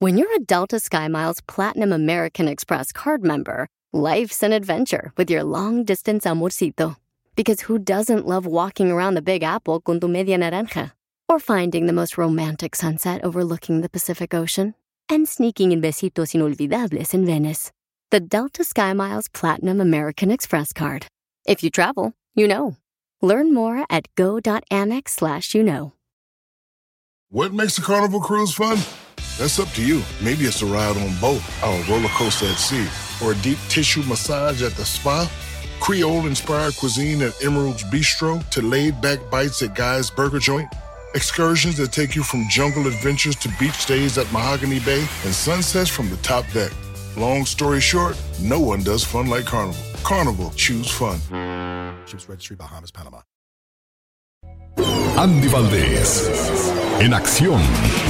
When you're a Delta SkyMiles Platinum American Express card member, life's an adventure with your long-distance amorcito. Because who doesn't love walking around the Big Apple con tu media naranja? Or finding the most romantic sunset overlooking the Pacific Ocean? And sneaking in besitos inolvidables in Venice. The Delta SkyMiles Platinum American Express card. If you travel, you know. Learn more at go.amex/you-know. What makes a Carnival cruise fun? That's up to you. Maybe it's a ride on boat, or a roller coaster at sea, or a deep tissue massage at the spa. Creole-inspired cuisine at Emerald's Bistro to laid-back bites at Guy's Burger Joint. Excursions that take you from jungle adventures to beach days at Mahogany Bay and sunsets from the top deck. Long story short, no one does fun like Carnival. Carnival, choose fun. Ships Registry, Bahamas, Panama. Andy Valdés, en acción.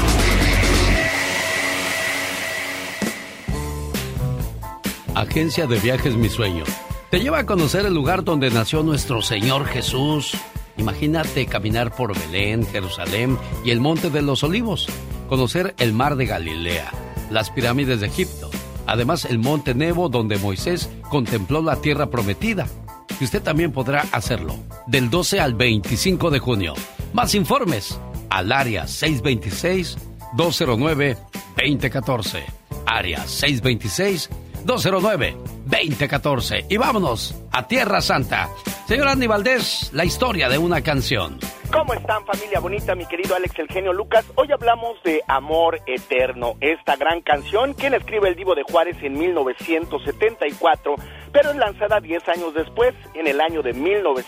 Agencia de Viajes Mi Sueño te lleva a conocer el lugar donde nació nuestro Señor Jesús. Imagínate caminar por Belén, Jerusalén y el Monte de los Olivos, conocer el Mar de Galilea, las pirámides de Egipto, además el Monte Nebo donde Moisés contempló la tierra prometida. Y usted también podrá hacerlo del 12 al 25 de junio. Más informes al área 626-209-2014. Área 626-209-2014. Y vámonos a Tierra Santa. Señor Andy Valdés, la historia de una canción. ¿Cómo están, familia bonita? Mi querido Alex, el genio Lucas. Hoy hablamos de Amor Eterno, esta gran canción que la escribe el Divo de Juárez en 1974, pero es lanzada 10 años después, en el año de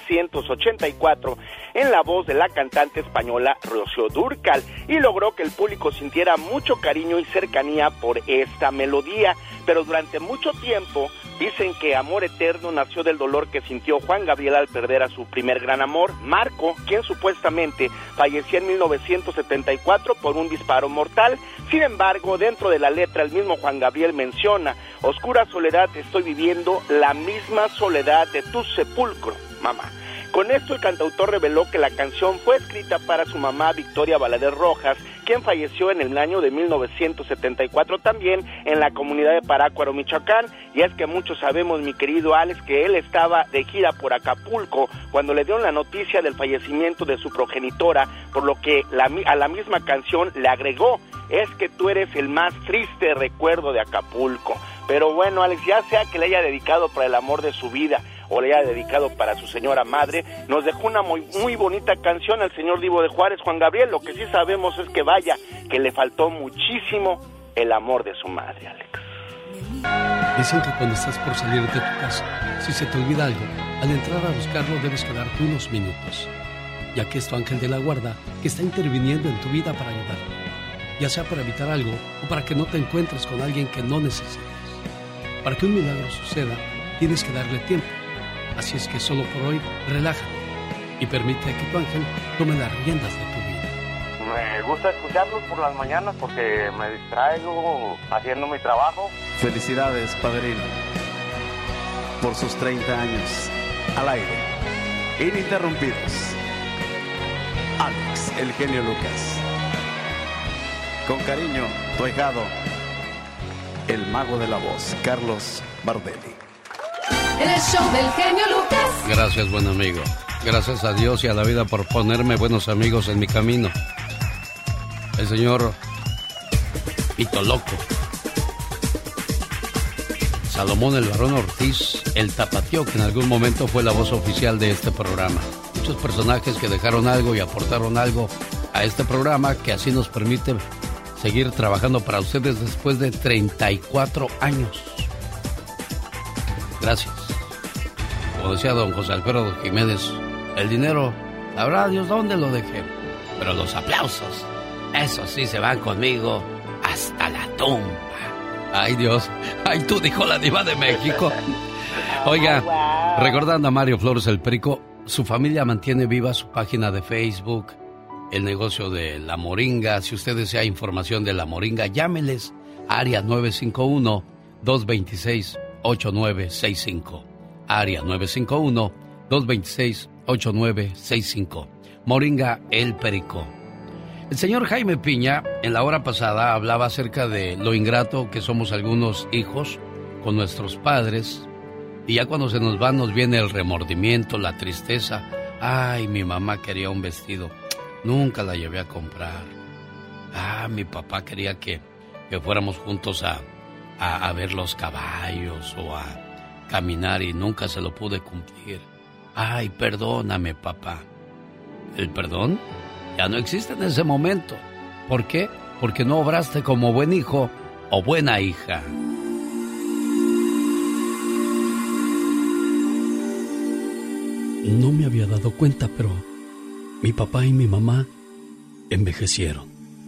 1984, en la voz de la cantante española Rocío Dúrcal, y logró que el público sintiera mucho cariño y cercanía por esta melodía. Pero durante mucho tiempo dicen que Amor Eterno nació del dolor que sintió Juan Gabriel al perder a su primer gran amor, Marco, quien supuestamente falleció en 1974 por un disparo mortal. Sin embargo, dentro de la letra, el mismo Juan Gabriel menciona: oscura soledad estoy viviendo, la misma soledad de tu sepulcro, mamá. Con esto el cantautor reveló que la canción fue escrita para su mamá Victoria Valadez Rojas, quien falleció en el año de 1974 también en la comunidad de Parácuaro, Michoacán. Y es que muchos sabemos, mi querido Alex, que él estaba de gira por Acapulco cuando le dieron la noticia del fallecimiento de su progenitora, por lo que a la misma canción le agregó: es que tú eres el más triste recuerdo de Acapulco. Pero bueno, Alex, ya sea que le haya dedicado para el amor de su vida o le haya dedicado para su señora madre, nos dejó una muy bonita canción al señor Divo de Juárez, Juan Gabriel. Lo que sí sabemos es que vaya, que le faltó muchísimo el amor de su madre, Alex. Dicen que cuando estás por salir de tu casa, si se te olvida algo, al entrar a buscarlo debes quedarte unos minutos, ya que es tu ángel de la guarda que está interviniendo en tu vida para ayudarte, ya sea para evitar algo o para que no te encuentres con alguien que no necesitas. Para que un milagro suceda, tienes que darle tiempo. Así es que solo por hoy, relájate y permite que tu ángel tome las riendas de tu vida. Me gusta escucharlos por las mañanas porque me distraigo haciendo mi trabajo. Felicidades, padrino, por sus 30 años al aire, ininterrumpidos. Alex, el genio Lucas. Con cariño, tu ahijado, el mago de la voz, Carlos Bardelli. El show del genio Lucas. Gracias, buen amigo. Gracias a Dios y a la vida por ponerme buenos amigos en mi camino. El señor Pito Loco, Salomón el Barón Ortiz, el Tapatío, que en algún momento fue la voz oficial de este programa. Muchos personajes que dejaron algo y aportaron algo a este programa, que así nos permite seguir trabajando para ustedes después de 34 años. Gracias. Como decía don José Alfredo Jiménez, el dinero, sabrá Dios dónde lo dejé, pero los aplausos, esos sí se van conmigo hasta la tumba. Ay, Dios. Ay, tú, dijo la diva de México. Oiga, recordando a Mario Flores el Perico, su familia mantiene viva su página de Facebook, el negocio de La Moringa. Si usted desea información de La Moringa, llámeles, área 951-226-8965. Área 951-226-8965. Moringa El Perico. El señor Jaime Piña, en la hora pasada, hablaba acerca de lo ingrato que somos algunos hijos con nuestros padres. Y ya cuando se nos van, nos viene el remordimiento, la tristeza. Ay, mi mamá quería un vestido, nunca la llevé a comprar. Ah, mi papá quería que fuéramos juntos a ver los caballos o a caminar y nunca se lo pude cumplir. Ay, perdóname, papá. El perdón ya no existe en ese momento. ¿Por qué? Porque no obraste como buen hijo o buena hija. No me había dado cuenta, pero mi papá y mi mamá envejecieron.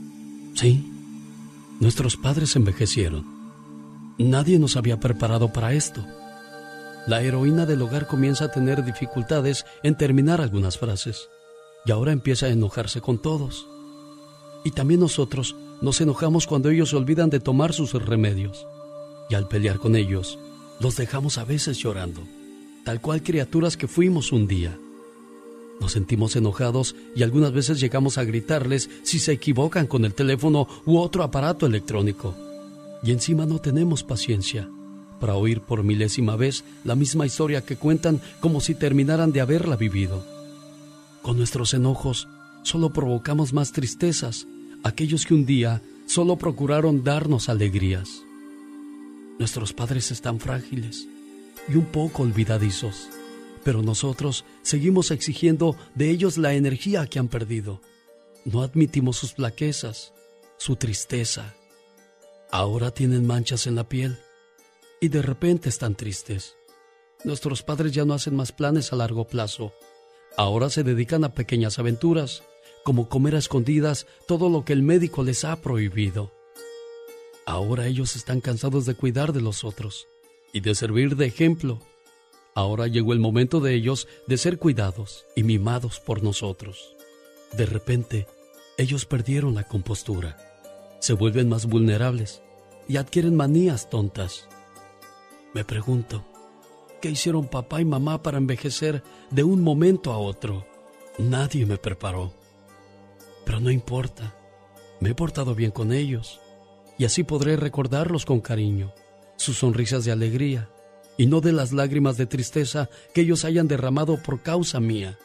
Sí, nuestros padres envejecieron. Nadie nos había preparado para esto. La heroína del hogar comienza a tener dificultades en terminar algunas frases y ahora empieza a enojarse con todos. Y también nosotros nos enojamos cuando ellos se olvidan de tomar sus remedios. Y al pelear con ellos, los dejamos a veces llorando, tal cual criaturas que fuimos un día. Nos sentimos enojados y algunas veces llegamos a gritarles si se equivocan con el teléfono u otro aparato electrónico. Y encima no tenemos paciencia para oír por milésima vez la misma historia que cuentan como si terminaran de haberla vivido. Con nuestros enojos solo provocamos más tristezas, aquellos que un día solo procuraron darnos alegrías. Nuestros padres están frágiles y un poco olvidadizos, pero nosotros seguimos exigiendo de ellos la energía que han perdido. No admitimos sus flaquezas, su tristeza. Ahora tienen manchas en la piel y de repente están tristes. Nuestros padres ya no hacen más planes a largo plazo. Ahora se dedican a pequeñas aventuras, como comer a escondidas todo lo que el médico les ha prohibido. Ahora ellos están cansados de cuidar de los otros y de servir de ejemplo. Ahora llegó el momento de ellos de ser cuidados y mimados por nosotros. De repente, ellos perdieron la compostura, se vuelven más vulnerables y adquieren manías tontas. Me pregunto, ¿qué hicieron papá y mamá para envejecer de un momento a otro? Nadie me preparó. Pero no importa, me he portado bien con ellos y así podré recordarlos con cariño, sus sonrisas de alegría y no de las lágrimas de tristeza que ellos hayan derramado por causa mía.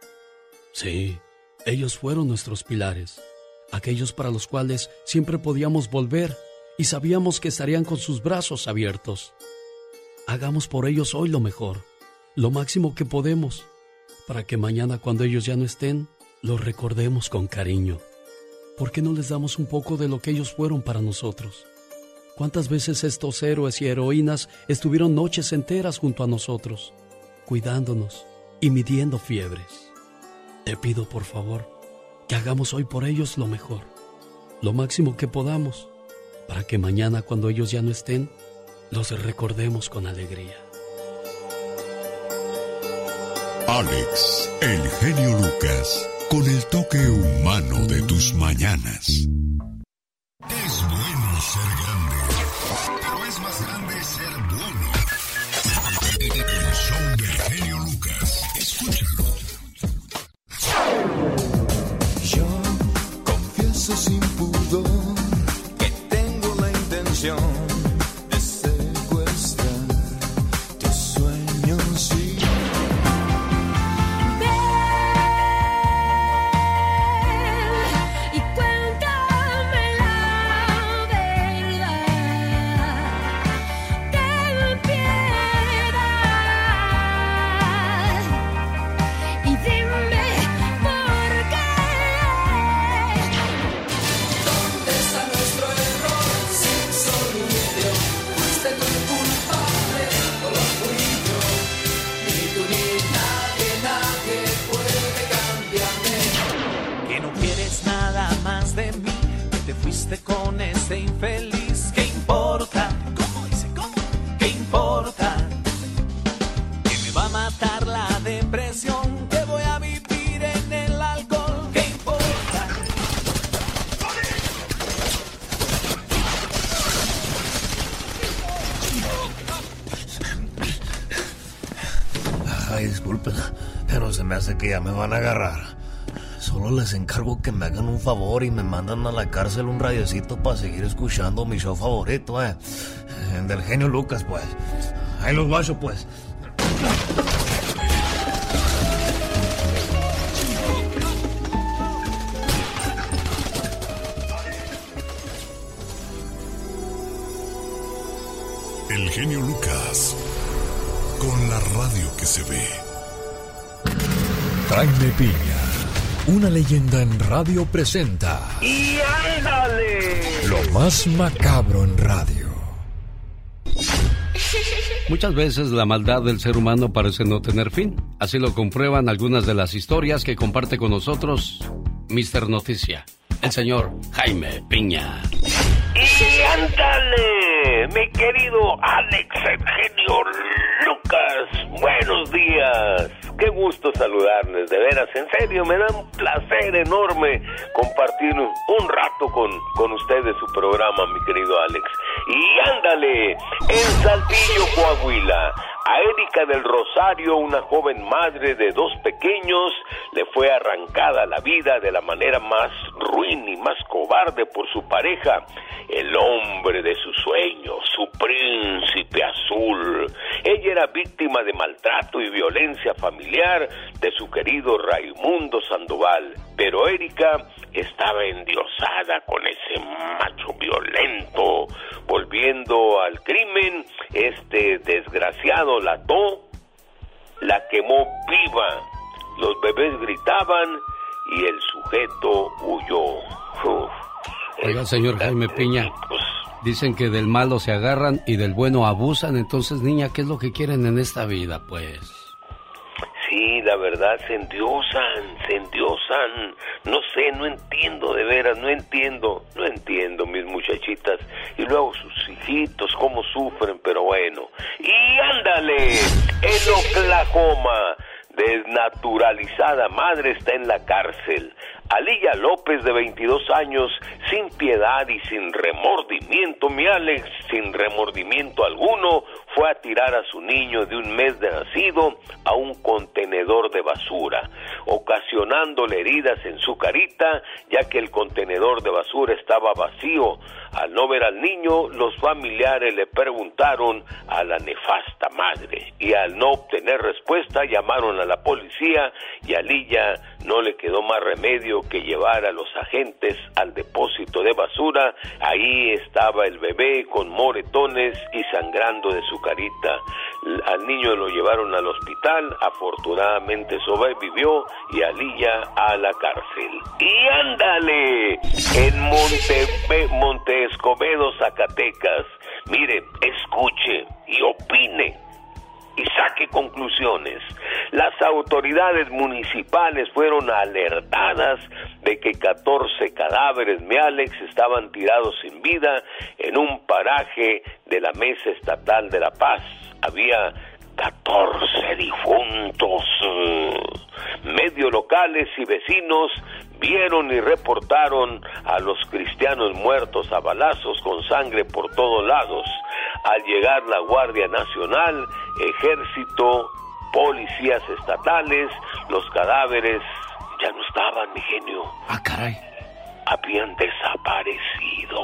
Sí, ellos fueron nuestros pilares, aquellos para los cuales siempre podíamos volver y sabíamos que estarían con sus brazos abiertos. Hagamos por ellos hoy lo mejor, lo máximo que podemos, para que mañana cuando ellos ya no estén, los recordemos con cariño. ¿Por qué no les damos un poco de lo que ellos fueron para nosotros? ¿Cuántas veces estos héroes y heroínas estuvieron noches enteras junto a nosotros, cuidándonos y midiendo fiebres? Te pido, por favor, que hagamos hoy por ellos lo mejor, lo máximo que podamos, para que mañana, cuando ellos ya no estén, los recordemos con alegría. Alex, el genio Lucas, con el toque humano de tus mañanas. Es bueno ser grande, pero es más grande ser bueno. El show del genio Lucas. Escúchalo. Yo confieso sin pudor que tengo la intención de secuestrar tus sueños y con ese infeliz. ¿Qué importa? ¿Cómo dice? ¿Cómo? ¿Qué importa? Que me va a matar la depresión, que voy a vivir en el alcohol. ¿Qué importa? Ay, disculpen, pero se me hace que ya me van a agarrar. Solo les encargo que me hagan un favor y me mandan a la cárcel un radiocito para seguir escuchando mi show favorito, del genio Lucas, pues. Ahí los guacho, pues. El genio Lucas, con la radio que se ve. Jaime Piña, una leyenda en radio presenta. ¡Y ándale! Lo más macabro en radio. Muchas veces la maldad del ser humano parece no tener fin. Así lo comprueban algunas de las historias que comparte con nosotros Mr. Noticia, el señor Jaime Piña. ¡Y ándale! Mi querido Alex, el genio Lucas, buenos días. Qué gusto saludarles, de veras, en serio, me da un placer enorme compartir un rato con ustedes su programa, mi querido Alex. Y ándale, en Saltillo, Coahuila, a Erika del Rosario, una joven madre de 2 pequeños, le fue arrancada la vida de la manera más ruin y más cobarde por su pareja, el hombre de sus sueños, su príncipe azul. Ella era víctima de maltrato y violencia familiar de su querido Raimundo Sandoval, pero Erika estaba endiosada con ese macho violento. Volviendo al crimen, este desgraciado la ató, la quemó viva, los bebés gritaban y el sujeto huyó. Oiga, señor Jaime Piña, dicen que del malo se agarran y del bueno abusan. Entonces, niña, ¿qué es lo que quieren en esta vida, pues? Sí, la verdad, se endiosan. No sé, no entiendo, de veras, no entiendo, mis muchachitas. Y luego sus hijitos, cómo sufren, pero bueno. Y ándale, en Oklahoma, desnaturalizada madre está en la cárcel. Aliyah López, de 22 años, sin piedad y sin remordimiento, mi Alex, sin remordimiento alguno, fue a tirar a su niño de 1 mes de nacido a un contenedor de basura, ocasionándole heridas en su carita, ya que el contenedor de basura estaba vacío. Al no ver al niño, los familiares le preguntaron a la nefasta madre, y al no obtener respuesta, llamaron a la policía, y a Aliyah no le quedó más remedio que llevar a los agentes al depósito de basura. Ahí estaba el bebé con moretones y sangrando de su carita. Al niño lo llevaron al hospital, afortunadamente sobrevivió, y a Aliyah a la cárcel. Y ándale, en Monte Escobedo, Zacatecas, mire, escuche y opine y saque conclusiones. Las autoridades municipales fueron alertadas de que 14 cadáveres, mi Alex, estaban tirados sin vida en un paraje de la Mesa Estatal de La Paz. Había 14 difuntos. Medios locales y vecinos vieron y reportaron a los cristianos muertos a balazos con sangre por todos lados. Al llegar la Guardia Nacional, Ejército, policías estatales, los cadáveres ya no estaban, mi genio. Ah, caray. Habían desaparecido.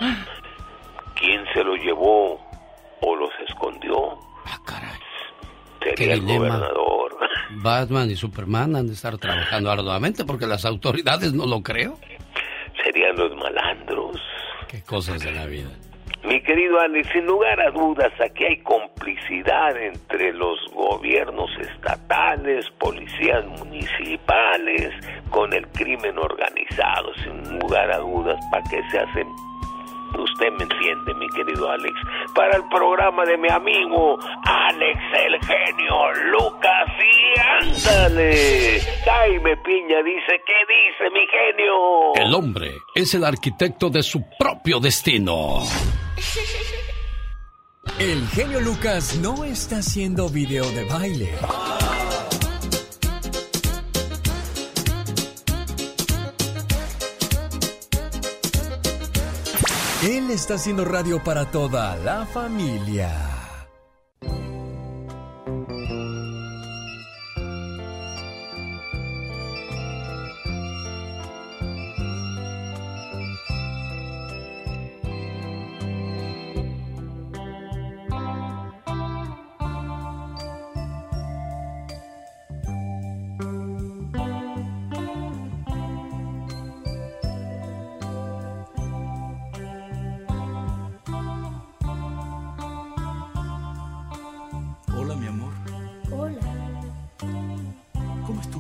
¿Quién se los llevó o los escondió? Ah, caray. Sería el gobernador. Batman y Superman han de estar trabajando arduamente porque las autoridades no lo creo. Serían los malandros. Qué cosas de la vida. Mi querido Alex, sin lugar a dudas, aquí hay complicidad entre los gobiernos estatales, policías municipales, con el crimen organizado, sin lugar a dudas. ¿Para qué se hacen? Usted me entiende, mi querido Alex. Para el programa de mi amigo Alex, el genio Lucas, y ándale. Jaime Piña dice, ¿qué dice, mi genio? El hombre es el arquitecto de su propio destino. El genio Lucas no está haciendo video de baile. Él está haciendo radio para toda la familia.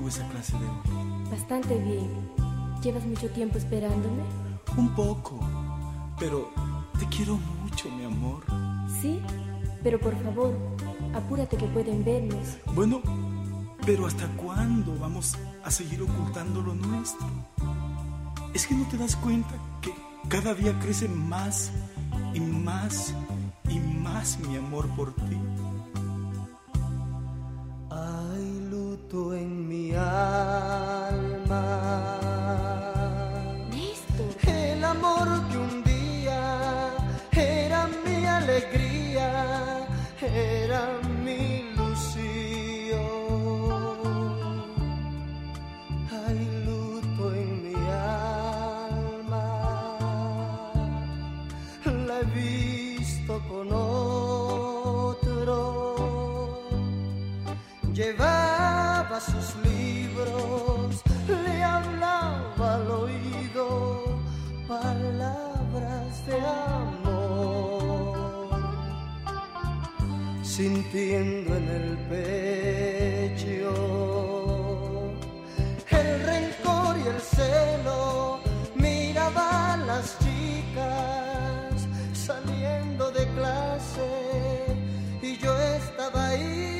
tú esa clase de hoy? Bastante bien. ¿Llevas mucho tiempo esperándome? Un poco, pero te quiero mucho, mi amor. ¿Sí? Pero por favor, apúrate que pueden vernos. Bueno, pero ¿hasta cuándo vamos a seguir ocultando lo nuestro? ¿Es que no te das cuenta que cada día crece más y más y más mi amor por ti? Hay luto en mi alma. Néstor. El amor que un día era mi alegría, era mi ilusión. Hay luto en mi alma. La he visto con otro. Llevaba sus libros, le hablaba al oído palabras de amor, sintiendo en el pecho el rencor y el celo. Miraba a las chicas saliendo de clase y yo estaba ahí,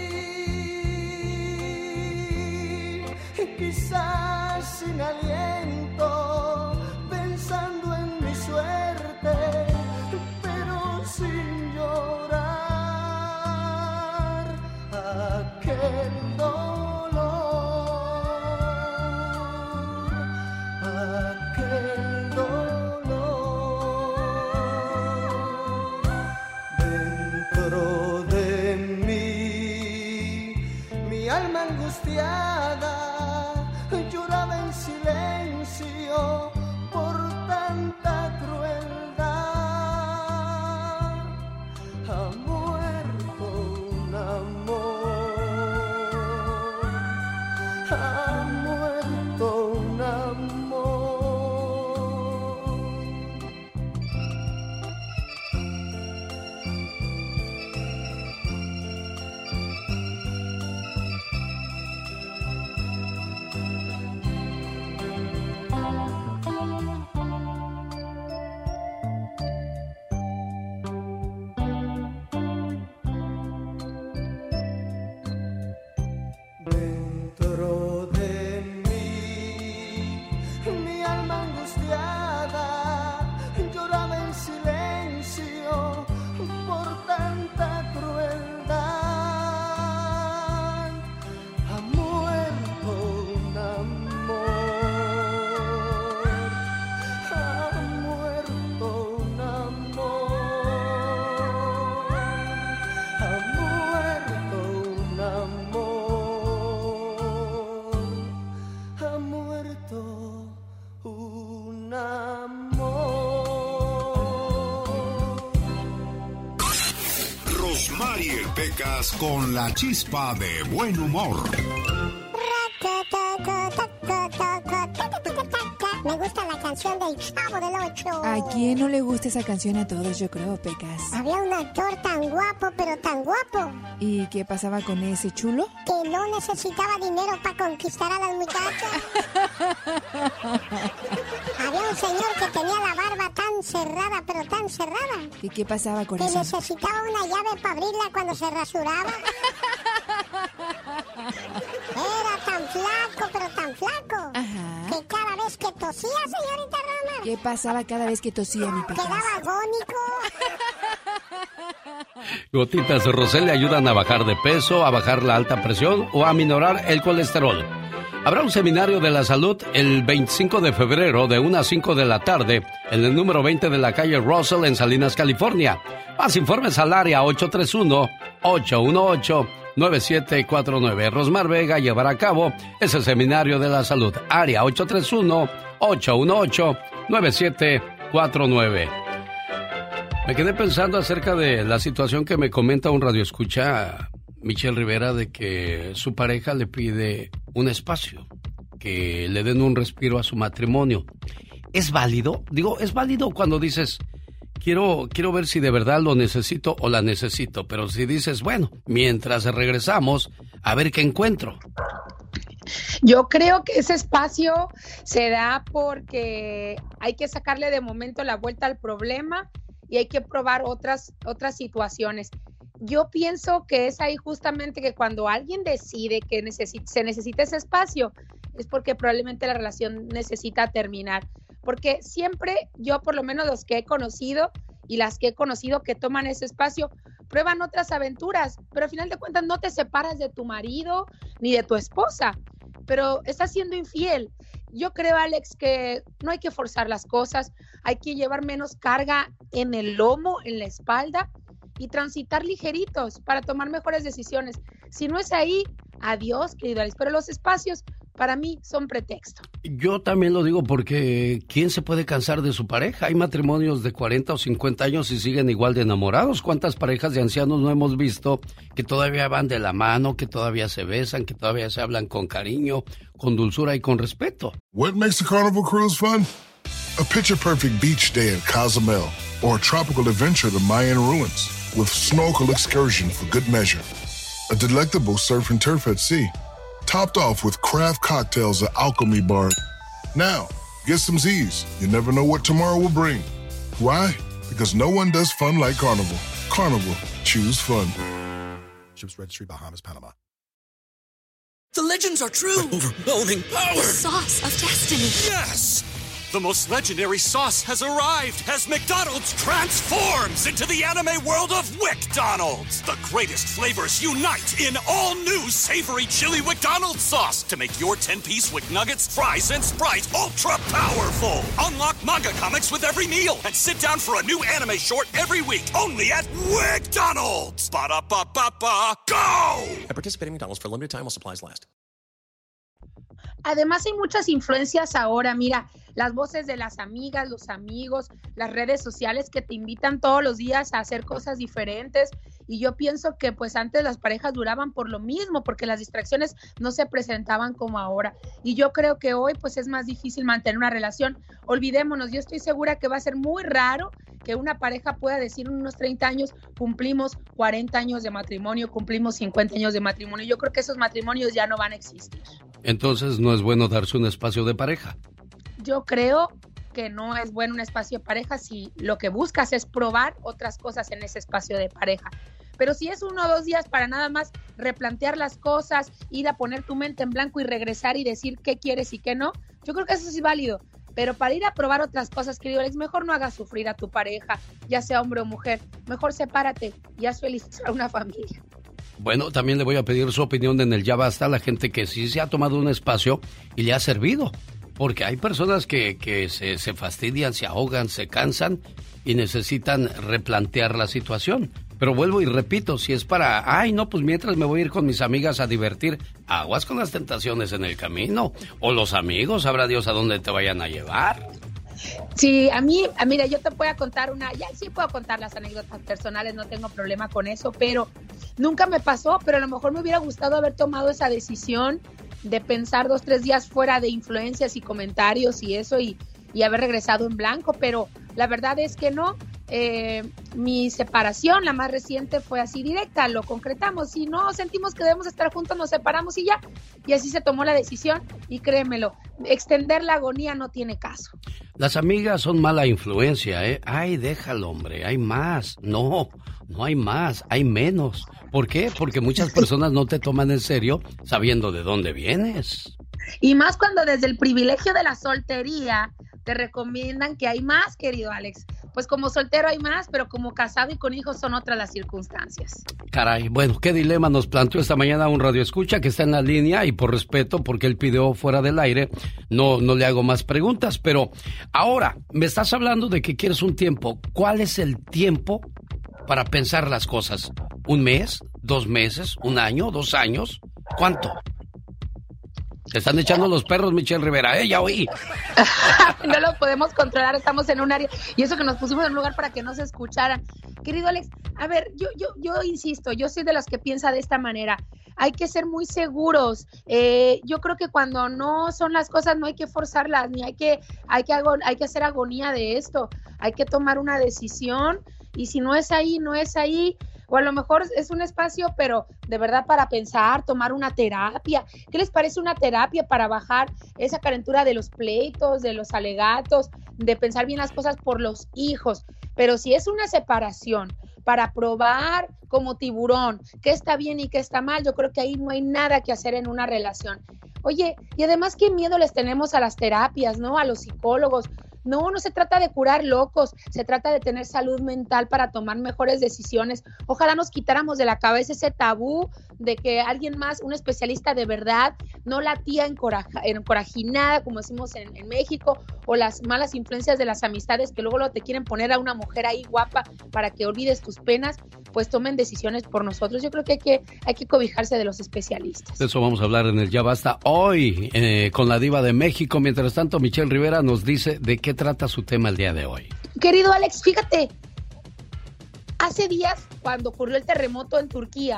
quizás sin aliento, pensando en mi suerte, pero sin llorar aquel dolor, aquel dolor. Dentro de mí, mi alma angustiada lloraba en silencio por tanta crueldad. Ha muerto un amor, ha muerto un amor. Dentro de mí, mi alma angustiada lloraba en silencio por tanta crueldad. Ha muerto un amor, ha muerto un amor, ha muerto un amor. Ha muerto un amor. Rosmarie Pecas con la chispa de buen humor. Me gusta la canción del Chavo del Ocho. ¿A quién no le gusta esa canción? A todos, yo creo, Pecas. Había un actor tan guapo, pero tan guapo, ¿Y qué pasaba con ese chulo? que no necesitaba dinero para conquistar a las muchachas. Había un señor que tenía la barba tan cerrada, pero tan cerrada, ¿Y qué pasaba con que eso? necesitaba una llave para abrirla cuando se rasuraba. Era tan flaco, pero tan flaco, que cada vez que tosía, señorita Roma, ¿Qué pasaba cada vez que tosía mi Pecas? quedaba agónico. Gotitas de Rosel le ayudan a bajar de peso, a bajar la alta presión o a minorar el colesterol. Habrá un seminario de la salud el 25 de febrero de 1 a 5 de la tarde en el número 20 de la calle Russell en Salinas, California. Más informes al área 831-818-9749. Rosmar Vega llevará a cabo ese seminario de la salud. Área 831-818-9749. Me quedé pensando acerca de la situación que me comenta un radioescucha, Michelle Rivera, de que su pareja le pide un espacio, que le den un respiro a su matrimonio. ¿Es válido? Digo, es válido cuando dices, quiero ver si de verdad lo necesito o la necesito. Pero si dices, bueno, mientras regresamos, a ver qué encuentro. Yo creo que ese espacio se da porque hay que sacarle de momento la vuelta al problema y hay que probar otras situaciones. Yo pienso que es ahí justamente que cuando alguien decide que se necesita ese espacio, es porque probablemente la relación necesita terminar. Porque siempre yo, por lo menos los que he conocido y las que he conocido que toman ese espacio, prueban otras aventuras, pero al final de cuentas no te separas de tu marido ni de tu esposa, pero estás siendo infiel. Yo creo, Alex, que no hay que forzar las cosas, hay que llevar menos carga en el lomo, en la espalda y transitar ligeritos para tomar mejores decisiones. Si no es ahí, adiós, querido Alex, pero los espacios para mí son pretexto. Yo también lo digo porque ¿quién se puede cansar de su pareja? Hay matrimonios de 40 o 50 años y siguen igual de enamorados. ¿Cuántas parejas de ancianos no hemos visto que todavía van de la mano, que todavía se besan, que todavía se hablan con cariño, con dulzura y con respeto? What makes a Carnival cruise fun? A picture-perfect beach day at Cozumel or a tropical adventure to Mayan ruins with snorkel excursion for good measure. A delectable surf and turf at sea, topped off with craft cocktails at Alchemy Bar. Now, get some Z's. You never know what tomorrow will bring. Why? Because no one does fun like Carnival. Carnival. Choose fun. Ships Registry, Bahamas, Panama. The legends are true. Overwhelming power! The sauce of destiny. Yes! The most legendary sauce has arrived as McDonald's transforms into the anime world of WickDonald's. The greatest flavors unite in all new savory chili McDonald's sauce to make your 10-piece Wick Nuggets, fries, and Sprite ultra-powerful. Unlock manga comics with every meal and sit down for a new anime short every week only at WickDonald's. Ba-da-ba-ba-ba, go! At participating McDonald's for a limited time while supplies last. Además hay muchas influencias ahora, mira, las voces de las amigas, los amigos, las redes sociales que te invitan todos los días a hacer cosas diferentes y yo pienso que pues antes las parejas duraban por lo mismo, porque las distracciones no se presentaban como ahora y yo creo que hoy pues es más difícil mantener una relación. Olvidémonos, yo estoy segura que va a ser muy raro que una pareja pueda decir en unos 30 años cumplimos 40 años de matrimonio, cumplimos 50 años de matrimonio. Yo creo que esos matrimonios ya no van a existir. Entonces no es bueno darse un espacio de pareja. Yo creo que no es bueno un espacio de pareja si lo que buscas es probar otras cosas en ese espacio de pareja. Pero si es 1 o 2 días para nada más replantear las cosas, ir a poner tu mente en blanco y regresar y decir qué quieres y qué no, yo creo que eso sí es válido. Pero para ir a probar otras cosas, querido Alex, mejor no hagas sufrir a tu pareja, ya sea hombre o mujer. Mejor sepárate y haz feliz a una familia. Bueno, también le voy a pedir su opinión en el Ya Basta a la gente que sí se ha tomado un espacio y le ha servido. Porque hay personas que se fastidian, se ahogan, se cansan y necesitan replantear la situación. Pero vuelvo y repito, si es para, ay no, pues mientras me voy a ir con mis amigas a divertir, aguas con las tentaciones en el camino. O los amigos, sabrá Dios a dónde te vayan a llevar. Sí, mira, yo te voy a contar ya sí puedo contar las anécdotas personales, no tengo problema con eso, pero nunca me pasó, pero a lo mejor me hubiera gustado haber tomado esa decisión de pensar 2, 3 días fuera de influencias y comentarios y eso y haber regresado en blanco, pero la verdad es que no. Mi separación, la más reciente, fue así directa, lo concretamos, si no sentimos que debemos estar juntos, nos separamos y ya, y así se tomó la decisión y créemelo, extender la agonía no tiene caso. Las amigas son mala influencia, ¿eh? Ay, déjalo, hombre, hay más. No hay más, hay menos. ¿Por qué? Porque muchas personas no te toman en serio sabiendo de dónde vienes. Y más cuando desde el privilegio de la soltería te recomiendan que hay más, querido Alex. Pues como soltero hay más, pero como casado y con hijos son otras las circunstancias. Caray, bueno, qué dilema nos planteó esta mañana un radioescucha que está en la línea y por respeto, porque él pidió fuera del aire, no le hago más preguntas. Pero ahora, me estás hablando de que quieres un tiempo. ¿Cuál es el tiempo para pensar las cosas? ¿1 mes? ¿2 meses? ¿1 año? ¿2 años? ¿Cuánto? Te están echando los perros, Michelle Rivera, ya oí. No lo podemos controlar, estamos en un área, y eso que nos pusimos en un lugar para que no se escucharan. Querido Alex, a ver, yo insisto, yo soy de las que piensa de esta manera. Hay que ser muy seguros. Yo creo que cuando no son las cosas no hay que forzarlas, ni hay que hacer agonía de esto. Hay que tomar una decisión, y si no es ahí, no es ahí. o a lo mejor es un espacio, pero de verdad para pensar, tomar una terapia. ¿Qué les parece una terapia para bajar esa calentura de los pleitos, de los alegatos, de pensar bien las cosas por los hijos? Pero si es una separación para probar como tiburón qué está bien y qué está mal, yo creo que ahí no hay nada que hacer en una relación. Oye, y además qué miedo les tenemos a las terapias, ¿no? A los psicólogos. No se trata de curar locos, se trata de tener salud mental para tomar mejores decisiones. Ojalá nos quitáramos de la cabeza ese tabú de que alguien más, un especialista de verdad, no la tía encorajinada, como decimos en México, o las malas influencias de las amistades que luego te quieren poner a una mujer ahí guapa para que olvides tus penas, pues tomen decisiones por nosotros. Yo creo que hay que cobijarse de los especialistas. De eso vamos a hablar en el Ya Basta hoy, con la diva de México. Mientras tanto, Michelle Rivera nos dice de qué trata su tema el día de hoy. Querido Alex, fíjate, hace días cuando ocurrió el terremoto en Turquía,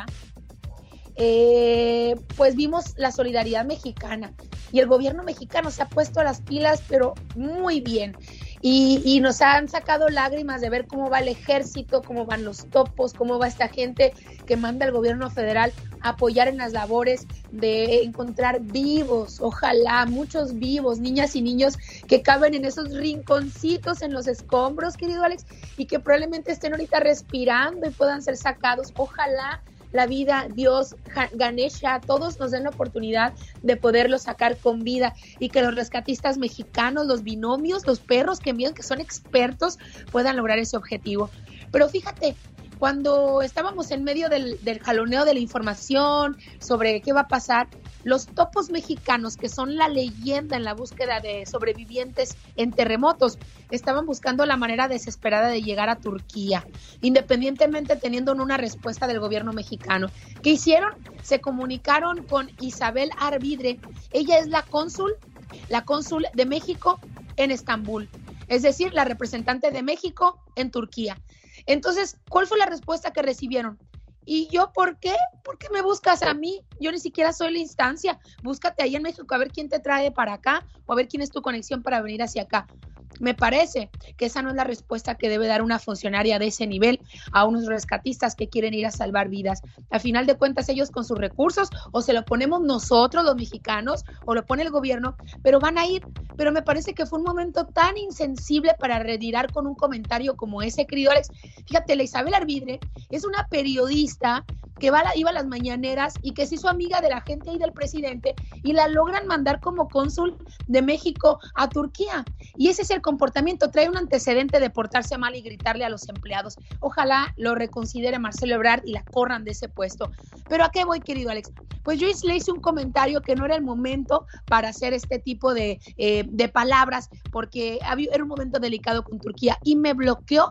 pues vimos la solidaridad mexicana y el gobierno mexicano se ha puesto a las pilas, pero muy bien. Y nos han sacado lágrimas de ver cómo va el ejército, cómo van los topos, cómo va esta gente que manda el gobierno federal a apoyar en las labores de encontrar vivos, ojalá, muchos vivos, niñas y niños que caben en esos rinconcitos en los escombros, querido Alex, y que probablemente estén ahorita respirando y puedan ser sacados. Ojalá la vida, Dios, Ganesha, todos nos den la oportunidad de poderlos sacar con vida y que los rescatistas mexicanos, los binomios, los perros que envían, que son expertos, puedan lograr ese objetivo. Pero fíjate, cuando estábamos en medio del jaloneo de la información sobre qué va a pasar, los topos mexicanos, que son la leyenda en la búsqueda de sobrevivientes en terremotos, estaban buscando la manera desesperada de llegar a Turquía, independientemente teniendo una respuesta del gobierno mexicano. ¿Qué hicieron? Se comunicaron con Isabel Arvidre. Ella es la cónsul de México en Estambul, es decir, la representante de México en Turquía. Entonces, ¿cuál fue la respuesta que recibieron? ¿Y yo por qué? ¿Por qué me buscas a mí? Yo ni siquiera soy la instancia. Búscate ahí en México a ver quién te trae para acá o a ver quién es tu conexión para venir hacia acá. Me parece que esa no es la respuesta que debe dar una funcionaria de ese nivel a unos rescatistas que quieren ir a salvar vidas. Al final de cuentas, ellos con sus recursos, o se lo ponemos nosotros los mexicanos, o lo pone el gobierno, pero van a ir. Pero me parece que fue un momento tan insensible para retirar con un comentario como ese, querido Alex. Fíjate, la Isabel Arvidre es una periodista que iba a las mañaneras y que se hizo amiga de la gente y del presidente y la logran mandar como cónsul de México a Turquía. Y ese es el comportamiento, trae un antecedente de portarse mal y gritarle a los empleados. Ojalá lo reconsidere Marcelo Ebrard y la corran de ese puesto. Pero ¿a qué voy, querido Alex? Pues yo le hice un comentario que no era el momento para hacer este tipo de palabras, porque era un momento delicado con Turquía y me bloqueó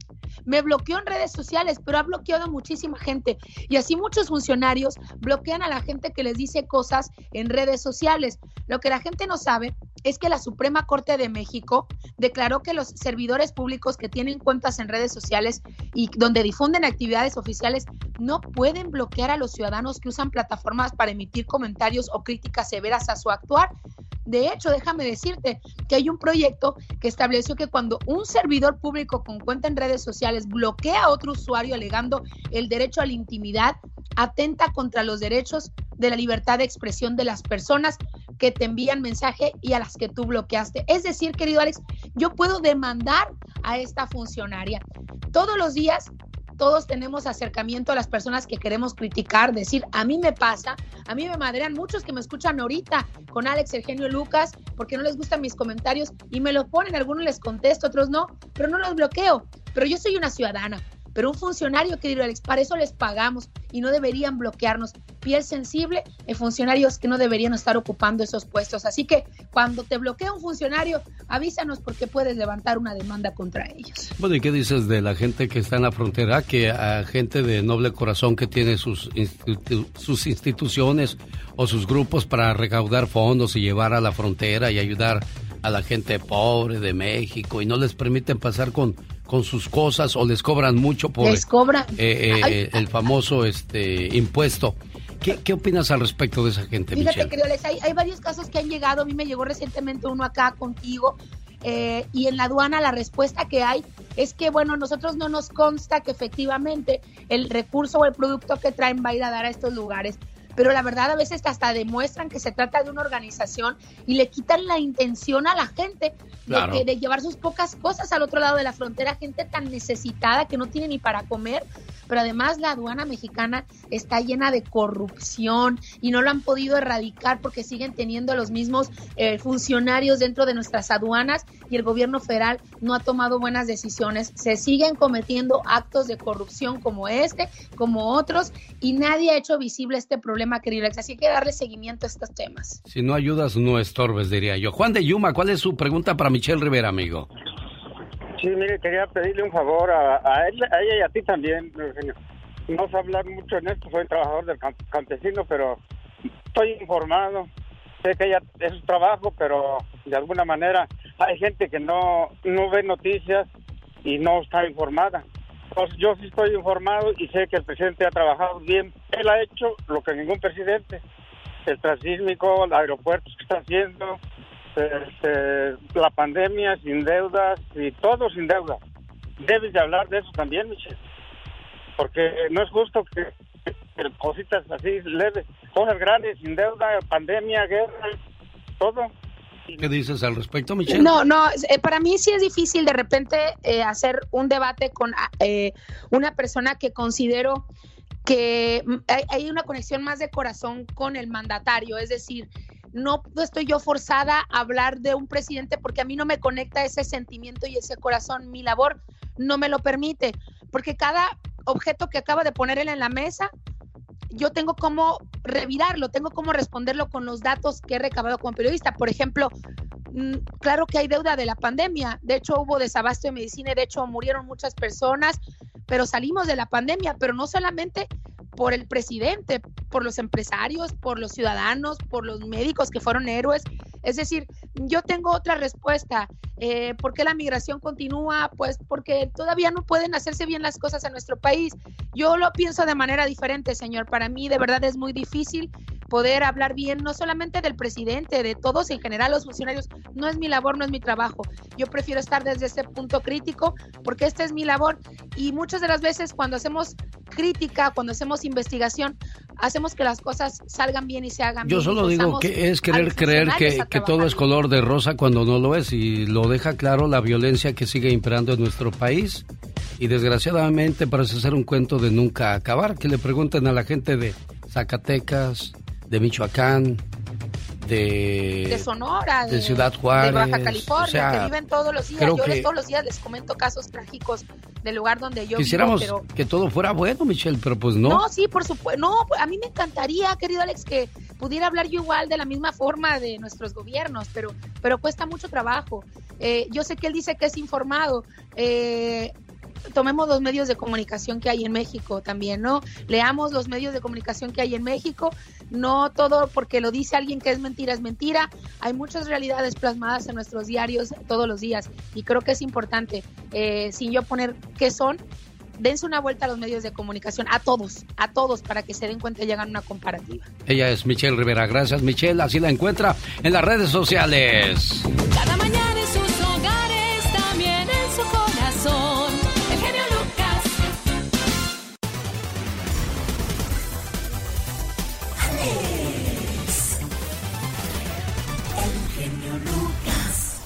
en redes sociales, pero ha bloqueado a muchísima gente. Y así muchos funcionarios bloquean a la gente que les dice cosas en redes sociales. Lo que la gente no sabe es que la Suprema Corte de México declaró que los servidores públicos que tienen cuentas en redes sociales y donde difunden actividades oficiales no pueden bloquear a los ciudadanos que usan plataformas para emitir comentarios o críticas severas a su actuar. De hecho, déjame decirte que hay un proyecto que estableció que cuando un servidor público con cuenta en redes sociales bloquea a otro usuario alegando el derecho a la intimidad, atenta contra los derechos de la libertad de expresión de las personas que te envían mensaje y a las que tú bloqueaste. Es decir, querido Alex, yo puedo demandar a esta funcionaria. Todos los días todos tenemos acercamiento a las personas que queremos criticar, decir, a mí me pasa, a mí me madrean muchos que me escuchan ahorita con Alex, el genio Lucas, porque no les gustan mis comentarios y me lo ponen, algunos les contesto, otros no, pero no los bloqueo. Pero yo soy una ciudadana, pero un funcionario, querido Alex, para eso les pagamos y no deberían bloquearnos. Piel sensible, funcionarios que no deberían estar ocupando esos puestos. Así que cuando te bloquea un funcionario, avísanos porque puedes levantar una demanda contra ellos. Bueno, ¿y qué dices de la gente que está en la frontera? Que a gente de noble corazón que tiene sus instituciones o sus grupos para recaudar fondos y llevar a la frontera y ayudar a la gente pobre de México y no les permiten pasar con sus cosas o les cobran mucho por el famoso impuesto. ¿Qué opinas al respecto de esa gente, Michelle? Fíjate, querido Alex, hay varios casos que han llegado. A mí me llegó recientemente uno acá contigo y en la aduana la respuesta que hay es que, bueno, nosotros no nos consta que efectivamente el recurso o el producto que traen va a ir a dar a estos lugares. Pero la verdad a veces hasta demuestran que se trata de una organización y le quitan la intención a la gente de llevar sus pocas cosas al otro lado de la frontera, gente tan necesitada que no tiene ni para comer. Pero además la aduana mexicana está llena de corrupción y no lo han podido erradicar porque siguen teniendo los mismos funcionarios dentro de nuestras aduanas y el gobierno federal no ha tomado buenas decisiones. Se siguen cometiendo actos de corrupción como este, como otros, y nadie ha hecho visible este problema, querido Alex. Así que darle seguimiento a estos temas. Si no ayudas, no estorbes, diría yo. Juan de Yuma, ¿cuál es su pregunta para Michelle Rivera, amigo? Sí, mire, quería pedirle un favor a ella y a ti también, Eugenio. No sé hablar mucho en esto, soy trabajador del campesino, pero estoy informado. Sé que ella es su trabajo, pero de alguna manera hay gente que no ve noticias y no está informada. Entonces, yo sí estoy informado y sé que el presidente ha trabajado bien. Él ha hecho lo que ningún presidente. El transísmico, el aeropuerto que está haciendo, la pandemia sin deudas y todo sin deuda. Debes de hablar de eso también, Michelle, porque no es justo que cositas así leves, cosas grandes sin deuda, pandemia, guerra, todo. ¿Qué dices al respecto, Michelle? No, para mí sí es difícil de repente hacer un debate con una persona que considero que hay una conexión más de corazón con el mandatario, es decir, no estoy yo forzada a hablar de un presidente porque a mí no me conecta ese sentimiento y ese corazón. Mi labor no me lo permite, porque cada objeto que acaba de poner él en la mesa, yo tengo cómo revirarlo, tengo cómo responderlo con los datos que he recabado como periodista. Por ejemplo, claro que hay deuda de la pandemia, de hecho hubo desabasto de medicina, de hecho murieron muchas personas, pero salimos de la pandemia, pero no solamente por el presidente, por los empresarios, por los ciudadanos, por los médicos que fueron héroes. Es decir, yo tengo otra respuesta. ¿Por qué la migración continúa? Pues porque todavía no pueden hacerse bien las cosas en nuestro país. Yo lo pienso de manera diferente, señor. Para mí de verdad es muy difícil poder hablar bien, no solamente del presidente, de todos en general, los funcionarios. No es mi labor, no es mi trabajo. Yo prefiero estar desde ese punto crítico porque esta es mi labor. Y muchas de las veces cuando hacemos crítica, cuando hacemos investigación, hacemos que las cosas salgan bien y se hagan bien. Yo solo digo que es querer creer que todo es color de rosa cuando no lo es, y lo deja claro la violencia que sigue imperando en nuestro país, y desgraciadamente parece ser un cuento de nunca acabar. Que le pregunten a la gente de Zacatecas, de Michoacán, de Sonora, de Ciudad Juárez, de Baja California, o sea, que viven todos los días. Yo todos los días les comento casos trágicos del lugar donde yo quisiéramos vivo, pero que todo fuera bueno, Michelle, pero pues no. No, sí, por supuesto. No, a mí me encantaría, querido Alex, que pudiera hablar yo igual de la misma forma de nuestros gobiernos, pero cuesta mucho trabajo. Yo sé que él dice que es informado. Tomemos los medios de comunicación que hay en México también, ¿no? Leamos los medios de comunicación que hay en México. No todo porque lo dice alguien que es mentira. Hay muchas realidades plasmadas en nuestros diarios todos los días y creo que es importante, sin yo poner qué son, dense una vuelta a los medios de comunicación, a todos, para que se den cuenta y hagan una comparativa. Ella es Michelle Rivera. Gracias, Michelle. Así la encuentra en las redes sociales. Cada mañana en sus hogares, también en su corazón. El genio Lucas. Alex. El genio Lucas.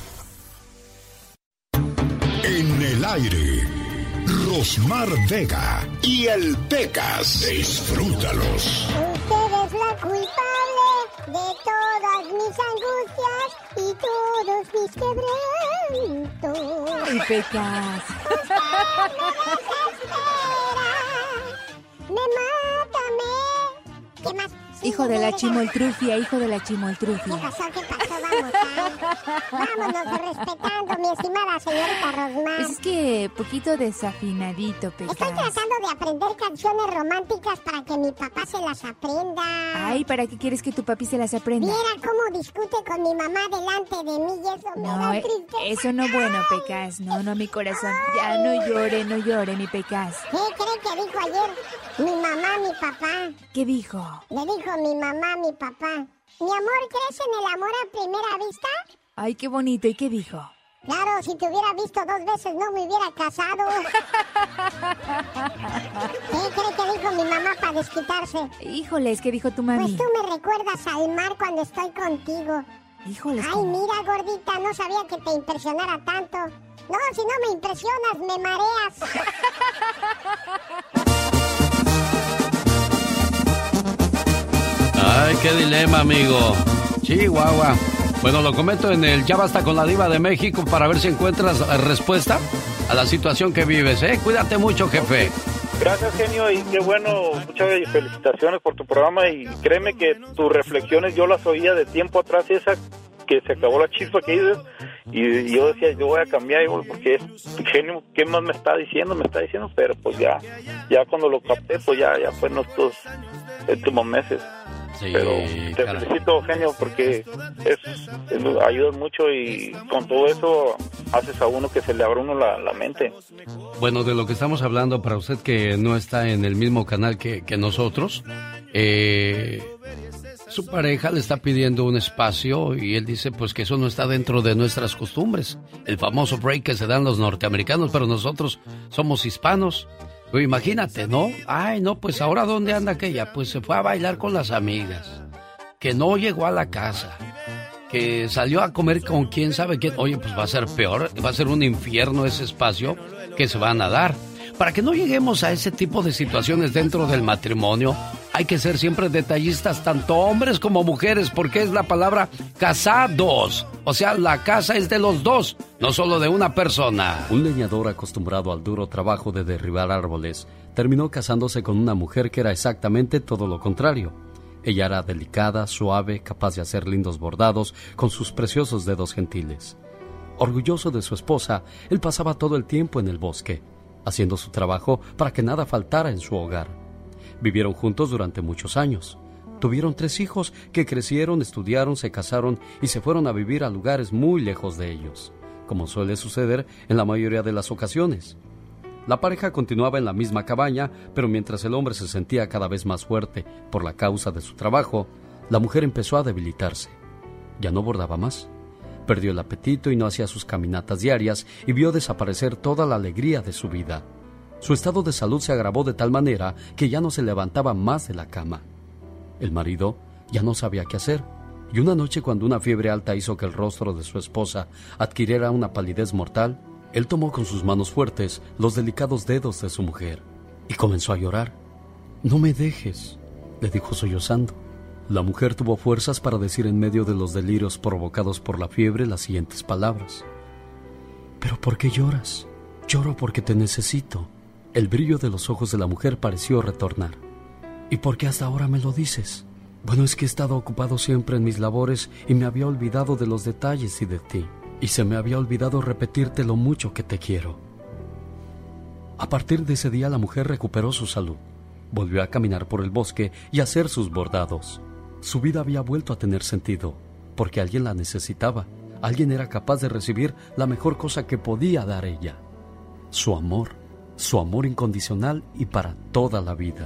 En el aire, Rosmar Vega y el Pecas. Disfrútalos. Usted es la culpable de todas mis angustias y todos mis quebrantos. Ay, Pecas. Usted me mata, ¿Qué más? Hijo de la chimoltrufia, hijo de la chimoltrufia. ¿Qué pasó? Vámonos respetando, mi estimada señorita Rosmar. Pues es que poquito desafinadito, Pecas. Estoy tratando de aprender canciones románticas para que mi papá se las aprenda. Ay, ¿para qué quieres que tu papi se las aprenda? Viera cómo discute con mi mamá delante de mí y eso me da tristeza. Eso no bueno, Pecas. No, mi corazón. Ya no llore, mi Pecas. ¿Qué cree que dijo ayer mi mamá, mi papá? ¿Qué dijo? Le dijo mi mamá, mi papá: mi amor, ¿crees en el amor a primera vista? Ay, qué bonito. ¿Y qué dijo? Claro, si te hubiera visto 2 veces no me hubiera casado. ¿Qué cree que dijo mi mamá para desquitarse? Híjoles, ¿qué dijo tu mami? Pues tú me recuerdas al mar cuando estoy contigo. Híjoles. Ay, mira, gordita, no sabía que te impresionara tanto. No, si no me impresionas, me mareas. Ay, qué dilema, amigo. Chihuahua. Bueno, lo comento en el Ya Basta con la Diva de México para ver si encuentras respuesta a la situación que vives, ¿eh? Cuídate mucho, jefe. Gracias, genio, y qué bueno, muchas felicitaciones por tu programa, y créeme que tus reflexiones yo las oía de tiempo atrás, esa que se acabó la chispa que dices, y yo decía, yo voy a cambiar, porque genio, ¿qué más me está diciendo? Pero pues ya cuando lo capté, pues ya fue en estos últimos meses. Sí, pero te felicito, genio, porque ayuda mucho, y con todo eso haces a uno que se le abra uno la mente. Bueno, de lo que estamos hablando, para usted que no está en el mismo canal que nosotros, su pareja le está pidiendo un espacio y él dice pues que eso no está dentro de nuestras costumbres. El famoso break que se dan los norteamericanos, pero nosotros somos hispanos. Pero imagínate, ¿no? Ay, no, pues ahora ¿dónde anda aquella? Pues se fue a bailar con las amigas, que no llegó a la casa, que salió a comer con quién sabe quién. Oye, pues va a ser peor, va a ser un infierno ese espacio que se van a dar. Para que no lleguemos a ese tipo de situaciones dentro del matrimonio, hay que ser siempre detallistas, tanto hombres como mujeres, porque es la palabra casados. O sea, la casa es de los dos, no solo de una persona. Un leñador acostumbrado al duro trabajo de derribar árboles terminó casándose con una mujer que era exactamente todo lo contrario. Ella era delicada, suave, capaz de hacer lindos bordados con sus preciosos dedos gentiles. Orgulloso de su esposa, él pasaba todo el tiempo en el bosque, haciendo su trabajo para que nada faltara en su hogar. Vivieron juntos durante muchos años. Tuvieron 3 hijos que crecieron, estudiaron, se casaron y se fueron a vivir a lugares muy lejos de ellos, como suele suceder en la mayoría de las ocasiones. La pareja continuaba en la misma cabaña, pero mientras el hombre se sentía cada vez más fuerte por la causa de su trabajo, la mujer empezó a debilitarse. Ya no bordaba más. Perdió el apetito y no hacía sus caminatas diarias y vio desaparecer toda la alegría de su vida. Su estado de salud se agravó de tal manera que ya no se levantaba más de la cama. El marido ya no sabía qué hacer, y una noche, cuando una fiebre alta hizo que el rostro de su esposa adquiriera una palidez mortal, él tomó con sus manos fuertes los delicados dedos de su mujer y comenzó a llorar. «No me dejes», le dijo sollozando. La mujer tuvo fuerzas para decir en medio de los delirios provocados por la fiebre las siguientes palabras: «¿Pero por qué lloras?» «Lloro porque te necesito». El brillo de los ojos de la mujer pareció retornar. «¿Y por qué hasta ahora me lo dices?» «Bueno, es que he estado ocupado siempre en mis labores y me había olvidado de los detalles y de ti. Y se me había olvidado repetirte lo mucho que te quiero». A partir de ese día la mujer recuperó su salud. Volvió a caminar por el bosque y a hacer sus bordados. Su vida había vuelto a tener sentido, porque alguien la necesitaba. Alguien era capaz de recibir la mejor cosa que podía dar ella: su amor incondicional y para toda la vida.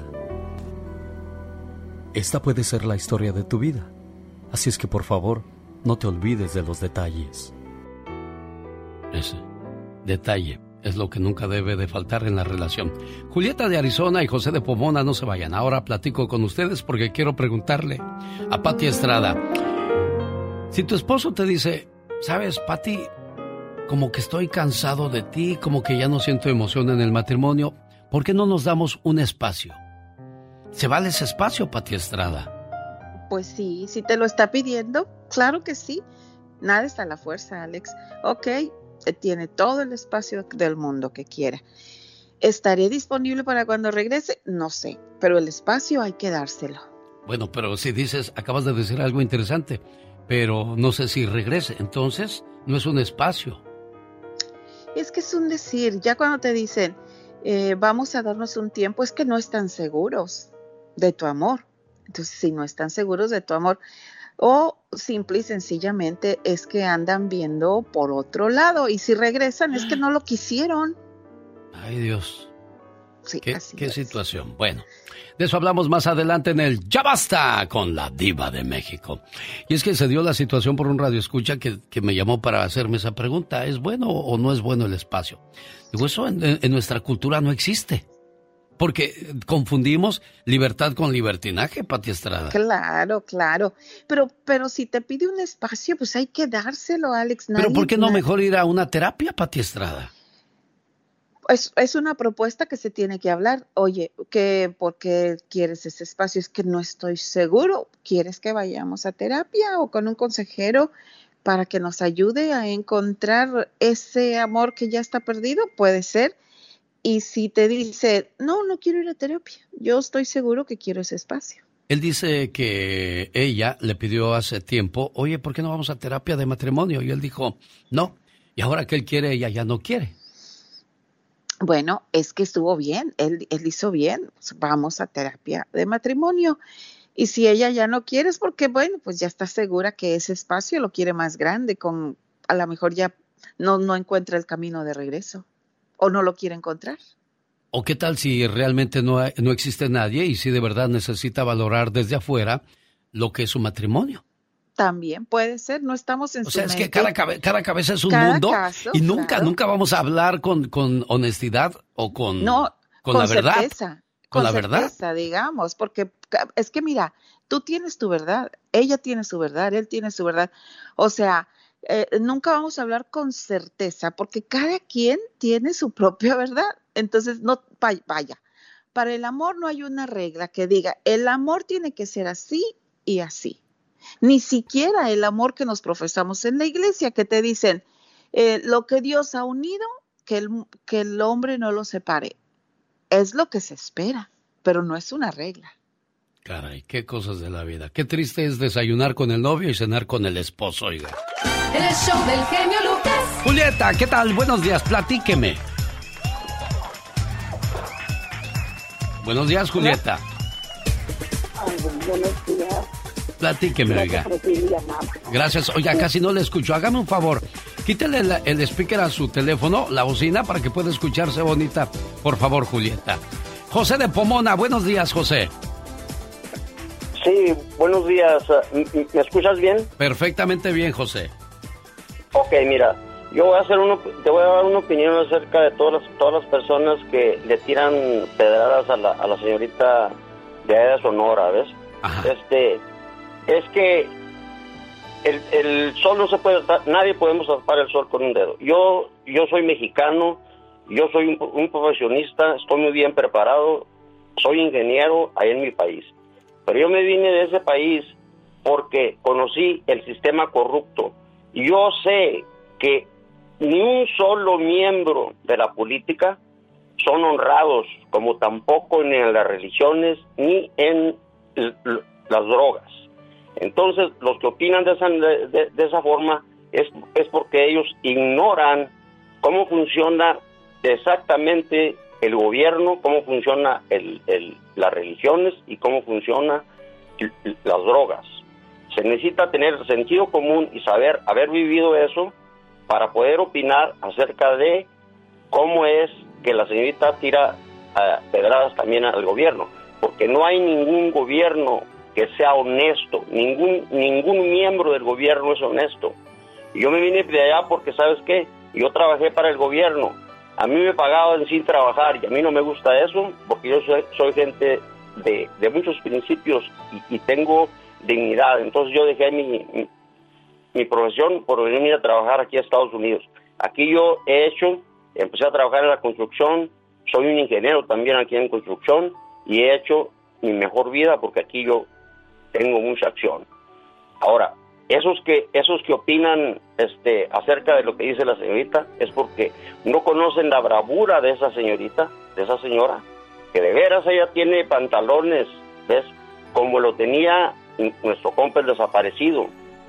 Esta puede ser la historia de tu vida, así es que por favor, no te olvides de los detalles. Ese detalle es lo que nunca debe de faltar en la relación. Julieta de Arizona y José de Pomona, no se vayan. Ahora platico con ustedes porque quiero preguntarle a Pati Estrada. Si tu esposo te dice: ¿sabes, Pati? Como que estoy cansado de ti, como que ya no siento emoción en el matrimonio, ¿por qué no nos damos un espacio? ¿Se vale ese espacio, Pati Estrada? Pues sí, si te lo está pidiendo, claro que sí. Nada está a la fuerza, Alex. Ok, tiene todo el espacio del mundo que quiera. ¿Estaré disponible para cuando regrese? No sé, pero el espacio hay que dárselo. Bueno, pero si dices, acabas de decir algo interesante, pero no sé si regrese, entonces no es un espacio. Es que es un decir, ya cuando te dicen, vamos a darnos un tiempo, es que no están seguros de tu amor. Entonces, si no están seguros de tu amor, o simple y sencillamente es que andan viendo por otro lado, y si regresan es que no lo quisieron. Ay, Dios. Sí, ¿Qué situación? Bueno, de eso hablamos más adelante en el Ya Basta con la Diva de México. Y es que se dio la situación por un radioescucha que me llamó para hacerme esa pregunta. ¿Es bueno o no es bueno el espacio? Digo, eso en nuestra cultura no existe. Porque confundimos libertad con libertinaje, Pati Estrada. Claro. Pero si te pide un espacio, pues hay que dárselo, Alex. ¿Pero por qué no mejor ir a una terapia, Pati Estrada? Es una propuesta que se tiene que hablar. Oye, ¿por qué quieres ese espacio? Es que no estoy seguro. ¿Quieres que vayamos a terapia o con un consejero para que nos ayude a encontrar ese amor que ya está perdido? Puede ser. Y si te dice, no quiero ir a terapia, yo estoy seguro que quiero ese espacio. Él dice que ella le pidió hace tiempo, oye, ¿por qué no vamos a terapia de matrimonio? Y él dijo, no. Y ahora que él quiere, ella ya no quiere. Bueno, es que estuvo bien, él hizo bien, vamos a terapia de matrimonio. Y si ella ya no quiere es porque, bueno, pues ya está segura que ese espacio lo quiere más grande, a lo mejor ya no encuentra el camino de regreso. ¿O no lo quiere encontrar? ¿O qué tal si realmente no existe nadie y si de verdad necesita valorar desde afuera lo que es su matrimonio? También puede ser, no estamos en su mente. O sea, es que cada cabeza es un mundo caso, y nunca vamos a hablar con honestidad o con la verdad. Certeza, con la certeza, verdad. digamos, porque es que mira, tú tienes tu verdad, ella tiene su verdad, él tiene su verdad. O sea, nunca vamos a hablar con certeza porque cada quien tiene su propia verdad. Entonces, vaya, para el amor no hay una regla que diga, el amor tiene que ser así y así. Ni siquiera el amor que nos profesamos en la iglesia, que te dicen, lo que Dios ha unido, que el hombre no lo separe. Es lo que se espera, pero no es una regla. Caray, qué cosas de la vida. Qué triste es desayunar con el novio y cenar con el esposo, oiga. El show del genio Lucas. Julieta, ¿qué tal? Buenos días, platíqueme. Buenos días, Julieta. Buenos días. Platíqueme, oiga. Gracias. Oiga, casi no le escucho. Hágame un favor. Quítale el speaker a su teléfono, la bocina, para que pueda escucharse bonita. Por favor, Julieta. José de Pomona. Buenos días, José. Sí, buenos días. ¿Me escuchas bien? Perfectamente bien, José. Ok, mira, te voy a dar una opinión acerca de todas las personas que le tiran pedradas a la señorita de Aida Sonora, ¿ves? Ajá. Es que el sol no se puede tapar, nadie podemos tapar el sol con un dedo. Yo soy mexicano, yo soy un profesionista, estoy muy bien preparado, soy ingeniero ahí en mi país. Pero yo me vine de ese país porque conocí el sistema corrupto. Yo sé que ni un solo miembro de la política son honrados, como tampoco ni en las religiones ni en las drogas. Entonces, los que opinan de esa forma es porque ellos ignoran cómo funciona exactamente el gobierno, cómo funciona las religiones y cómo funciona las drogas. Se necesita tener sentido común y haber vivido eso para poder opinar acerca de cómo es que la señorita tira pedradas también al gobierno, porque no hay ningún gobierno que sea honesto, ningún miembro del gobierno es honesto. Y yo me vine de allá porque, ¿sabes qué? Yo trabajé para el gobierno, a mí me pagaban sin trabajar y a mí no me gusta eso porque yo soy gente de muchos principios y tengo dignidad. Entonces yo dejé mi profesión por venir a trabajar aquí a Estados Unidos. Aquí yo empecé a trabajar en la construcción, soy un ingeniero también aquí en construcción y he hecho mi mejor vida porque aquí yo tengo mucha acción. Ahora, esos que opinan acerca de lo que dice la señorita es porque no conocen la bravura de esa señorita, de esa señora, que de veras ella tiene pantalones, ¿ves? Como lo tenía nuestro compa el desaparecido.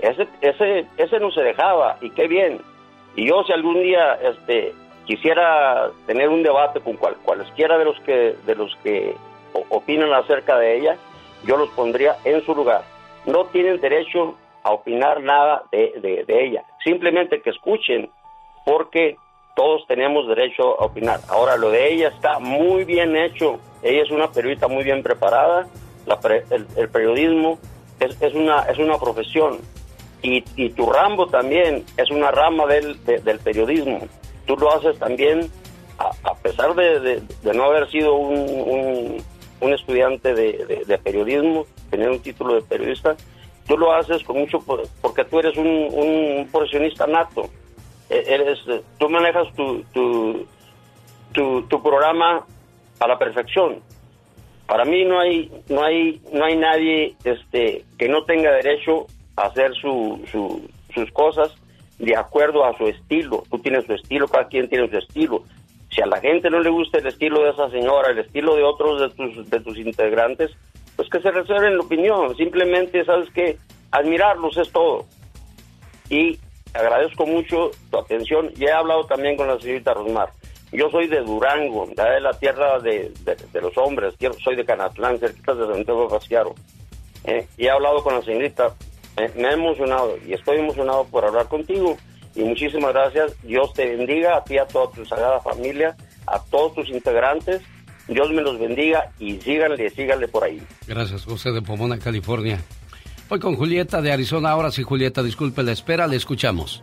Ese no se dejaba, y qué bien. Y yo, si algún día quisiera tener un debate con cualesquiera de los que opinan acerca de ella, yo los pondría en su lugar. No tienen derecho a opinar nada de ella, simplemente que escuchen, porque todos tenemos derecho a opinar. Ahora, lo de ella está muy bien hecho. Ella es una periodista muy bien preparada. El periodismo es una profesión. Y tu Rambo también es una rama del periodismo. Tú lo haces también, a pesar de no haber sido un estudiante de periodismo, tener un título de periodista, tú lo haces con mucho, porque tú eres un profesionista nato. Tú manejas tu programa a la perfección. Para mí no hay nadie que no tenga derecho a hacer sus cosas de acuerdo a su estilo. Tú tienes tu estilo, cada quien tiene su estilo. Si a la gente no le gusta el estilo de esa señora, el estilo de otros de tus integrantes, pues que se reserven la opinión. Simplemente, ¿sabes qué? Admirarlos es todo. Y agradezco mucho tu atención. Ya he hablado también con la señorita Rosmar. Yo soy de Durango, de la tierra de los hombres. Soy de Canatlán, cerquita de Santiago Fasciaro. Y he hablado con la señorita. Me ha emocionado y estoy emocionado por hablar contigo. Y muchísimas gracias. Dios te bendiga a ti, a toda tu sagrada familia, a todos tus integrantes. Dios me los bendiga y síganle por ahí. Gracias, José de Pomona, California. Voy con Julieta de Arizona. Ahora sí, Julieta, disculpe la espera, le escuchamos.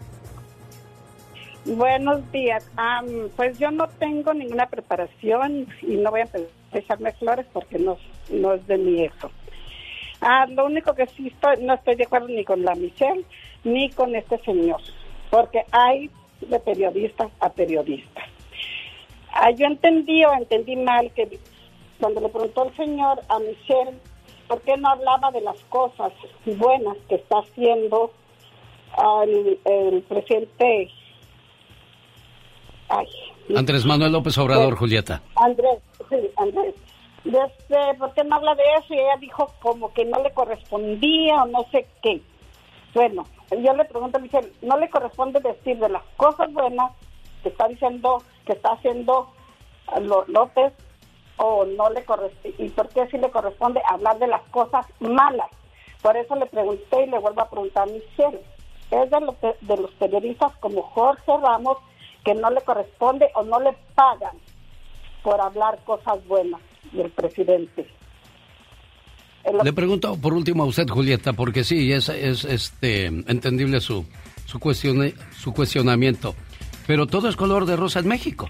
Buenos días. Pues yo no tengo ninguna preparación y no voy a echarme flores porque no es de mi eso. Lo único que sí no estoy de acuerdo ni con la Michelle ni con este señor, porque hay de periodistas a periodistas. Yo entendí mal que cuando le preguntó el señor a Michelle por qué no hablaba de las cosas buenas que está haciendo el presidente Andrés Manuel López Obrador, Julieta. Andrés. ¿Por qué no habla de eso? Y ella dijo como que no le correspondía o no sé qué. Bueno, yo le pregunto a Michelle, ¿no le corresponde decir de las cosas buenas que está diciendo, que está haciendo López, o no le corresponde? ¿Y por qué sí le corresponde hablar de las cosas malas? Por eso le pregunté y le vuelvo a preguntar a Michelle. Es de los periodistas como Jorge Ramos que no le corresponde o no le pagan por hablar cosas buenas del presidente. Le pregunto por último a usted, Julieta, porque sí, es entendible su cuestionamiento, pero todo es color de rosa en México.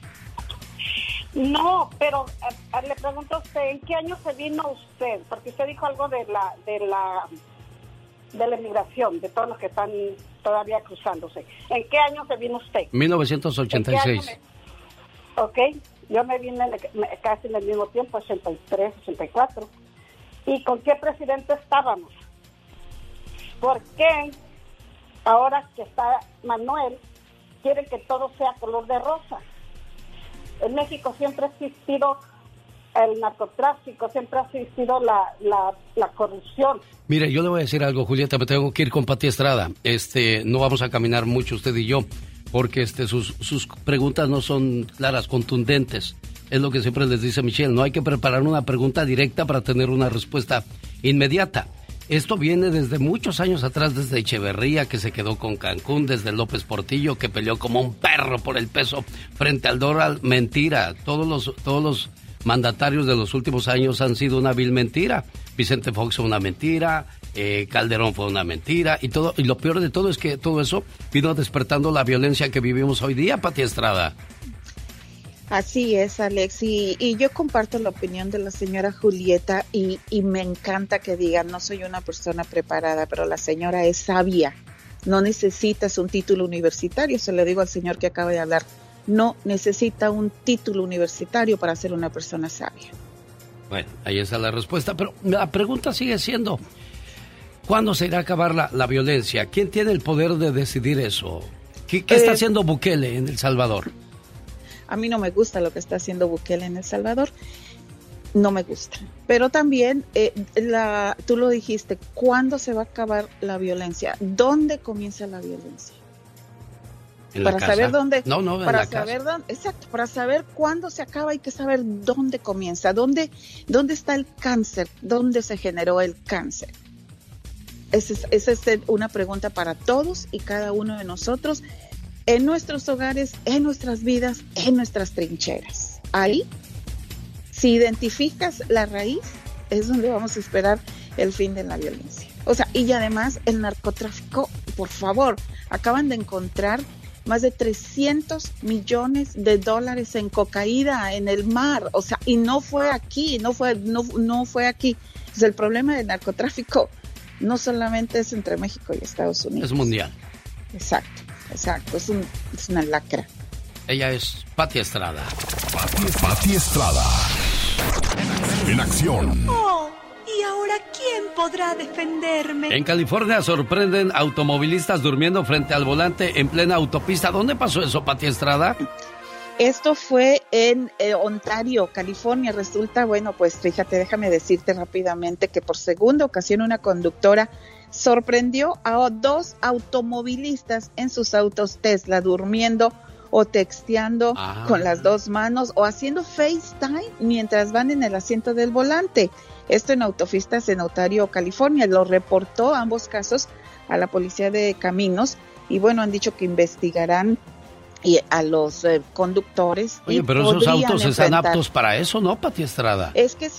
No, pero le pregunto a usted, ¿en qué año se vino usted? Porque usted dijo algo de la inmigración, de todos los que están todavía cruzándose. ¿En qué año se vino usted? 1986. Ok, yo me vine casi en el mismo tiempo, 83, 84. ¿Y con qué presidente estábamos? ¿Por qué ahora que está Manuel quieren que todo sea color de rosa? En México siempre ha existido el narcotráfico, siempre ha existido la corrupción. Mire, yo le voy a decir algo, Julieta, me tengo que ir con Pati Estrada. No vamos a caminar mucho usted y yo, porque sus preguntas no son claras, contundentes. Es lo que siempre les dice Michelle, no hay que preparar una pregunta directa para tener una respuesta inmediata. Esto viene desde muchos años atrás, desde Echeverría, que se quedó con Cancún, desde López Portillo, que peleó como un perro por el peso frente al dólar. Mentira, todos los mandatarios de los últimos años han sido una vil mentira. Vicente Fox fue una mentira, Calderón fue una mentira, y lo peor de todo es que todo eso vino despertando la violencia que vivimos hoy día, Pati Estrada. Así es, Alex, y yo comparto la opinión de la señora Julieta y me encanta que digan, no soy una persona preparada, pero la señora es sabia, no necesitas un título universitario, se lo digo al señor que acaba de hablar, no necesita un título universitario para ser una persona sabia. Bueno, ahí está la respuesta, pero la pregunta sigue siendo, ¿cuándo se irá a acabar la violencia? ¿Quién tiene el poder de decidir eso? ¿Qué está haciendo Bukele en El Salvador? A mí no me gusta lo que está haciendo Bukele en El Salvador, no me gusta. Pero también, tú lo dijiste, ¿cuándo se va a acabar la violencia? ¿Dónde comienza la violencia? ¿En la para casa? Saber dónde, No, para en la saber casa. dónde, exacto, para saber cuándo se acaba hay que saber dónde comienza, dónde está el cáncer, dónde se generó el cáncer. Esa es una pregunta para todos y cada uno de nosotros. en nuestros hogares, en nuestras vidas, en nuestras trincheras. Ahí, si identificas la raíz, es donde vamos a esperar el fin de la violencia. O sea, y además el narcotráfico, por favor, acaban de encontrar más de 300 millones de dólares en cocaína en el mar. O sea, y no fue aquí, no fue aquí. Pues el problema del narcotráfico no solamente es entre México y Estados Unidos. Es mundial. Exacto, es una lacra. Ella es Pati Estrada. Pati Estrada. En acción. Oh, ¿y ahora quién podrá defenderme? En California sorprenden automovilistas durmiendo frente al volante en plena autopista. ¿Dónde pasó eso, Pati Estrada? Esto fue en Ontario, California. Resulta, bueno, pues fíjate, déjame decirte rápidamente que por segunda ocasión una conductora sorprendió a 2 automovilistas en sus autos Tesla durmiendo o texteando con las 2 manos o haciendo FaceTime mientras van en el asiento del volante. Esto en autopistas en Ontario, California. Lo reportó ambos casos a la policía de caminos y bueno, han dicho que investigarán a los conductores. Oye, pero esos autos están aptos para eso, ¿no, Pati Estrada? Es que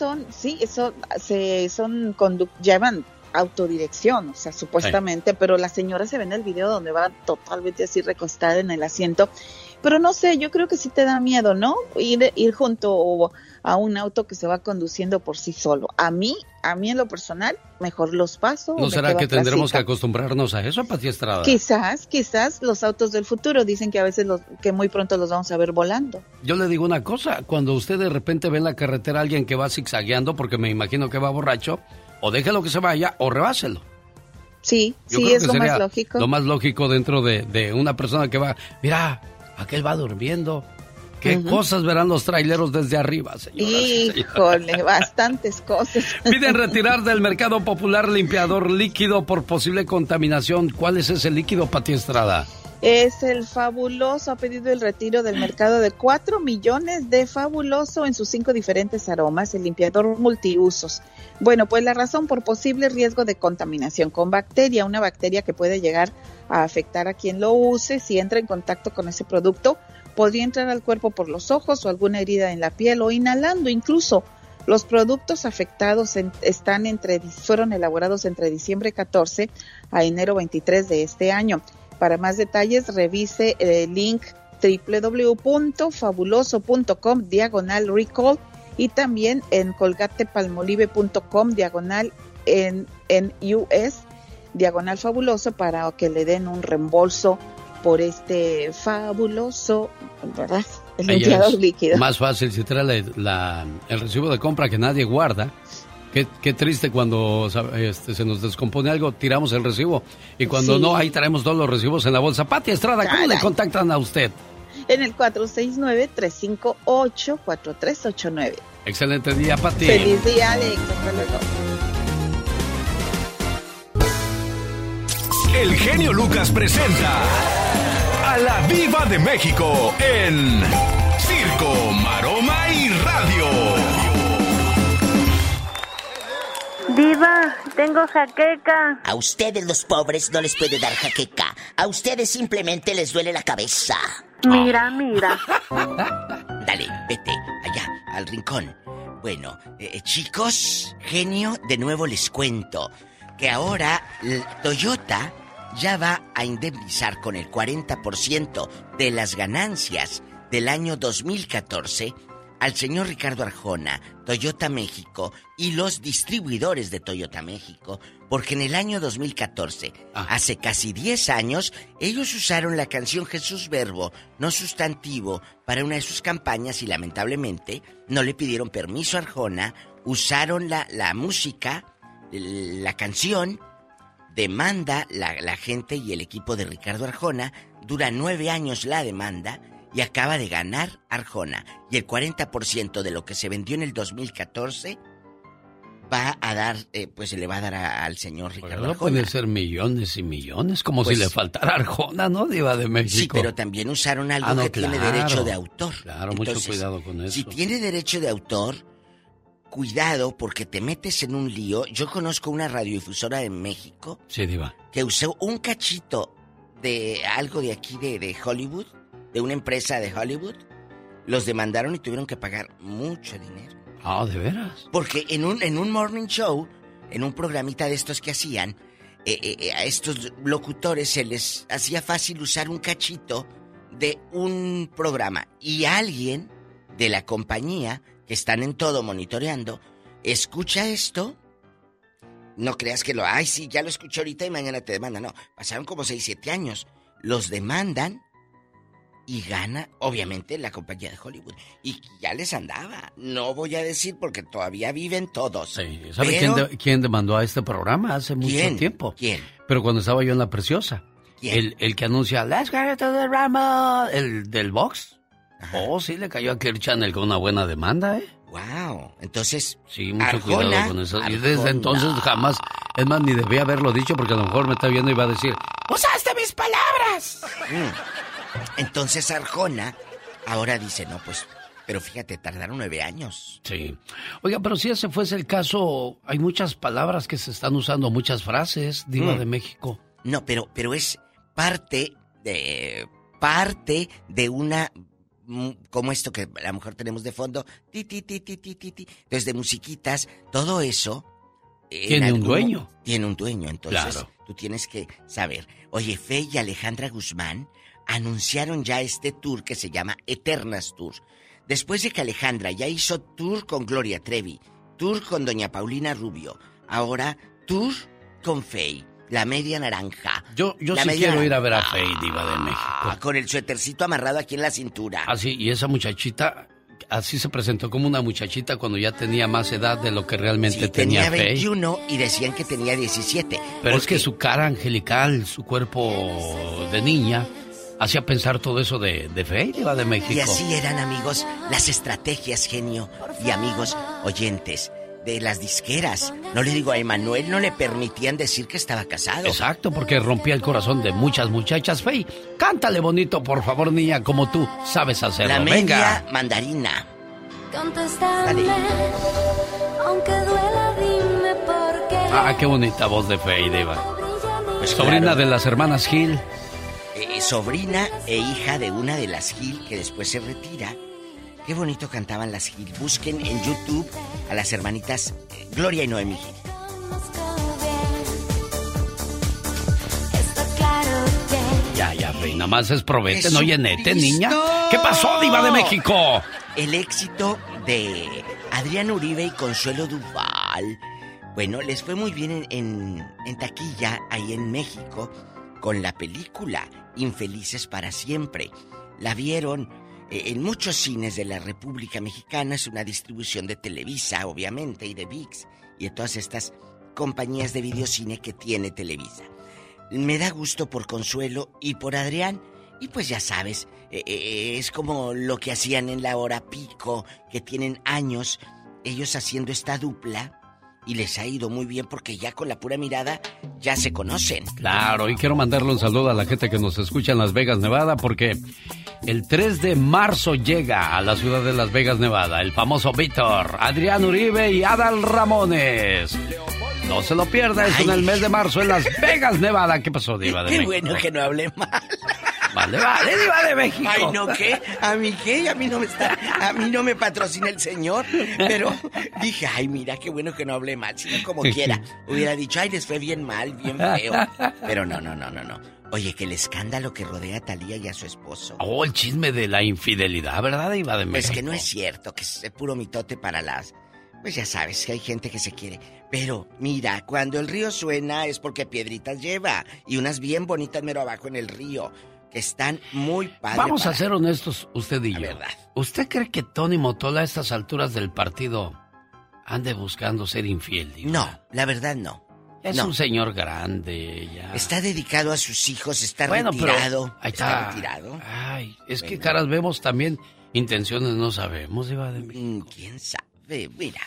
llevan autodirección, o sea, supuestamente, pero la señora se ve en el video donde va totalmente así recostada en el asiento, pero no sé, yo creo que sí te da miedo, ¿no? Ir junto a un auto que se va conduciendo por sí solo. A mí en lo personal, mejor los paso. ¿No será que tendremos que acostumbrarnos a eso, Pati Estrada? Quizás los autos del futuro dicen que a veces que muy pronto los vamos a ver volando. Yo le digo una cosa, cuando usted de repente ve en la carretera a alguien que va zigzagueando, porque me imagino que va borracho, o déjelo que se vaya o rebáselo. Sí, es lo más lógico. Lo más lógico dentro de una persona que va, mira, aquel va durmiendo. ¿Qué cosas verán los traileros desde arriba, señoras? Híjole, bastantes cosas. Piden retirar del mercado popular limpiador líquido por posible contaminación. ¿Cuál es ese líquido, Pati Estrada? Es el Fabuloso. Ha pedido el retiro del mercado de 4 millones de Fabuloso en sus 5 diferentes aromas, el limpiador multiusos. Bueno, pues la razón por posible riesgo de contaminación con bacteria, una bacteria que puede llegar a afectar a quien lo use si entra en contacto con ese producto. Podría entrar al cuerpo por los ojos o alguna herida en la piel o inhalando. Incluso los productos afectados fueron elaborados entre diciembre 14 a enero 23 de este año. Para más detalles, revise el link www.fabuloso.com/recall y también en colgatepalmolive.com/US/fabuloso para que le den un reembolso por este fabuloso, ¿verdad? El limpiador líquido. Más fácil si trae el recibo de compra que nadie guarda. Qué triste cuando se nos descompone algo, tiramos el recibo. Y cuando no, ahí traemos todos los recibos en la bolsa. Pati Estrada, ¿cómo le contactan a usted? En el 469-358-4389. Excelente día, Pati. Feliz día, Alex. Hasta luego. El genio Lucas presenta a la Diva de México en Circo, Maroma y Radio. Diva, tengo jaqueca. A ustedes los pobres no les puede dar jaqueca. A ustedes simplemente les duele la cabeza. Mira. Dale, vete allá, al rincón. Bueno, chicos, genio, de nuevo les cuento que ahora Toyota ya va a indemnizar con el 40% de las ganancias del año 2014 al señor Ricardo Arjona, Toyota México y los distribuidores de Toyota México, porque en el año 2014, hace casi 10 años, ellos usaron la canción Jesús Verbo, no sustantivo, para una de sus campañas y lamentablemente no le pidieron permiso a Arjona, usaron la música, la canción, demanda la gente y el equipo de Ricardo Arjona, dura 9 años la demanda, y acaba de ganar Arjona. Y el 40% de lo que se vendió en el 2014 va a dar, pues se le va a dar al señor Ricardo Arjona. Puede ser millones y millones, como si le faltara Arjona, ¿no, Diva de México? Sí, pero también usaron algo que tiene derecho de autor. Claro, entonces, mucho cuidado con eso. Si tiene derecho de autor, cuidado porque te metes en un lío. Yo conozco una radiodifusora en México. Sí, Diva. Que usó un cachito de algo de aquí de Hollywood, de una empresa de Hollywood. Los demandaron y tuvieron que pagar mucho dinero. Ah, ¿de veras? Porque en un morning show, en un programita de estos que hacían, a estos locutores se les hacía fácil usar un cachito de un programa. Y alguien de la compañía, que están en todo monitoreando, escucha esto. No creas que ay, sí, ya lo escuché ahorita y mañana te demandan. No, pasaron como 6, 7 años. Los demandan y gana, obviamente, la compañía de Hollywood. Y ya les andaba. No voy a decir porque todavía viven todos. Sí, ¿sabe pero... quién demandó a este programa hace mucho tiempo? ¿Quién? Pero cuando estaba yo en La Preciosa. ¿Quién? El que anuncia, Let's get to the Rumble, el del box. Ajá. Oh, sí, le cayó a Kirk Channel con una buena demanda, ¿eh? Wow, entonces... Sí, mucho cuidado con eso. Y desde entonces jamás... Es más, ni debía haberlo dicho porque a lo mejor me está viendo y va a decir, ¡usaste mis palabras! Entonces Arjona ahora dice, no, pues... Pero fíjate, tardaron 9 años. Sí. Oiga, pero si ese fuese el caso, hay muchas palabras que se están usando, muchas frases, Diva de México. No, pero es parte de una... como esto que a lo mejor tenemos de fondo, ti, ti, ti, ti, ti, ti, ti. Entonces, de musiquitas, todo eso... Tiene un dueño. Tiene un dueño, entonces claro. Tú tienes que saber. Oye, Fe y Alejandra Guzmán anunciaron ya este tour que se llama Eternas Tour. Después de que Alejandra ya hizo tour con Gloria Trevi, tour con Doña Paulina Rubio, ahora tour con Fe. La media naranja. Yo sí quiero ir a ver a Faye, Diva de México. Con el suétercito amarrado aquí en la cintura. Ah, sí, y esa muchachita, así se presentó como una muchachita cuando ya tenía más edad de lo que realmente tenía Faye. Tenía 21 y decían que tenía 17. Pero es que su cara angelical, su cuerpo de niña, hacía pensar todo eso de Faye, Diva de México. Y así eran, amigos, las estrategias, genio, y amigos oyentes de las disqueras. No le digo a Emanuel, no le permitían decir que estaba casado. Exacto, porque rompía el corazón de muchas muchachas. Faye, cántale bonito, por favor, niña, como tú sabes hacerlo. La media mandarina. Contéstame, aunque duela, dime por qué. Ah, qué bonita voz de Faye, Diva. Pues sobrina claro. De las hermanas Gil. Sobrina e hija de una de las Gil que después se retira. Qué bonito cantaban las Gil. Busquen en YouTube a las hermanitas Gloria y Noemí Gil. Ya, Rey, nada más es probete, no llenete, niña. ¿Qué pasó, Diva de México? El éxito de Adrián Uribe y Consuelo Duval. Bueno, les fue muy bien en taquilla ahí en México con la película Infelices para Siempre. La vieron en muchos cines de la República Mexicana. Es una distribución de Televisa, obviamente, y de ViX, y de todas estas compañías de videocine que tiene Televisa. Me da gusto por Consuelo y por Adrián, y pues ya sabes, es como lo que hacían en la hora pico, que tienen años ellos haciendo esta dupla, y les ha ido muy bien porque ya con la pura mirada ya se conocen. Claro, y quiero mandarle un saludo a la gente que nos escucha en Las Vegas, Nevada, porque el 3 de marzo llega a la ciudad de Las Vegas, Nevada, el famoso Víctor, Adrián Uribe y Adal Ramones. No se lo pierda, es en el mes de marzo en Las Vegas, Nevada. ¿Qué pasó, Diva de México? Qué bueno que no hable mal. Vale, Diva de México. Ay, ¿no qué? ¿A mí qué? A mí no me patrocina el señor. Pero dije, ay, mira, qué bueno que no hable mal. Si no, como quiera, hubiera dicho, ay, les fue bien mal, bien feo. Pero no. Oye, que el escándalo que rodea a Thalía y a su esposo. Oh, el chisme de la infidelidad, ¿verdad, Diva de México? Pues que no es cierto, que es puro mitote para las... Pues ya sabes que hay gente que se quiere. Pero, mira, cuando el río suena es porque piedritas lleva. Y unas bien bonitas mero abajo en el río, que están muy padres. Vamos a ser honestos, usted y yo. Verdad. ¿Usted cree que Tony Motola a estas alturas del partido ande buscando ser infiel, Diva? No, la verdad no. Es un señor grande ya. Está dedicado a sus hijos, está retirado. Pero ahí está retirado. Ay, es que caras vemos también, intenciones no sabemos, Diva de México. ¿Quién sabe? Mira,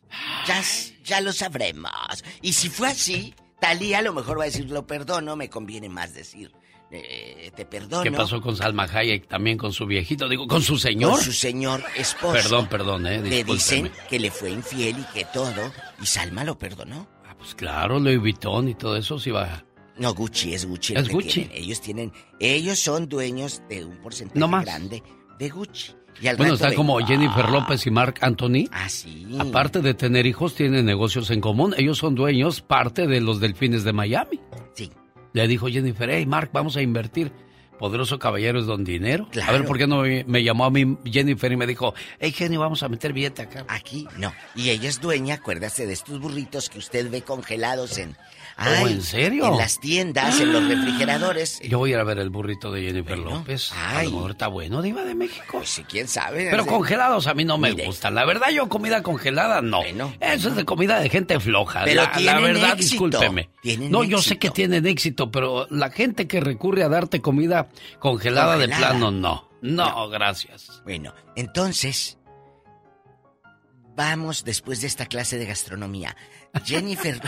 ya lo sabremos. Y si fue así, Thalía a lo mejor va a decir, lo perdono, me conviene más decir, te perdono. ¿Qué pasó con Salma Hayek también con su viejito? Digo, ¿con su señor? Con su señor esposo. Perdón, Le dicen que le fue infiel y que todo, y Salma lo perdonó. Pues claro, Louis Vuitton y todo eso sí va. No, Gucci, es Gucci. ¿Es Gucci? Ellos son dueños de un porcentaje grande de Gucci. Y bueno, está como Jennifer López y Marc Anthony. Ah, sí. Aparte de tener hijos, tienen negocios en común. Ellos son dueños, parte de los Delfines de Miami. Sí. Le dijo Jennifer, hey, Marc, vamos a invertir. Poderoso caballero es don dinero. Claro. A ver, ¿por qué no me llamó a mí Jennifer y me dijo, hey, genio, vamos a meter billete acá? Aquí, no. Y ella es dueña, acuérdase, de estos burritos que usted ve congelados en... ¿en serio? En las tiendas, en los refrigeradores. Yo voy a ir a ver el burrito de Jennifer López. A lo mejor está bueno, diva de México. Pues sí, quién sabe. Pero congelados a mí no me gustan. La verdad, yo comida congelada, no. Eso es de comida de gente floja. Pero la verdad, éxito. Discúlpeme. No, yo sé que tienen éxito, pero la gente que recurre a darte comida congelada de plano, no. No, gracias. Bueno, entonces, vamos después de esta clase de gastronomía. Jennifer...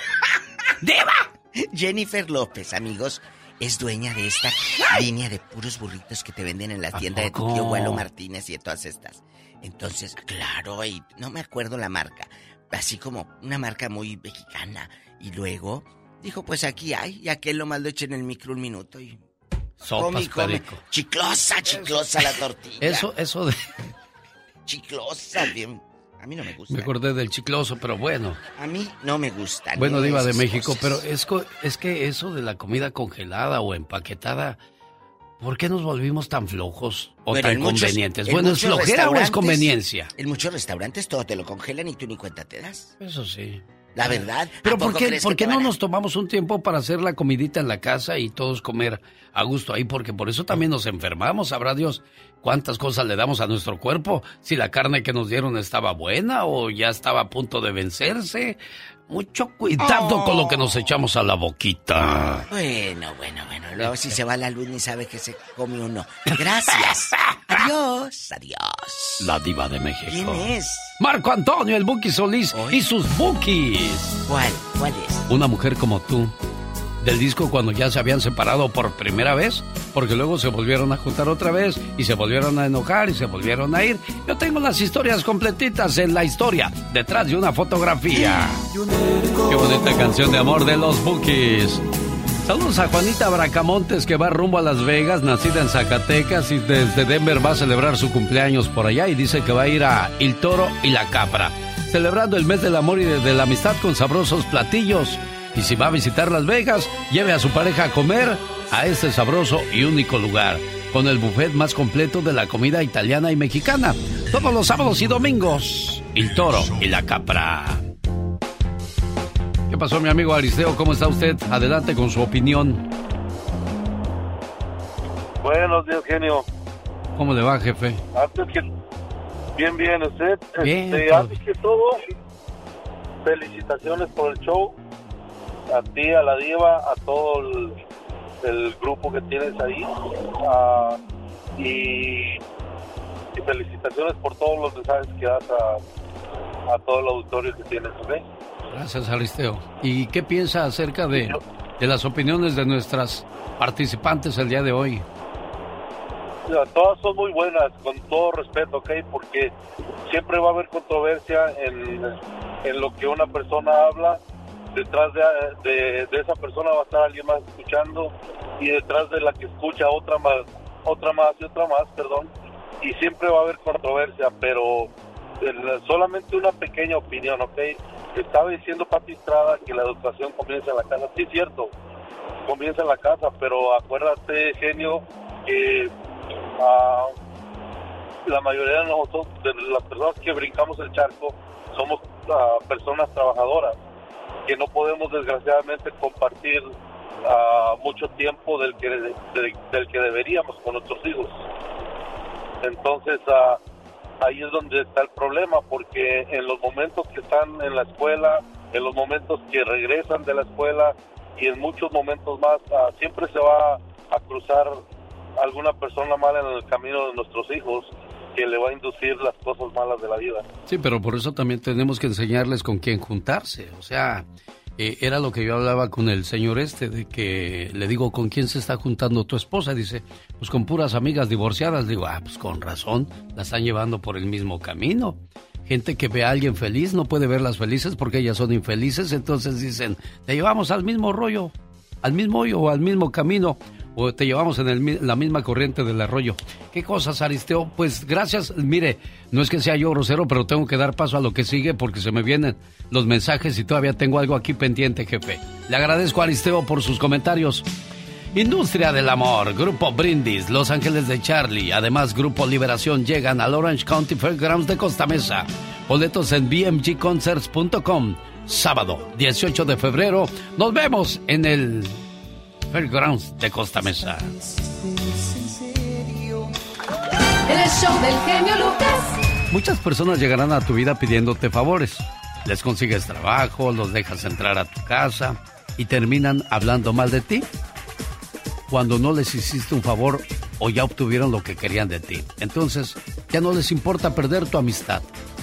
¡Diva! Jennifer López, amigos, es dueña de esta línea de puros burritos que te venden en la tienda de tu tío Gualo Martínez y de todas estas. Entonces, claro, y no me acuerdo la marca, así como una marca muy mexicana. Y luego dijo, pues aquí hay, y aquel lo más lo eché en el micro un minuto y... Sopas, come. Chiclosa la tortilla. Eso de... Chiclosa, bien... A mí no me gusta. Me acordé del chicloso, pero bueno. A mí no me gusta. Bueno, diva de México, cosas. Pero es que eso de la comida congelada o empaquetada, ¿por qué nos volvimos tan flojos o tan convenientes? Bueno, ¿es flojera o es conveniencia? En muchos restaurantes todo te lo congelan y tú ni cuenta te das. Eso sí. La verdad. Pero ¿por qué no nos tomamos un tiempo para hacer la comidita en la casa y todos comer a gusto ahí? Porque por eso también nos enfermamos. Sabrá Dios cuántas cosas le damos a nuestro cuerpo. Si la carne que nos dieron estaba buena o ya estaba a punto de vencerse. Mucho cuidado con lo que nos echamos a la boquita. Bueno. Luego si se va la luz ni sabe que se come uno. Gracias. Adiós. La diva de México. ¿Quién es? Marco Antonio, el Buki Solís y sus Bukis. ¿Cuál es? Una mujer como tú. Del disco cuando ya se habían separado por primera vez, porque luego se volvieron a juntar otra vez y se volvieron a enojar y se volvieron a ir. Yo tengo las historias completitas en La Historia detrás de una fotografía. Qué bonita canción de amor de los Bukis. Saludos a Juanita Bracamontes, que va rumbo a Las Vegas, nacida en Zacatecas y desde Denver va a celebrar su cumpleaños por allá y dice que va a ir a El Toro y la Capra, celebrando el mes del amor y de la amistad con sabrosos platillos. Y si va a visitar Las Vegas, lleve a su pareja a comer a este sabroso y único lugar, con el buffet más completo de la comida italiana y mexicana. Todos los sábados y domingos, El Toro y la Capra. ¿Qué pasó, mi amigo Aristeo? ¿Cómo está usted? Adelante con su opinión. Buenos días, genio. ¿Cómo le va, jefe? Bien, usted. Bien. Antes que todo, felicitaciones por el show. A ti, a la diva, a todo el grupo que tienes ahí. Y felicitaciones por todos los mensajes que das a todo el auditorio que tienes, ¿ok? Gracias, Aristeo. ¿Y qué piensa acerca de las opiniones de nuestras participantes el día de hoy? Todas son muy buenas, con todo respeto, ¿ok? Porque siempre va a haber controversia en lo que una persona habla. Detrás de esa persona va a estar alguien más escuchando y detrás de la que escucha otra más, y siempre va a haber controversia, pero solamente una pequeña opinión, ¿ok? Estaba diciendo Pati Estrada que la educación comienza en la casa. Sí, es cierto, comienza en la casa, pero acuérdate, genio, que la mayoría de nosotros, de las personas que brincamos el charco, somos personas trabajadoras, que no podemos desgraciadamente compartir mucho tiempo del que deberíamos con nuestros hijos. Entonces ahí es donde está el problema, porque en los momentos que están en la escuela, en los momentos que regresan de la escuela y en muchos momentos más, siempre se va a cruzar alguna persona mala en el camino de nuestros hijos, que le va a inducir las cosas malas de la vida. Sí, pero por eso también tenemos que enseñarles con quién juntarse. O sea, era lo que yo hablaba con el señor de que le digo, ¿con quién se está juntando tu esposa? Dice, pues con puras amigas divorciadas. Digo, pues con razón, la están llevando por el mismo camino. Gente que ve a alguien feliz no puede verlas felices porque ellas son infelices, entonces dicen, te llevamos al mismo rollo. al mismo hoyo o al mismo camino, o te llevamos en la misma corriente del arroyo. ¿Qué cosas, Aristeo? Pues gracias. Mire, no es que sea yo grosero, pero tengo que dar paso a lo que sigue porque se me vienen los mensajes y todavía tengo algo aquí pendiente, jefe. Le agradezco a Aristeo por sus comentarios. Industria del Amor, Grupo Brindis, Los Ángeles de Charlie, además Grupo Liberación llegan al Orange County Fairgrounds de Costa Mesa. Boletos en bmgconcerts.com. Sábado 18 de febrero nos vemos en el Fairgrounds de Costa Mesa. El show del genio Lucas. Muchas personas llegarán a tu vida pidiéndote favores. Les consigues trabajo, los dejas entrar a tu casa y terminan hablando mal de ti cuando no les hiciste un favor o ya obtuvieron lo que querían de ti. Entonces, ya no les importa perder tu amistad.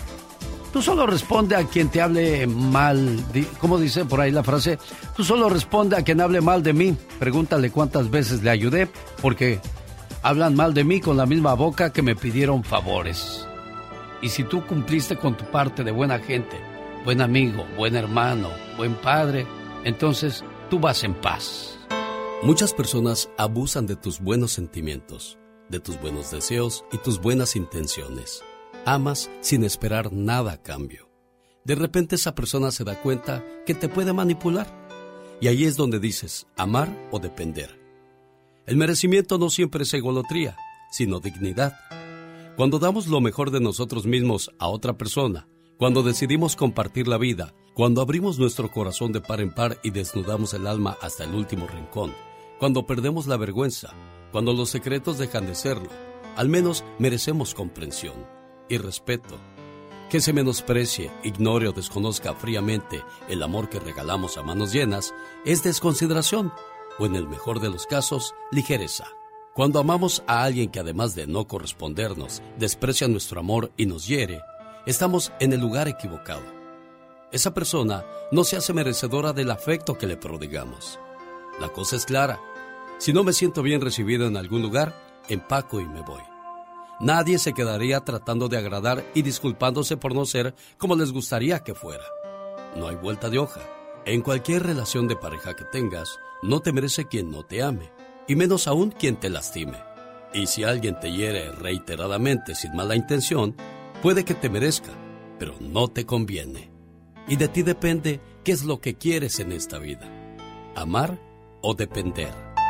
Tú solo responde a quien te hable mal. ¿Cómo dice por ahí la frase? Tú solo responde a quien hable mal de mí. Pregúntale cuántas veces le ayudé, porque hablan mal de mí con la misma boca que me pidieron favores. Y si tú cumpliste con tu parte de buena gente, buen amigo, buen hermano, buen padre, entonces tú vas en paz. Muchas personas abusan de tus buenos sentimientos, de tus buenos deseos y tus buenas intenciones. Amas sin esperar nada a cambio. De repente esa persona se da cuenta que te puede manipular. Y ahí es donde dices amar o depender. El merecimiento no siempre es egolotría, sino dignidad. Cuando damos lo mejor de nosotros mismos a otra persona, cuando decidimos compartir la vida, cuando abrimos nuestro corazón de par en par y desnudamos el alma hasta el último rincón, cuando perdemos la vergüenza, cuando los secretos dejan de serlo, al menos merecemos comprensión y respeto. Que se menosprecie, ignore o desconozca fríamente el amor que regalamos a manos llenas es desconsideración o, en el mejor de los casos, ligereza. Cuando amamos a alguien que, además de no correspondernos, desprecia nuestro amor y nos hiere, estamos en el lugar equivocado. Esa persona no se hace merecedora del afecto que le prodigamos. La cosa es clara. Si no me siento bien recibido en algún lugar, empaco y me voy. Nadie se quedaría tratando de agradar y disculpándose por no ser como les gustaría que fuera. No hay vuelta de hoja. En cualquier relación de pareja que tengas, no te merece quien no te ame, y menos aún quien te lastime. Y si alguien te hiere reiteradamente sin mala intención, puede que te merezca, pero no te conviene. Y de ti depende qué es lo que quieres en esta vida: amar o depender.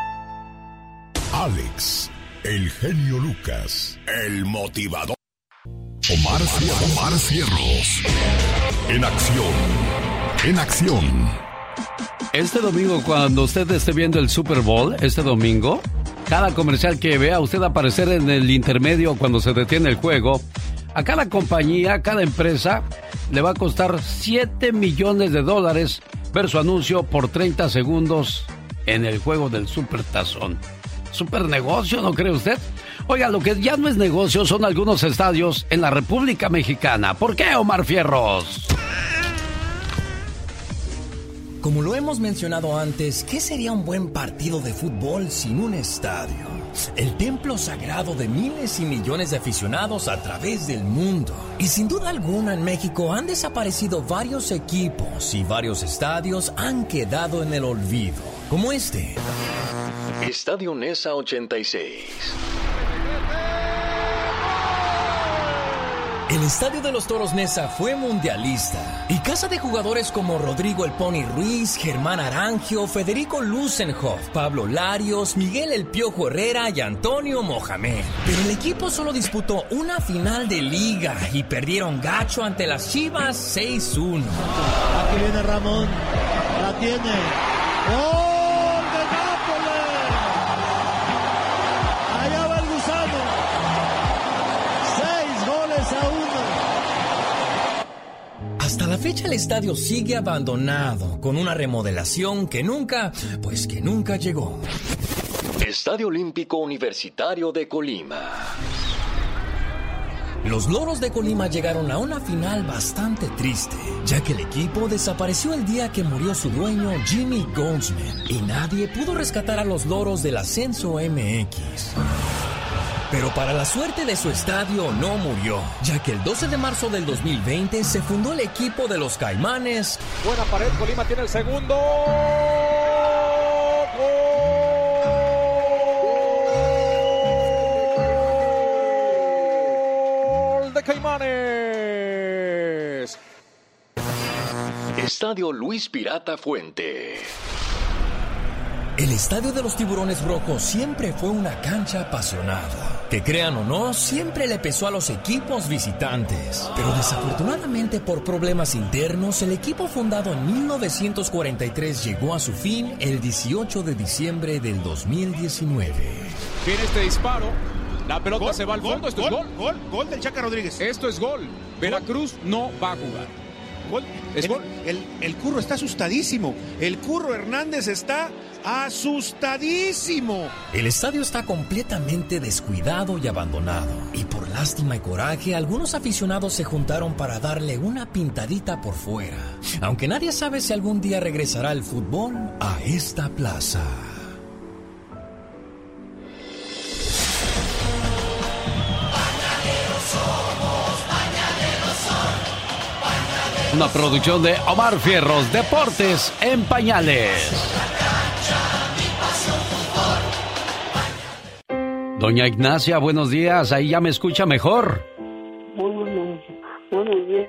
Alex, el genio Lucas, el motivador. Omar Fierros. En acción. En acción. Este domingo, cuando usted esté viendo el Super Bowl, este domingo, cada comercial que vea usted aparecer en el intermedio cuando se detiene el juego, a cada compañía, a cada empresa, le va a costar $7 millones ver su anuncio por 30 segundos en el juego del Super Tazón. Super negocio, ¿no cree usted? Oiga, lo que ya no es negocio son algunos estadios en la República Mexicana. ¿Por qué, Omar Fierros? Como lo hemos mencionado antes, ¿qué sería un buen partido de fútbol sin un estadio? El templo sagrado de miles y millones de aficionados a través del mundo. Y sin duda alguna en México han desaparecido varios equipos y varios estadios han quedado en el olvido, como este. Estadio Nesa 86. El Estadio de los Toros Nesa fue mundialista y casa de jugadores como Rodrigo el Pony Ruiz, Germán Arangio, Federico Lusenhoff, Pablo Larios, Miguel el Piojo Herrera y Antonio Mohamed. Pero el equipo solo disputó una final de liga y perdieron gacho ante las Chivas 6-1. Aquí viene Ramón, la tiene. ¡Oh! Hasta la fecha el estadio sigue abandonado, con una remodelación que nunca llegó. Estadio Olímpico Universitario de Colima. Los Loros de Colima llegaron a una final bastante triste, ya que el equipo desapareció el día que murió su dueño Jimmy Goldsman, y nadie pudo rescatar a los Loros del ascenso MX. Pero para la suerte de su estadio no murió, ya que el 12 de marzo del 2020 se fundó el equipo de los Caimanes. Buena pared, Colima tiene el segundo. Tucanes. Estadio Luis Pirata Fuente. El estadio de los Tiburones Rojos siempre fue una cancha apasionada. Que crean o no, siempre le pesó a los equipos visitantes. Pero desafortunadamente por problemas internos, el equipo fundado en 1943 llegó a su fin el 18 de diciembre del 2019. Viene este disparo. La pelota se va al fondo. Esto es gol. Gol del Chaca Rodríguez. Esto es gol. Veracruz no va a jugar. Es gol. El Curro está asustadísimo. El Curro Hernández está asustadísimo. El estadio está completamente descuidado y abandonado. Y por lástima y coraje, algunos aficionados se juntaron para darle una pintadita por fuera. Aunque nadie sabe si algún día regresará el fútbol a esta plaza. Una producción de Omar Fierros, Deportes en Pañales. Doña Ignacia, buenos días. Ahí ya me escucha mejor. Buenos días.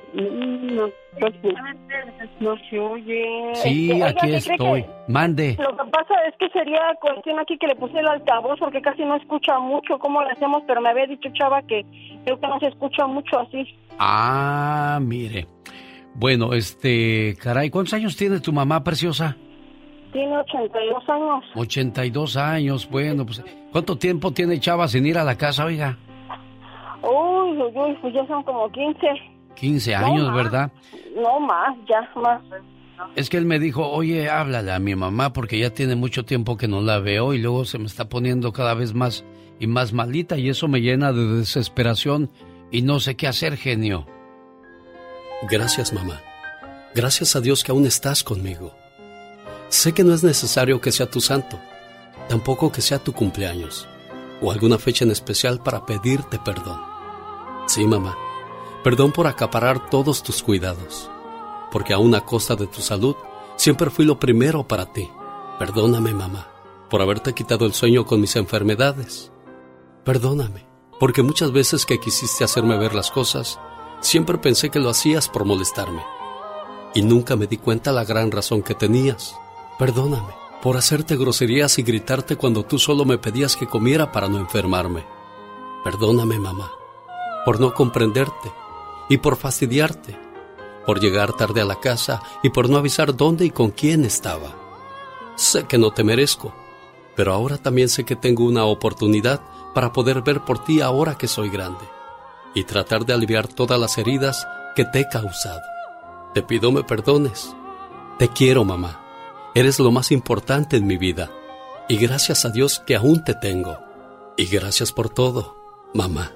No se oye. Sí, aquí estoy. Mande. Lo que pasa es que sería cuestión aquí que le puse el altavoz porque casi no escucha mucho cómo lo hacemos, pero me había dicho Chava que creo que no se escucha mucho así. Ah, mire. Bueno, caray, ¿cuántos años tiene tu mamá, preciosa? Tiene 82 años. 82 años, bueno, pues, ¿cuánto tiempo tiene Chava sin ir a la casa, oiga? Uy, pues ya son como 15. 15 años, no, ¿verdad? No, más. Es que él me dijo, oye, háblale a mi mamá porque ya tiene mucho tiempo que no la veo y luego se me está poniendo cada vez más y más malita y eso me llena de desesperación y no sé qué hacer, genio. Gracias, mamá. Gracias a Dios que aún estás conmigo. Sé que no es necesario que sea tu santo, tampoco que sea tu cumpleaños o alguna fecha en especial para pedirte perdón. Sí, mamá, perdón por acaparar todos tus cuidados, porque aún a costa de tu salud siempre fui lo primero para ti. Perdóname, mamá, por haberte quitado el sueño con mis enfermedades. Perdóname, porque muchas veces que quisiste hacerme ver las cosas, siempre pensé que lo hacías por molestarme. Y nunca me di cuenta la gran razón que tenías. Perdóname por hacerte groserías y gritarte cuando tú solo me pedías que comiera para no enfermarme. Perdóname, mamá, por no comprenderte y por fastidiarte, por llegar tarde a la casa y por no avisar dónde y con quién estaba. Sé que no te merezco, pero ahora también sé que tengo una oportunidad para poder ver por ti ahora que soy grande y tratar de aliviar todas las heridas que te he causado. Te pido me perdones. Te quiero, mamá. Eres lo más importante en mi vida. Y gracias a Dios que aún te tengo. Y gracias por todo, mamá.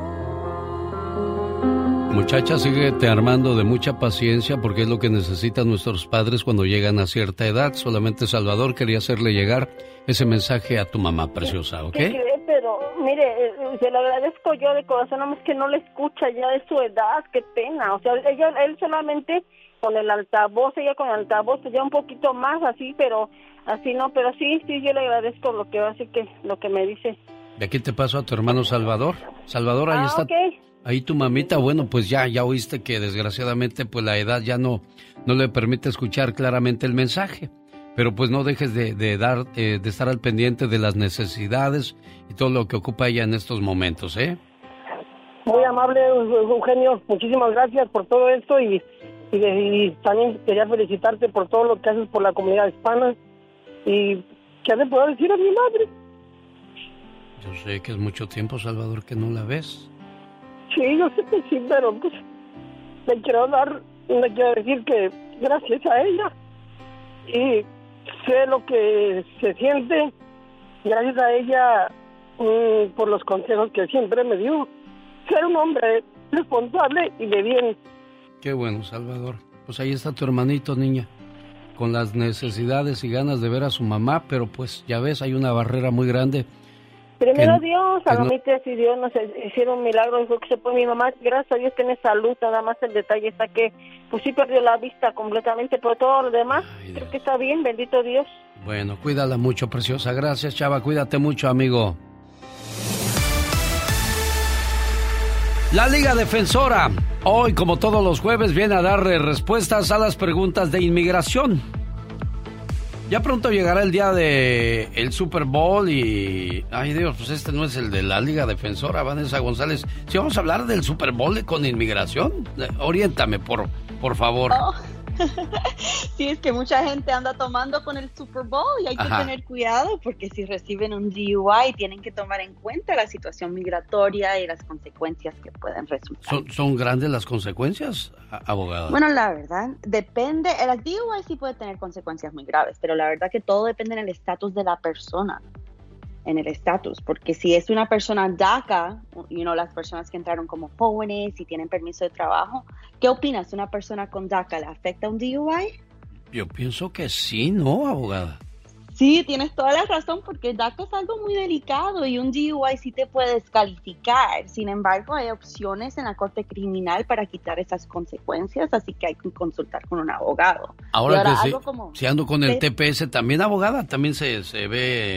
Muchacha, síguete armando de mucha paciencia porque es lo que necesitan nuestros padres cuando llegan a cierta edad. Solamente Salvador quería hacerle llegar ese mensaje a tu mamá preciosa, ¿ok? ¿Qué cree? Pero, mire, se lo agradezco yo de corazón, nada más que no le escucha ya de su edad, qué pena. O sea, él solamente con el altavoz, ella con el altavoz, ya un poquito más así, pero así no, pero sí, yo le agradezco lo que me dice. ¿Y aquí te paso a tu hermano Salvador? Salvador, ahí está. Okay. Ahí tu mamita, bueno, pues ya oíste que desgraciadamente pues la edad ya no le permite escuchar claramente el mensaje. Pero pues no dejes de estar al pendiente de las necesidades y todo lo que ocupa ella en estos momentos, ¿eh? Muy amable, Eugenio, muchísimas gracias por todo esto y también quería felicitarte por todo lo que haces por la comunidad hispana y ¿qué le puedo decir a mi madre? Yo sé que es mucho tiempo, Salvador, que no la ves. Sí, yo sé que sí, pero pues le quiero decir que gracias a ella y sé lo que se siente, gracias a ella por los consejos que siempre me dio, ser un hombre responsable y de bien. Qué bueno, Salvador. Pues ahí está tu hermanito, niña, con las necesidades y ganas de ver a su mamá, pero pues ya ves, hay una barrera muy grande. Primero Dios, Salomites y Dios nos hicieron un milagro, dijo que se fue mi mamá, gracias a Dios tiene salud, nada más el detalle está que pues sí perdió la vista completamente, pero todo lo demás creo que está bien, bendito Dios. Bueno, cuídala mucho, preciosa, gracias, Chava, cuídate mucho, amigo. La Liga Defensora, hoy como todos los jueves, viene a dar respuestas a las preguntas de inmigración. Ya pronto llegará el día de el Super Bowl y... Ay Dios, pues este no es el de la Liga Defensora, Vanessa González. Si vamos a hablar del Super Bowl con inmigración, oriéntame, por favor. Oh. Sí, es que mucha gente anda tomando con el Super Bowl y hay que tener cuidado porque si reciben un DUI tienen que tomar en cuenta la situación migratoria y las consecuencias que pueden resultar. ¿Son grandes las consecuencias, abogada? Bueno, la verdad, depende. El DUI sí puede tener consecuencias muy graves, pero la verdad que todo depende en el estatus de la persona. En el estatus, porque si es una persona DACA, las personas que entraron como jóvenes y tienen permiso de trabajo, ¿qué opinas? ¿Una persona con DACA le afecta un DUI? Yo pienso que sí, ¿no, abogada? Sí, tienes toda la razón, porque DACA es algo muy delicado y un DUI sí te puede descalificar. Sin embargo, hay opciones en la corte criminal para quitar esas consecuencias, así que hay que consultar con un abogado. Ahora que sí, si ando con el TPS también, abogada, también se ve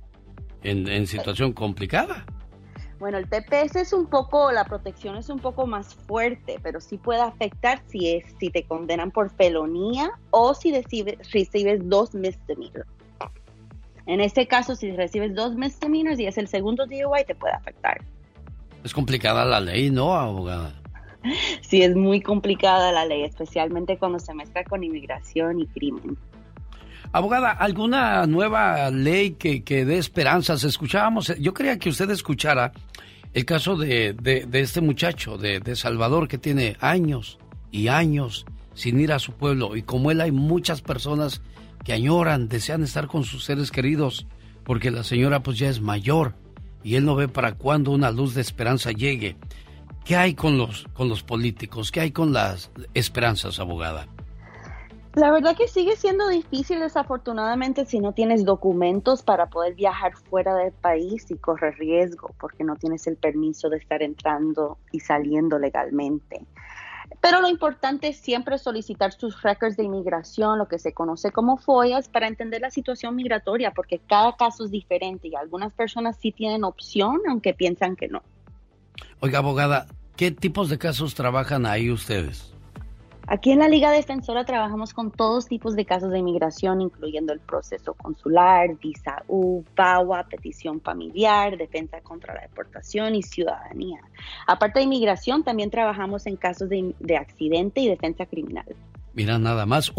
en situación complicada. Bueno, el TPS la protección es un poco más fuerte, pero sí puede afectar si te condenan por felonía o si recibes 2 misdemeanors. En este caso, si recibes 2 misdemeanors y es el segundo DUI, te puede afectar. Es complicada la ley, ¿no, abogada? Sí, es muy complicada la ley, especialmente cuando se mezcla con inmigración y crimen. Abogada, ¿alguna nueva ley que dé esperanzas? Escuchábamos, yo quería que usted escuchara el caso de este muchacho de Salvador que tiene años y años sin ir a su pueblo y como él hay muchas personas que añoran, desean estar con sus seres queridos porque la señora pues ya es mayor y él no ve para cuándo una luz de esperanza llegue. ¿Qué hay con los políticos? ¿Qué hay con las esperanzas, abogada? La verdad que sigue siendo difícil, desafortunadamente, si no tienes documentos para poder viajar fuera del país y correr riesgo porque no tienes el permiso de estar entrando y saliendo legalmente. Pero lo importante es siempre solicitar sus records de inmigración, lo que se conoce como FOIAs, para entender la situación migratoria, porque cada caso es diferente y algunas personas sí tienen opción, aunque piensan que no. Oiga, abogada, ¿qué tipos de casos trabajan ahí ustedes? Aquí en la Liga Defensora trabajamos con todos tipos de casos de inmigración, incluyendo el proceso consular, visa U, VAWA, petición familiar, defensa contra la deportación y ciudadanía. Aparte de inmigración, también trabajamos en casos de accidente y defensa criminal. Mira, nada más,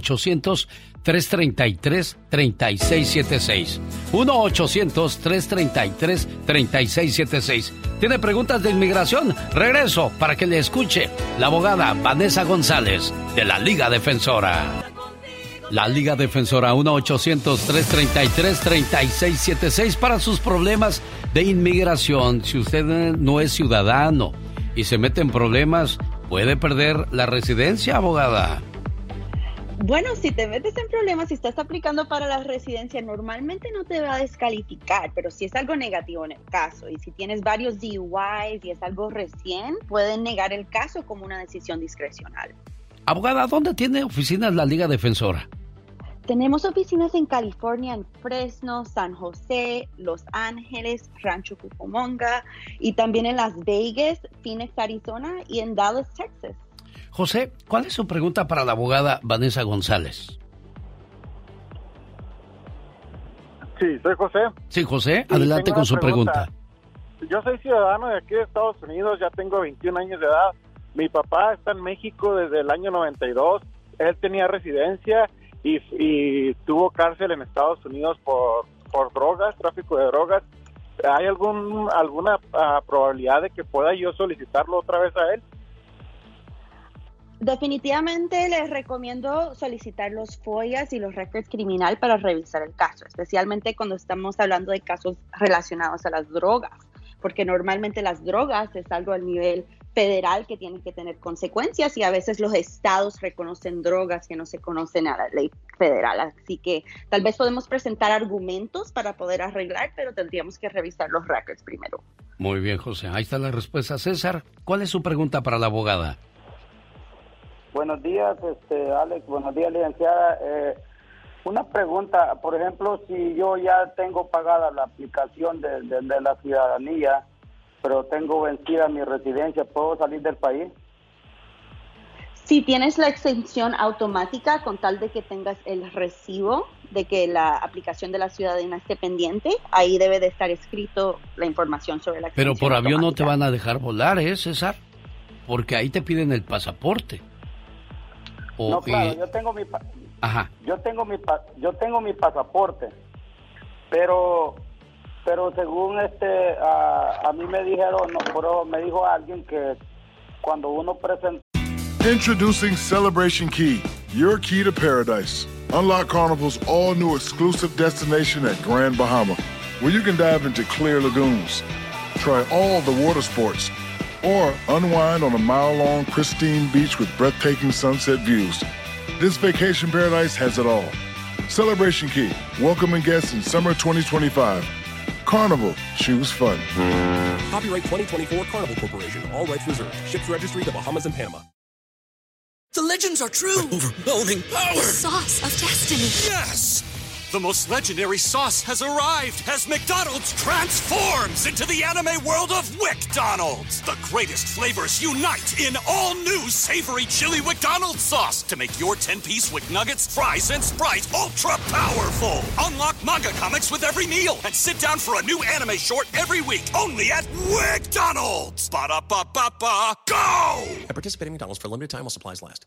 1-800-333-3676. 1-800-333-3676. ¿Tiene preguntas de inmigración? Regreso para que le escuche la abogada Vanessa González de la Liga Defensora. La Liga Defensora, 1-800-333-3676 para sus problemas de inmigración. Si usted no es ciudadano y se mete en problemas, puede perder la residencia, abogada. Bueno, si te metes en problemas, si estás aplicando para la residencia, normalmente no te va a descalificar, pero si es algo negativo en el caso y si tienes varios DUIs y es algo recién, pueden negar el caso como una decisión discrecional. Abogada, ¿dónde tiene oficinas la Liga Defensora? Tenemos oficinas en California, en Fresno, San José, Los Ángeles, Rancho Cucamonga y también en Las Vegas, Phoenix, Arizona y en Dallas, Texas. José, ¿cuál es su pregunta para la abogada Vanessa González? Sí, soy José. Sí, José, adelante con su pregunta. Yo soy ciudadano de aquí de Estados Unidos, ya tengo 21 años de edad. Mi papá está en México desde el año 92. Él tenía residencia y tuvo cárcel en Estados Unidos por drogas, tráfico de drogas. ¿Hay alguna probabilidad de que pueda yo solicitarlo otra vez a él? Definitivamente les recomiendo solicitar los FOIAs y los records criminal para revisar el caso, especialmente cuando estamos hablando de casos relacionados a las drogas, porque normalmente las drogas es algo al nivel federal que tiene que tener consecuencias y a veces los estados reconocen drogas que no se conocen a la ley federal, así que tal vez podemos presentar argumentos para poder arreglar, pero tendríamos que revisar los records primero. Muy bien, José, ahí está la respuesta. César, ¿cuál es su pregunta para la abogada? Buenos días, Alex. Buenos días, licenciada. Una pregunta, por ejemplo, si yo ya tengo pagada la aplicación de la ciudadanía pero tengo vencida mi residencia. ¿Puedo salir del país? Si tienes la extensión automática, con tal de que tengas el recibo de que la aplicación de la ciudadanía esté pendiente, ahí debe de estar escrito la información sobre la extensión. Pero por avión automática. no te van a dejar volar, César, porque ahí te piden el pasaporte. No, claro, yo tengo mi pasaporte, pero según a mí me dijeron, pero me dijo alguien que cuando uno presenta. Introducing Celebration Key, your key to paradise. Unlock Carnival's all-new exclusive destination at Grand Bahama, where you can dive into clear lagoons, try all the water sports, or unwind on a mile-long pristine beach with breathtaking sunset views. This vacation paradise has it all. Celebration Key, welcoming guests in summer 2025. Carnival, choose fun. Copyright 2024 Carnival Corporation, all rights reserved. Ships registry the Bahamas and Panama. The legends are true. Overwhelming power! The sauce of destiny. Yes! The most legendary sauce has arrived as McDonald's transforms into the anime world of WickDonald's. The greatest flavors unite in all new savory chili McDonald's sauce to make your 10-piece Wick Nuggets, fries, and Sprite ultra-powerful. Unlock manga comics with every meal and sit down for a new anime short every week only at WickDonald's. Ba-da-ba-ba-ba, go! At participating McDonald's for a limited time while supplies last.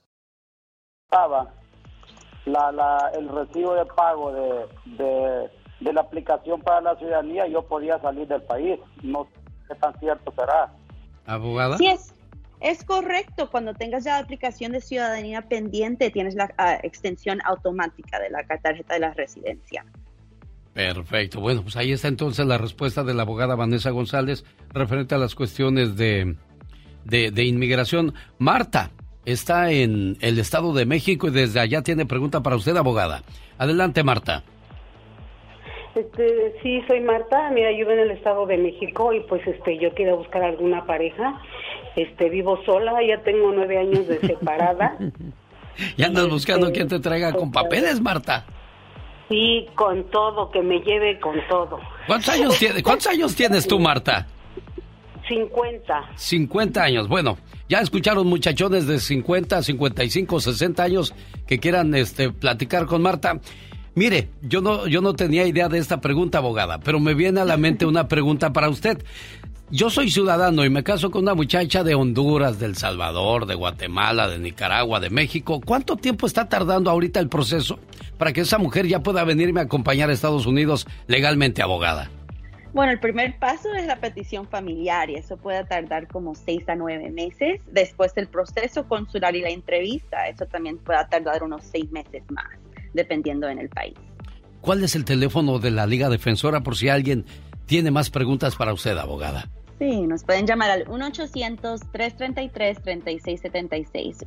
El recibo de pago de la aplicación para la ciudadanía, yo podía salir del país. No sé qué tan cierto será. ¿Abogada? Sí, es correcto. Cuando tengas ya la aplicación de ciudadanía pendiente, tienes la extensión automática de la tarjeta de la residencia. Perfecto. Bueno, pues ahí está entonces la respuesta de la abogada Vanessa González referente a las cuestiones de inmigración. Marta está en el Estado de México y desde allá tiene pregunta para usted, abogada. Adelante, Marta. Sí, soy Marta. Mira, yo vivo en el Estado de México y pues yo quiero buscar alguna pareja. Vivo sola, ya tengo 9 años de separada. ¿Y andas buscando quien te traiga con papeles, Marta? Sí, con todo, que me lleve con todo. ¿Cuántos años tienes tú, Marta? 50. 50 años. Bueno, ya escucharon muchachones de 50, 55, 60 años que quieran platicar con Marta. Mire, yo no tenía idea de esta pregunta, abogada, pero me viene a la mente una pregunta para usted. Yo soy ciudadano y me caso con una muchacha de Honduras, de El Salvador, de Guatemala, de Nicaragua, de México. ¿Cuánto tiempo está tardando ahorita el proceso para que esa mujer ya pueda venirme a acompañar a Estados Unidos legalmente, abogada? Bueno, el primer paso es la petición familiar y eso puede tardar como 6 a 9 meses. Después del proceso consular y la entrevista, eso también puede tardar unos 6 meses más, dependiendo en el país. ¿Cuál es el teléfono de la Liga Defensora por si alguien tiene más preguntas para usted, abogada? Sí, nos pueden llamar al 1-800-333-3676.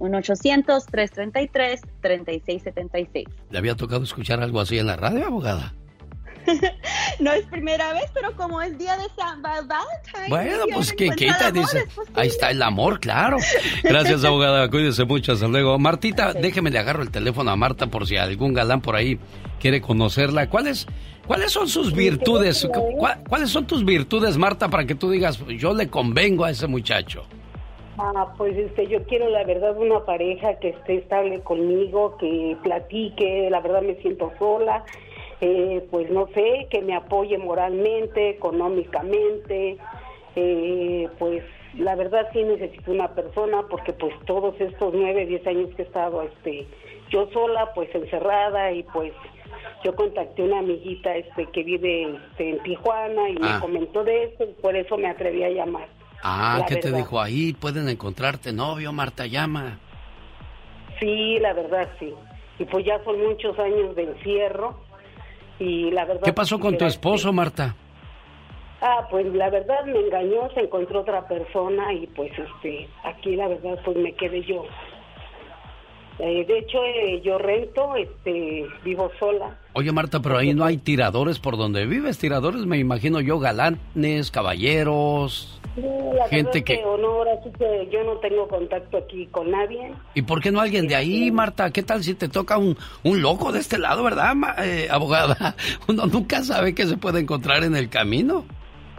1-800-333-3676. ¿Le había tocado escuchar algo así en la radio, abogada? No es primera vez, pero como es día de San Valentín. Bueno, pues que quita, dice. Ahí está el amor, claro. Gracias, abogada. Cuídese mucho. Hasta luego. Martita, déjeme, le agarro el teléfono a Marta por si algún galán por ahí quiere conocerla. ¿Cuáles son sus virtudes? ¿Cuáles son tus virtudes, Marta, para que tú digas, yo le convengo a ese muchacho? Pues yo quiero, la verdad, una pareja que esté estable conmigo, que platique. La verdad, me siento sola. Pues no sé, que me apoye moralmente, económicamente, pues la verdad sí necesito una persona porque pues todos estos 9, 10 años que he estado yo sola, pues encerrada, y pues yo contacté a una amiguita que vive en Tijuana y me comentó de eso, y por eso me atreví a llamar. ¿Qué te dijo? Ahí pueden encontrarte novio, Marta, llama. Sí, la verdad sí, y pues ya son muchos años de encierro. Y la verdad, ¿qué pasó con tu esposo, Marta? Pues la verdad me engañó, se encontró otra persona y pues aquí la verdad pues me quedé yo. De hecho yo rento, vivo sola. Oye, Marta, pero ahí no hay tiradores por donde vives. Tiradores, me imagino yo, galanes, caballeros, gente que... Honor, así que yo no tengo contacto aquí con nadie. ¿Y por qué no alguien de ahí, Marta? ¿Qué tal si te toca un loco de este lado, verdad, abogada? Uno nunca sabe qué se puede encontrar en el camino.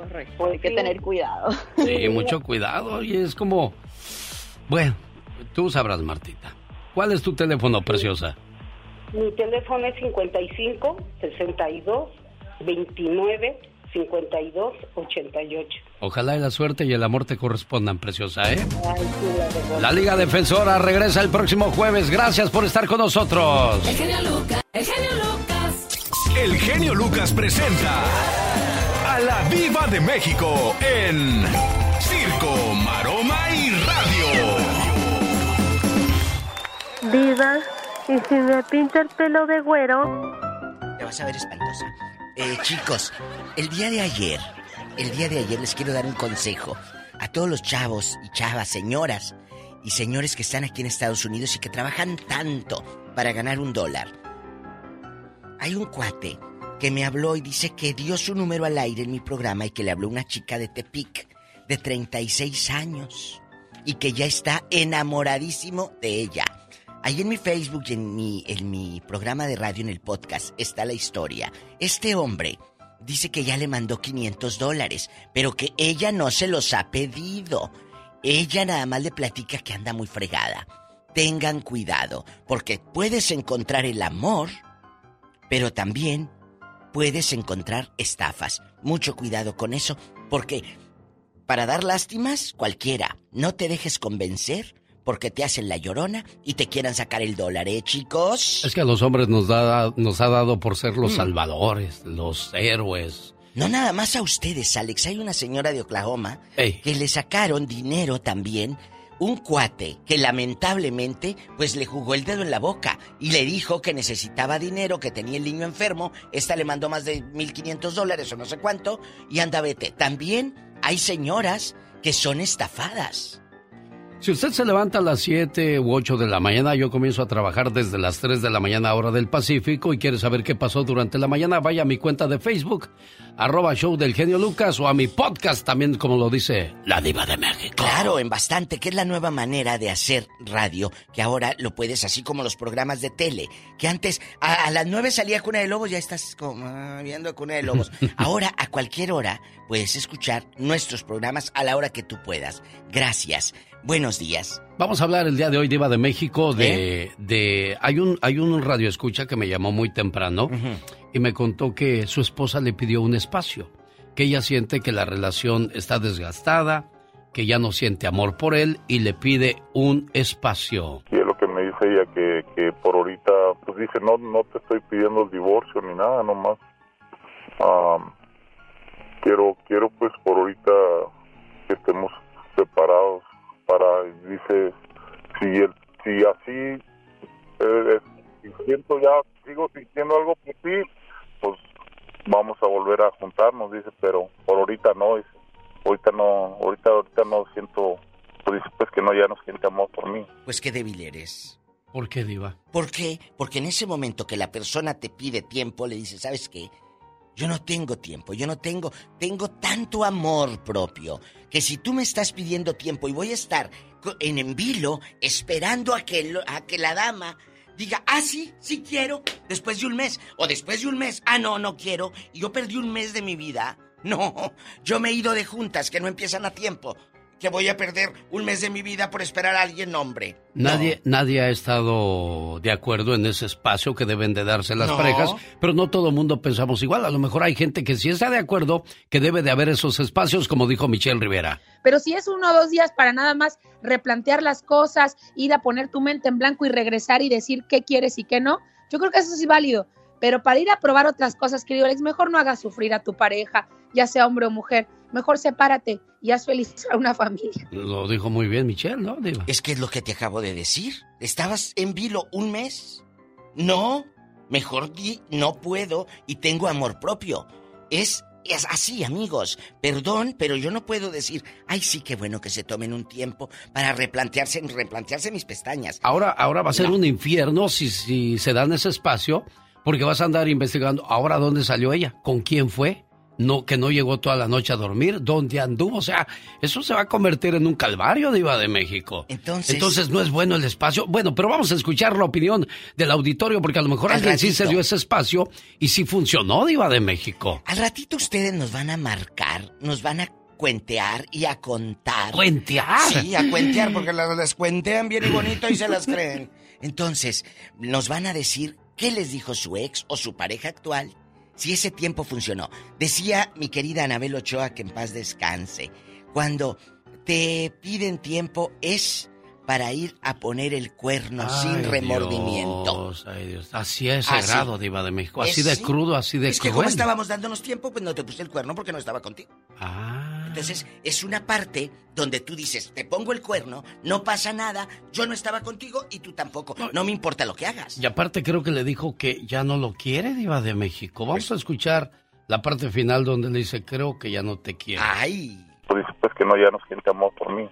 Correcto, Pues hay que sí. tener cuidado. Sí, mucho cuidado. Y es como... Bueno, tú sabrás, Martita. ¿Cuál es tu teléfono, preciosa? Mi teléfono es 55 62 29 52 88. Ojalá y la suerte y el amor te correspondan, preciosa, ¿eh? Ay, sí, la verdad. La Liga Defensora regresa el próximo jueves. Gracias por estar con nosotros. El genio Lucas, el genio Lucas. El genio Lucas presenta a la Diva de México en Circo, Maroma y Radio. Diva, ¿y si me pinta el pelo de güero? Te vas a ver espantosa. Chicos, el día de ayer les quiero dar un consejo a todos los chavos y chavas, señoras y señores que están aquí en Estados Unidos y que trabajan tanto para ganar $1. Hay un cuate que me habló y dice que dio su número al aire en mi programa y que le habló una chica de Tepic de 36 años y que ya está enamoradísimo de ella. Ahí en mi Facebook y en mi programa de radio, en el podcast, está la historia. Este hombre dice que ya le mandó $500, pero que ella no se los ha pedido. Ella nada más le platica que anda muy fregada. Tengan cuidado, porque puedes encontrar el amor, pero también puedes encontrar estafas. Mucho cuidado con eso, porque para dar lástimas, cualquiera. No te dejes convencer porque te hacen la llorona y te quieran sacar el $1, chicos. Es que a los hombres nos ha dado por ser los salvadores, los héroes. No nada más a ustedes, Alex. Hay una señora de Oklahoma que le sacaron dinero también. Un cuate que lamentablemente pues le jugó el dedo en la boca y le dijo que necesitaba dinero, que tenía el niño enfermo. Esta le mandó más de $1,500 o no sé cuánto y anda vete. También hay señoras que son estafadas. Si usted se levanta a las 7 u 8 de la mañana, yo comienzo a trabajar desde las 3 de la mañana, hora del Pacífico, y quiere saber qué pasó durante la mañana, vaya a mi cuenta de Facebook, @show del genio Lucas, o a mi podcast también, como lo dice la Diva de México. Claro, en bastante, que es la nueva manera de hacer radio, que ahora lo puedes, así como los programas de tele, que antes a las 9 salía Cuna de Lobos, ya estás como viendo Cuna de Lobos. Ahora, a cualquier hora, puedes escuchar nuestros programas a la hora que tú puedas. Gracias. Buenos días. Vamos a hablar el día de hoy, Diva de México, hay un radioescucha que me llamó muy temprano y me contó que su esposa le pidió un espacio, que ella siente que la relación está desgastada, que ya no siente amor por él y le pide un espacio. Y es lo que me dice ella, que por ahorita, pues dice, no te estoy pidiendo el divorcio ni nada, nomás quiero pues por ahorita que estemos separados. Dice, si así siento sigo sintiendo algo por ti, pues vamos a volver a juntarnos, dice, pero por ahorita no, dice, ahorita no siento, pues dice, pues que no, ya no siente amor por mí. Pues qué débil eres. ¿Por qué, Diva? ¿Por qué? Porque en ese momento que la persona te pide tiempo, le dice, ¿sabes qué? Yo no tengo tiempo, tengo tanto amor propio, que si tú me estás pidiendo tiempo y voy a estar en vilo esperando a que la dama diga, sí quiero, después de un mes, o después de un mes, no quiero, y yo perdí un mes de mi vida. No, yo me he ido de juntas que no empiezan a tiempo, que voy a perder un mes de mi vida por esperar a alguien, hombre. Nadie ha estado de acuerdo en ese espacio que deben de darse las parejas, pero no todo el mundo pensamos igual. A lo mejor hay gente que sí está de acuerdo que debe de haber esos espacios, como dijo Michelle Rivera. Pero si es 1 o 2 días para nada más replantear las cosas, ir a poner tu mente en blanco y regresar y decir qué quieres y qué no, yo creo que eso sí es válido. Pero para ir a probar otras cosas, querido Alex, mejor no hagas sufrir a tu pareja, ya sea hombre o mujer. Mejor sepárate y haz feliz a una familia. Lo dijo muy bien Michelle, ¿no, Diva? Es que es lo que te acabo de decir. ¿Estabas en vilo un mes? No, mejor di, no puedo y tengo amor propio. Es así, amigos. Perdón, pero yo no puedo decir, sí, qué bueno que se tomen un tiempo para replantearse mis pestañas. Ahora va a ser un infierno si se dan ese espacio, porque vas a andar investigando, ahora dónde salió ella, con quién fue. que no llegó toda la noche a dormir, dónde anduvo, o sea, eso se va a convertir en un calvario, Diva de México. Entonces no es bueno el espacio. Bueno, pero vamos a escuchar la opinión del auditorio, porque a lo mejor alguien sí se dio ese espacio y sí funcionó, Diva de México. Al ratito ustedes nos van a marcar, nos van a cuentear y a contar. ¿Cuentear? Sí, a cuentear, porque las cuentean bien y bonito y se las creen. Entonces, nos van a decir qué les dijo su ex o su pareja actual, si ese tiempo funcionó. Decía mi querida Anabel Ochoa, que en paz descanse, cuando te piden tiempo es para ir a poner el cuerno sin remordimiento. Ay, Dios. Así es sagrado, Diva de México. Así de crudo, así de cruel. Es que como estábamos dándonos tiempo, pues no te puse el cuerno porque no estaba contigo. Entonces, es una parte donde tú dices, te pongo el cuerno, no pasa nada, yo no estaba contigo y tú tampoco. No me importa lo que hagas. Y aparte creo que le dijo que ya no lo quiere, Diva de México. Vamos a escuchar la parte final donde le dice, creo que ya no te quiere. Ay. Pues dice, pues que no, ya no siente amor por mí.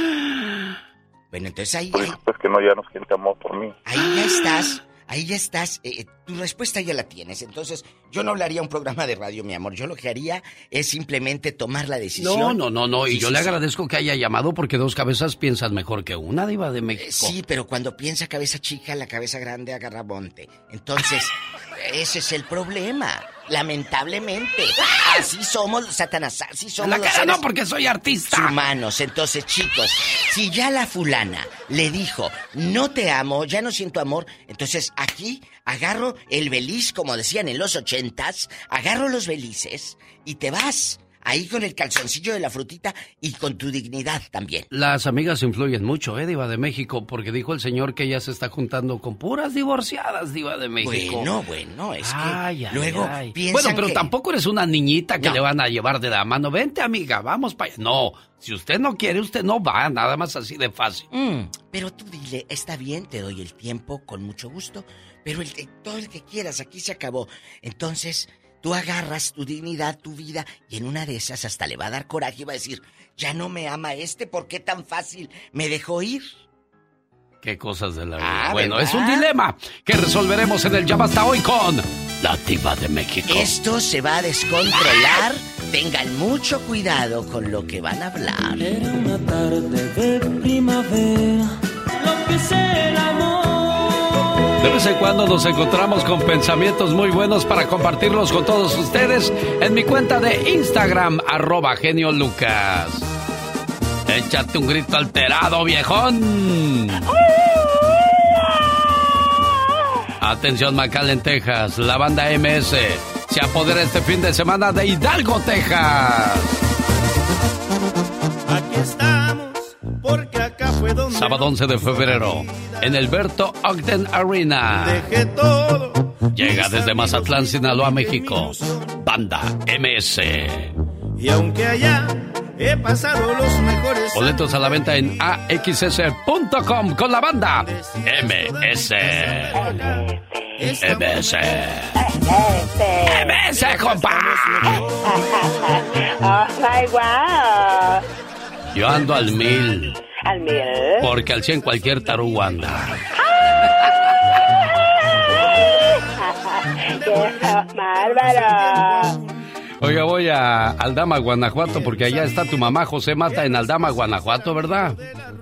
Bueno, entonces ahí... Pues que no, ya no siente amor por mí. Ahí ya estás, tu respuesta ya la tienes. Entonces, yo no hablaría un programa de radio, mi amor. Yo lo que haría es simplemente tomar la decisión. No. Y yo le agradezco que haya llamado porque dos cabezas piensan mejor que una, Diva de México. Sí, pero cuando piensa cabeza chica, la cabeza grande agarra monte. Entonces, ese es el problema. Lamentablemente. Así somos, Satanás. Así somos la los cara seres no, porque soy artista. Humanos. Entonces, chicos, si ya la fulana le dijo, no te amo, ya no siento amor, entonces aquí agarro el beliz, como decían en los 80s, agarro los belices y te vas. Ahí con el calzoncillo de la frutita y con tu dignidad también. Las amigas influyen mucho, Diva de México, porque dijo el señor que ella se está juntando con puras divorciadas, Diva de México. Bueno, es que luego piensan bueno, pero que... tampoco eres una niñita que le van a llevar de la mano. Vente, amiga, vamos para allá. No, si usted no quiere, usted no va, nada más así de fácil. Pero tú dile, está bien, te doy el tiempo con mucho gusto, pero todo el que quieras, aquí se acabó. Entonces... tú agarras tu dignidad, tu vida, y en una de esas hasta le va a dar coraje y va a decir, ya no me ama ¿por qué tan fácil me dejó ir? Qué cosas de la vida. Bueno, ¿verdad? Es un dilema que resolveremos en el Ya Basta Hoy con la Diva de México. Esto se va a descontrolar. Tengan mucho cuidado con lo que van a hablar. Era una tarde de primavera, lo que es el amor. De vez en cuando nos encontramos con pensamientos muy buenos para compartirlos con todos ustedes en mi cuenta de Instagram, @geniolucas. Échate un grito alterado, viejón. Atención, McAllen, Texas. La banda MS se apodera este fin de semana de Hidalgo, Texas. Aquí estamos, porque acá fue donde... Sábado 11 de febrero, en el Berto Ogden Arena. Dejé todo. Llega desde Mazatlán, Sinaloa, México. Banda MS. Y aunque allá he pasado los mejores... Boletos a la venta en axs.com con la banda MS. MS. MS, compa. Oh my wow. Yo ando al 1000. ¿Al 1000? Porque al 100 cualquier tarugo anda. ¡Qué bárbaro! Oiga, voy a Aldama, Guanajuato, porque allá está tu mamá, José Mata, en Aldama, Guanajuato, ¿verdad?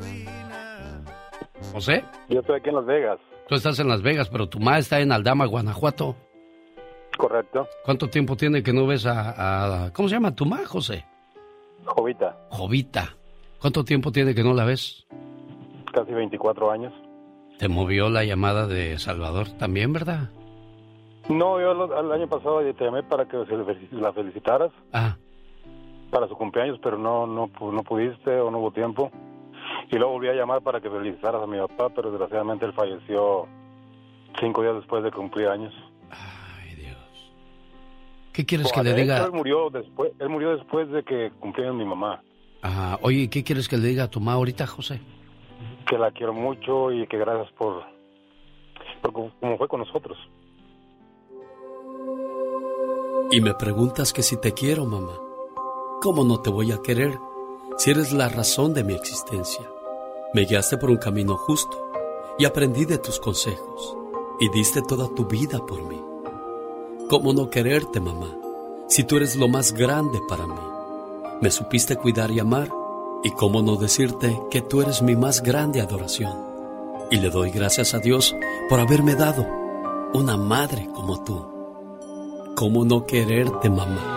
¿José? Yo estoy aquí en Las Vegas. Tú estás en Las Vegas, pero tu mamá está en Aldama, Guanajuato. Correcto. ¿Cuánto tiempo tiene que no ves ¿cómo se llama tu mamá, José? Jovita. Jovita. ¿Cuánto tiempo tiene que no la ves? Casi 24 años. ¿Te movió la llamada de Salvador también, verdad? No, yo el año pasado te llamé para que la felicitaras. Para su cumpleaños, pero no pudiste o no hubo tiempo. Y luego volví a llamar para que felicitaras a mi papá, pero desgraciadamente él falleció 5 días después de cumplir años. Ay, Dios. ¿Qué quieres que le diga? Él murió después de que cumpliera mi mamá. Oye, ¿qué quieres que le diga a tu mamá ahorita, José? Que la quiero mucho y que gracias por como fue con nosotros. Y me preguntas que si te quiero, mamá. ¿Cómo no te voy a querer si eres la razón de mi existencia? Me guiaste por un camino justo y aprendí de tus consejos y diste toda tu vida por mí. ¿Cómo no quererte, mamá, Si tú eres lo más grande para mí, me supiste cuidar y amar, y cómo no decirte que tú eres mi más grande adoración. Y le doy gracias a Dios por haberme dado una madre como tú. ¿Cómo no quererte, mamá?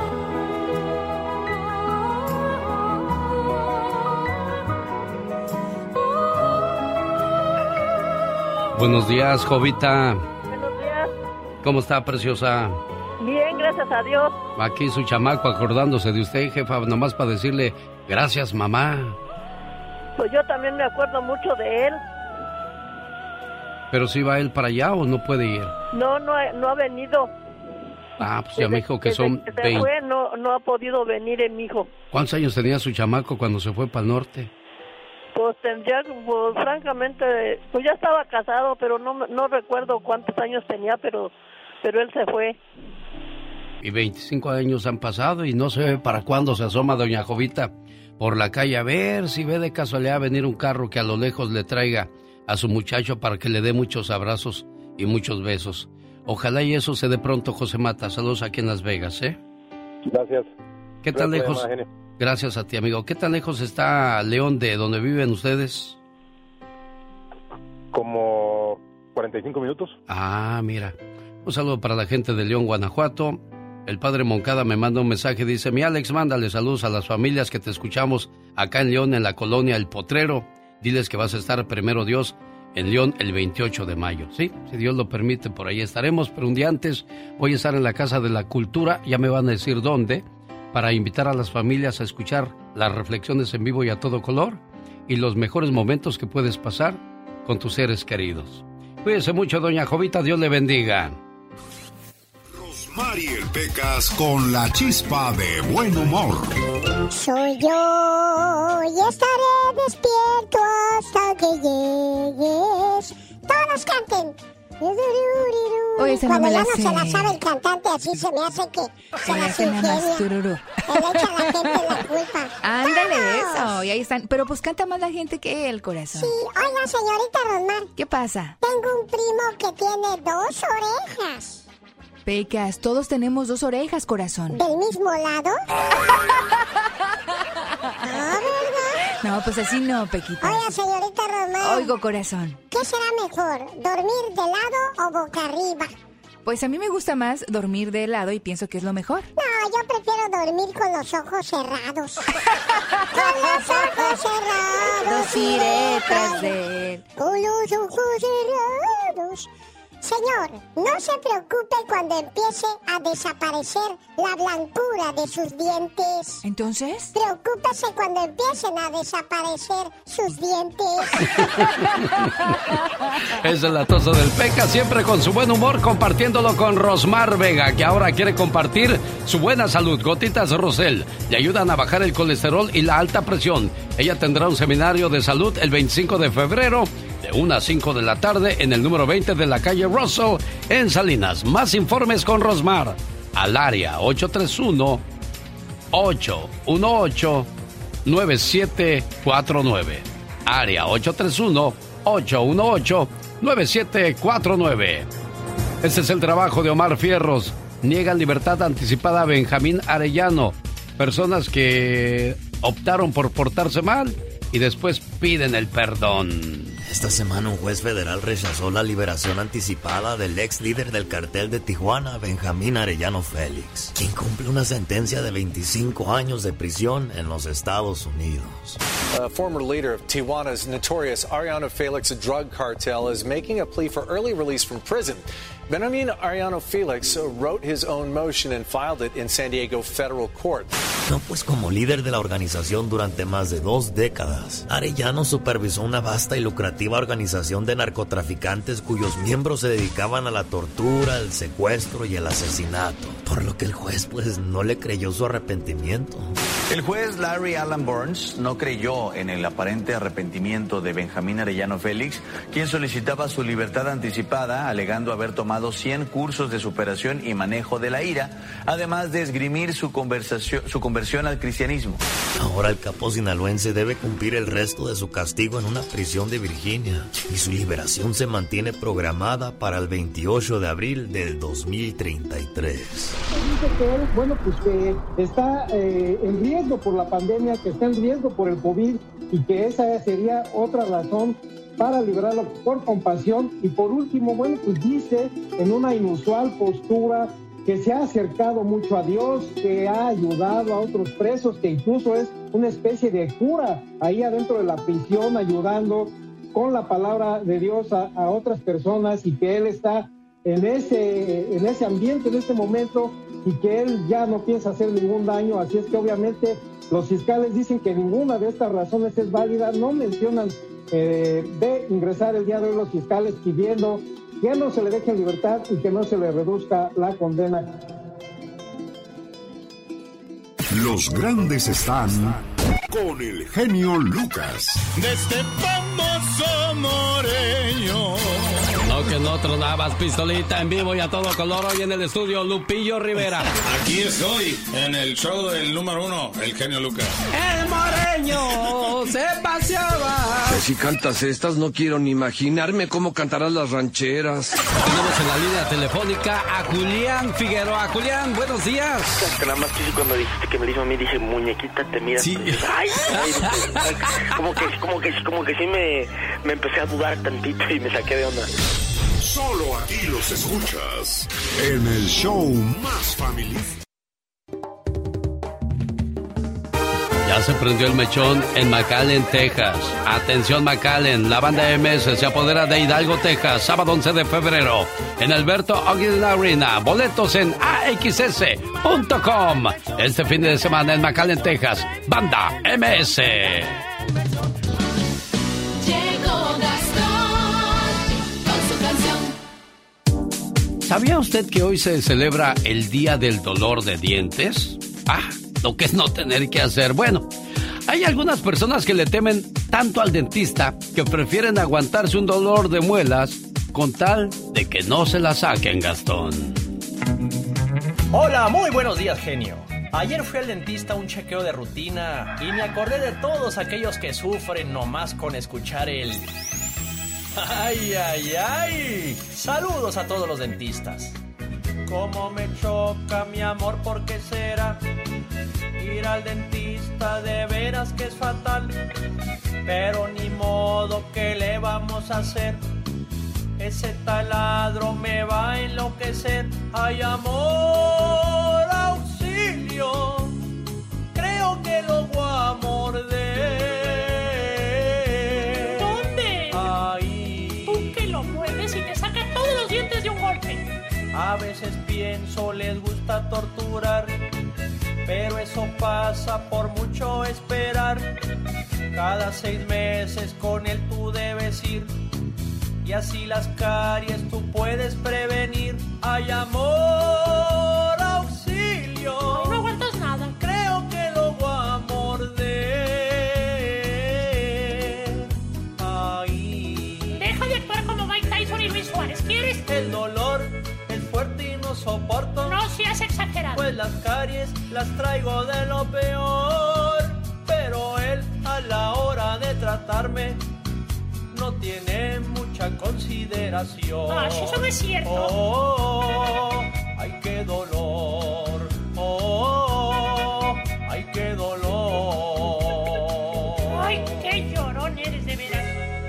Buenos días, Jovita. Buenos días. ¿Cómo está, preciosa? Bien, gracias a Dios. Aquí su chamaco acordándose de usted, jefa, nomás para decirle gracias, mamá. Pues yo también me acuerdo mucho de él. ¿Pero si va él para allá o no puede ir? No ha venido. Ah, pues ya me dijo que son se fue, no ha podido venir mi hijo. ¿Cuántos años tenía su chamaco cuando se fue para el norte? Pues tendría, pues francamente, pues ya estaba casado, pero no recuerdo cuántos años tenía, pero él se fue. Y 25 años han pasado y no se ve para cuándo se asoma doña Jovita por la calle a ver si ve de casualidad venir un carro que a lo lejos le traiga a su muchacho para que le dé muchos abrazos y muchos besos. Ojalá y eso se dé pronto, José Mata. Saludos aquí en Las Vegas, ¿eh? Gracias. ¿Qué tan lejos? Gracias a ti, amigo. ¿Qué tan lejos está León de donde viven ustedes? Como 45 minutos. Ah, mira. Un saludo para la gente de León, Guanajuato. El padre Moncada me manda un mensaje, dice: mi Alex, mándale saludos a las familias que te escuchamos acá en León, en la colonia El Potrero. Diles que vas a estar, primero Dios, en León el 28 de mayo. Sí, si Dios lo permite, por ahí estaremos, pero un día antes voy a estar en la Casa de la Cultura, ya me van a decir dónde, para invitar a las familias a escuchar las reflexiones en vivo y a todo color y los mejores momentos que puedes pasar con tus seres queridos. Cuídese mucho, doña Jovita, Dios le bendiga. Mariel Pecas con la chispa de buen humor. Soy yo y estaré despierto hasta que llegues. Todos canten. Oye, Cuando no ya no se la sabe el cantante, así se me hace que se la hace nada más ingenia. tururú. Él echa a la gente la culpa. Ándale, ¡Vamos! eso. Y ahí están. Pero pues canta más la gente que él, corazón. Sí, oiga, señorita Rosmar. ¿Qué pasa? Tengo un primo que tiene 2 orejas. Pecas, todos tenemos 2 orejas, corazón. ¿Del mismo lado? ¿verdad? No, pues así no, Pequita. Oiga, señorita Rosmar. Oigo, corazón. ¿Qué será mejor, dormir de lado o boca arriba? Pues a mí me gusta más dormir de lado y pienso que es lo mejor. No, yo prefiero dormir con los ojos cerrados. Con los ojos cerrados iré tras de él. Con los ojos cerrados. Señor, no se preocupe cuando empiece a desaparecer la blancura de sus dientes. ¿Entonces? Preocúpese cuando empiecen a desaparecer sus dientes. Es el latoso del Peca, siempre con su buen humor, compartiéndolo con Rosmar Vega, que ahora quiere compartir su buena salud. Gotitas Rosel le ayudan a bajar el colesterol y la alta presión. Ella tendrá un seminario de salud el 25 de febrero, de 1 a 5 de la tarde, en el número 20 de la calle Russell, en Salinas. Más informes con Rosmar al área 831-818-9749. Área 831-818-9749. Este es el trabajo de Omar Fierros. Niegan libertad anticipada a Benjamín Arellano. Personas que optaron por portarse mal y después piden el perdón. Esta semana un juez federal rechazó la liberación anticipada del ex líder del cartel de Tijuana, Benjamín Arellano Félix, quien cumple una sentencia de 25 años de prisión en los Estados Unidos. Former leader of Tijuana's notorious Arellano Félix drug cartel is making a plea for early release from prison. Benjamín Arellano Félix wrote his own motion and filed it in San Diego federal court. No, pues como líder de la organización durante más de 2 décadas, Arellano supervisó una vasta y lucrativa organización de narcotraficantes cuyos miembros se dedicaban a la tortura, el secuestro y el asesinato, por lo que el juez pues no le creyó su arrepentimiento. El juez Larry Alan Burns no creyó en el aparente arrepentimiento de Benjamín Arellano Félix, quien solicitaba su libertad anticipada, alegando haber tomado 100 cursos de superación y manejo de la ira, además de esgrimir su conversión al cristianismo. Ahora el capo sinaloense debe cumplir el resto de su castigo en una prisión de Virginia, y su liberación se mantiene programada para el 28 de abril del 2033. Dice que él, bueno, pues que está en riesgo por la pandemia, que está en riesgo por el COVID, y que esa sería otra razón para liberarlo por compasión. Y por último, bueno, pues dice en una inusual postura que se ha acercado mucho a Dios, que ha ayudado a otros presos, que incluso es una especie de cura ahí adentro de la prisión, ayudando con la palabra de Dios a otras personas, y que él está en ese ambiente, en este momento, y que él ya no piensa hacer ningún daño. Así es que obviamente los fiscales dicen que ninguna de estas razones es válida. No mencionan de ingresar el día de hoy los fiscales pidiendo que no se le deje en libertad y que no se le reduzca la condena. Los grandes están con el genio Lucas. De este famoso Moreño. No, que no tronabas, pistolita, en vivo y a todo color hoy en el estudio Lupillo Rivera. Aquí estoy, en el show del número 1, el genio Lucas. El Moreño se paseaba. Si cantas estas, no quiero ni imaginarme cómo cantarás las rancheras. Tenemos en la línea telefónica a Julián Figueroa. Julián, buenos días. Que nada más que cuando dijiste que me dijo a mí, dije, muñequita, te miras. Sí. Ay, como que sí me empecé a dudar tantito y me saqué de onda. Solo aquí los escuchas en el show más familiar. Ya se prendió el mechón en McAllen, Texas. Atención, McAllen, la banda MS se apodera de Hidalgo, Texas, sábado 11 de febrero, en Alberto Ogden Arena. Boletos en axs.com. Este fin de semana en McAllen, Texas, banda MS. ¿Sabía usted que hoy se celebra el Día del Dolor de Dientes? Lo que es no tener que hacer. Bueno, hay algunas personas que le temen tanto al dentista que prefieren aguantarse un dolor de muelas con tal de que no se la saquen, Gastón. Hola, muy buenos días, genio. Ayer fui al dentista a un chequeo de rutina y me acordé de todos aquellos que sufren nomás con escuchar el... ¡Ay, ay, ay! Saludos a todos los dentistas. Cómo me choca, mi amor, ¿por qué será? Ir al dentista de veras que es fatal. Pero ni modo, ¿qué le vamos a hacer? Ese taladro me va a enloquecer. ¡Ay, amor, auxilio! Creo que lo voy a morder. A veces pienso les gusta torturar, pero eso pasa por mucho esperar. Cada 6 meses con él tú debes ir, y así las caries tú puedes prevenir. ¡Ay, amor, auxilio! Ay, no aguantas nada. Creo que lo voy a morder. Ay. Deja de actuar como Mike Tyson y Luis Suárez, ¿quieres? El dolor fuerte y no soporto. No seas exagerado. Pues las caries las traigo de lo peor. Pero él a la hora de tratarme no tiene mucha consideración. Ah, eso no es cierto. Oh, ay, qué dolor. Oh, ay, qué dolor. Ay, qué llorón eres de veras.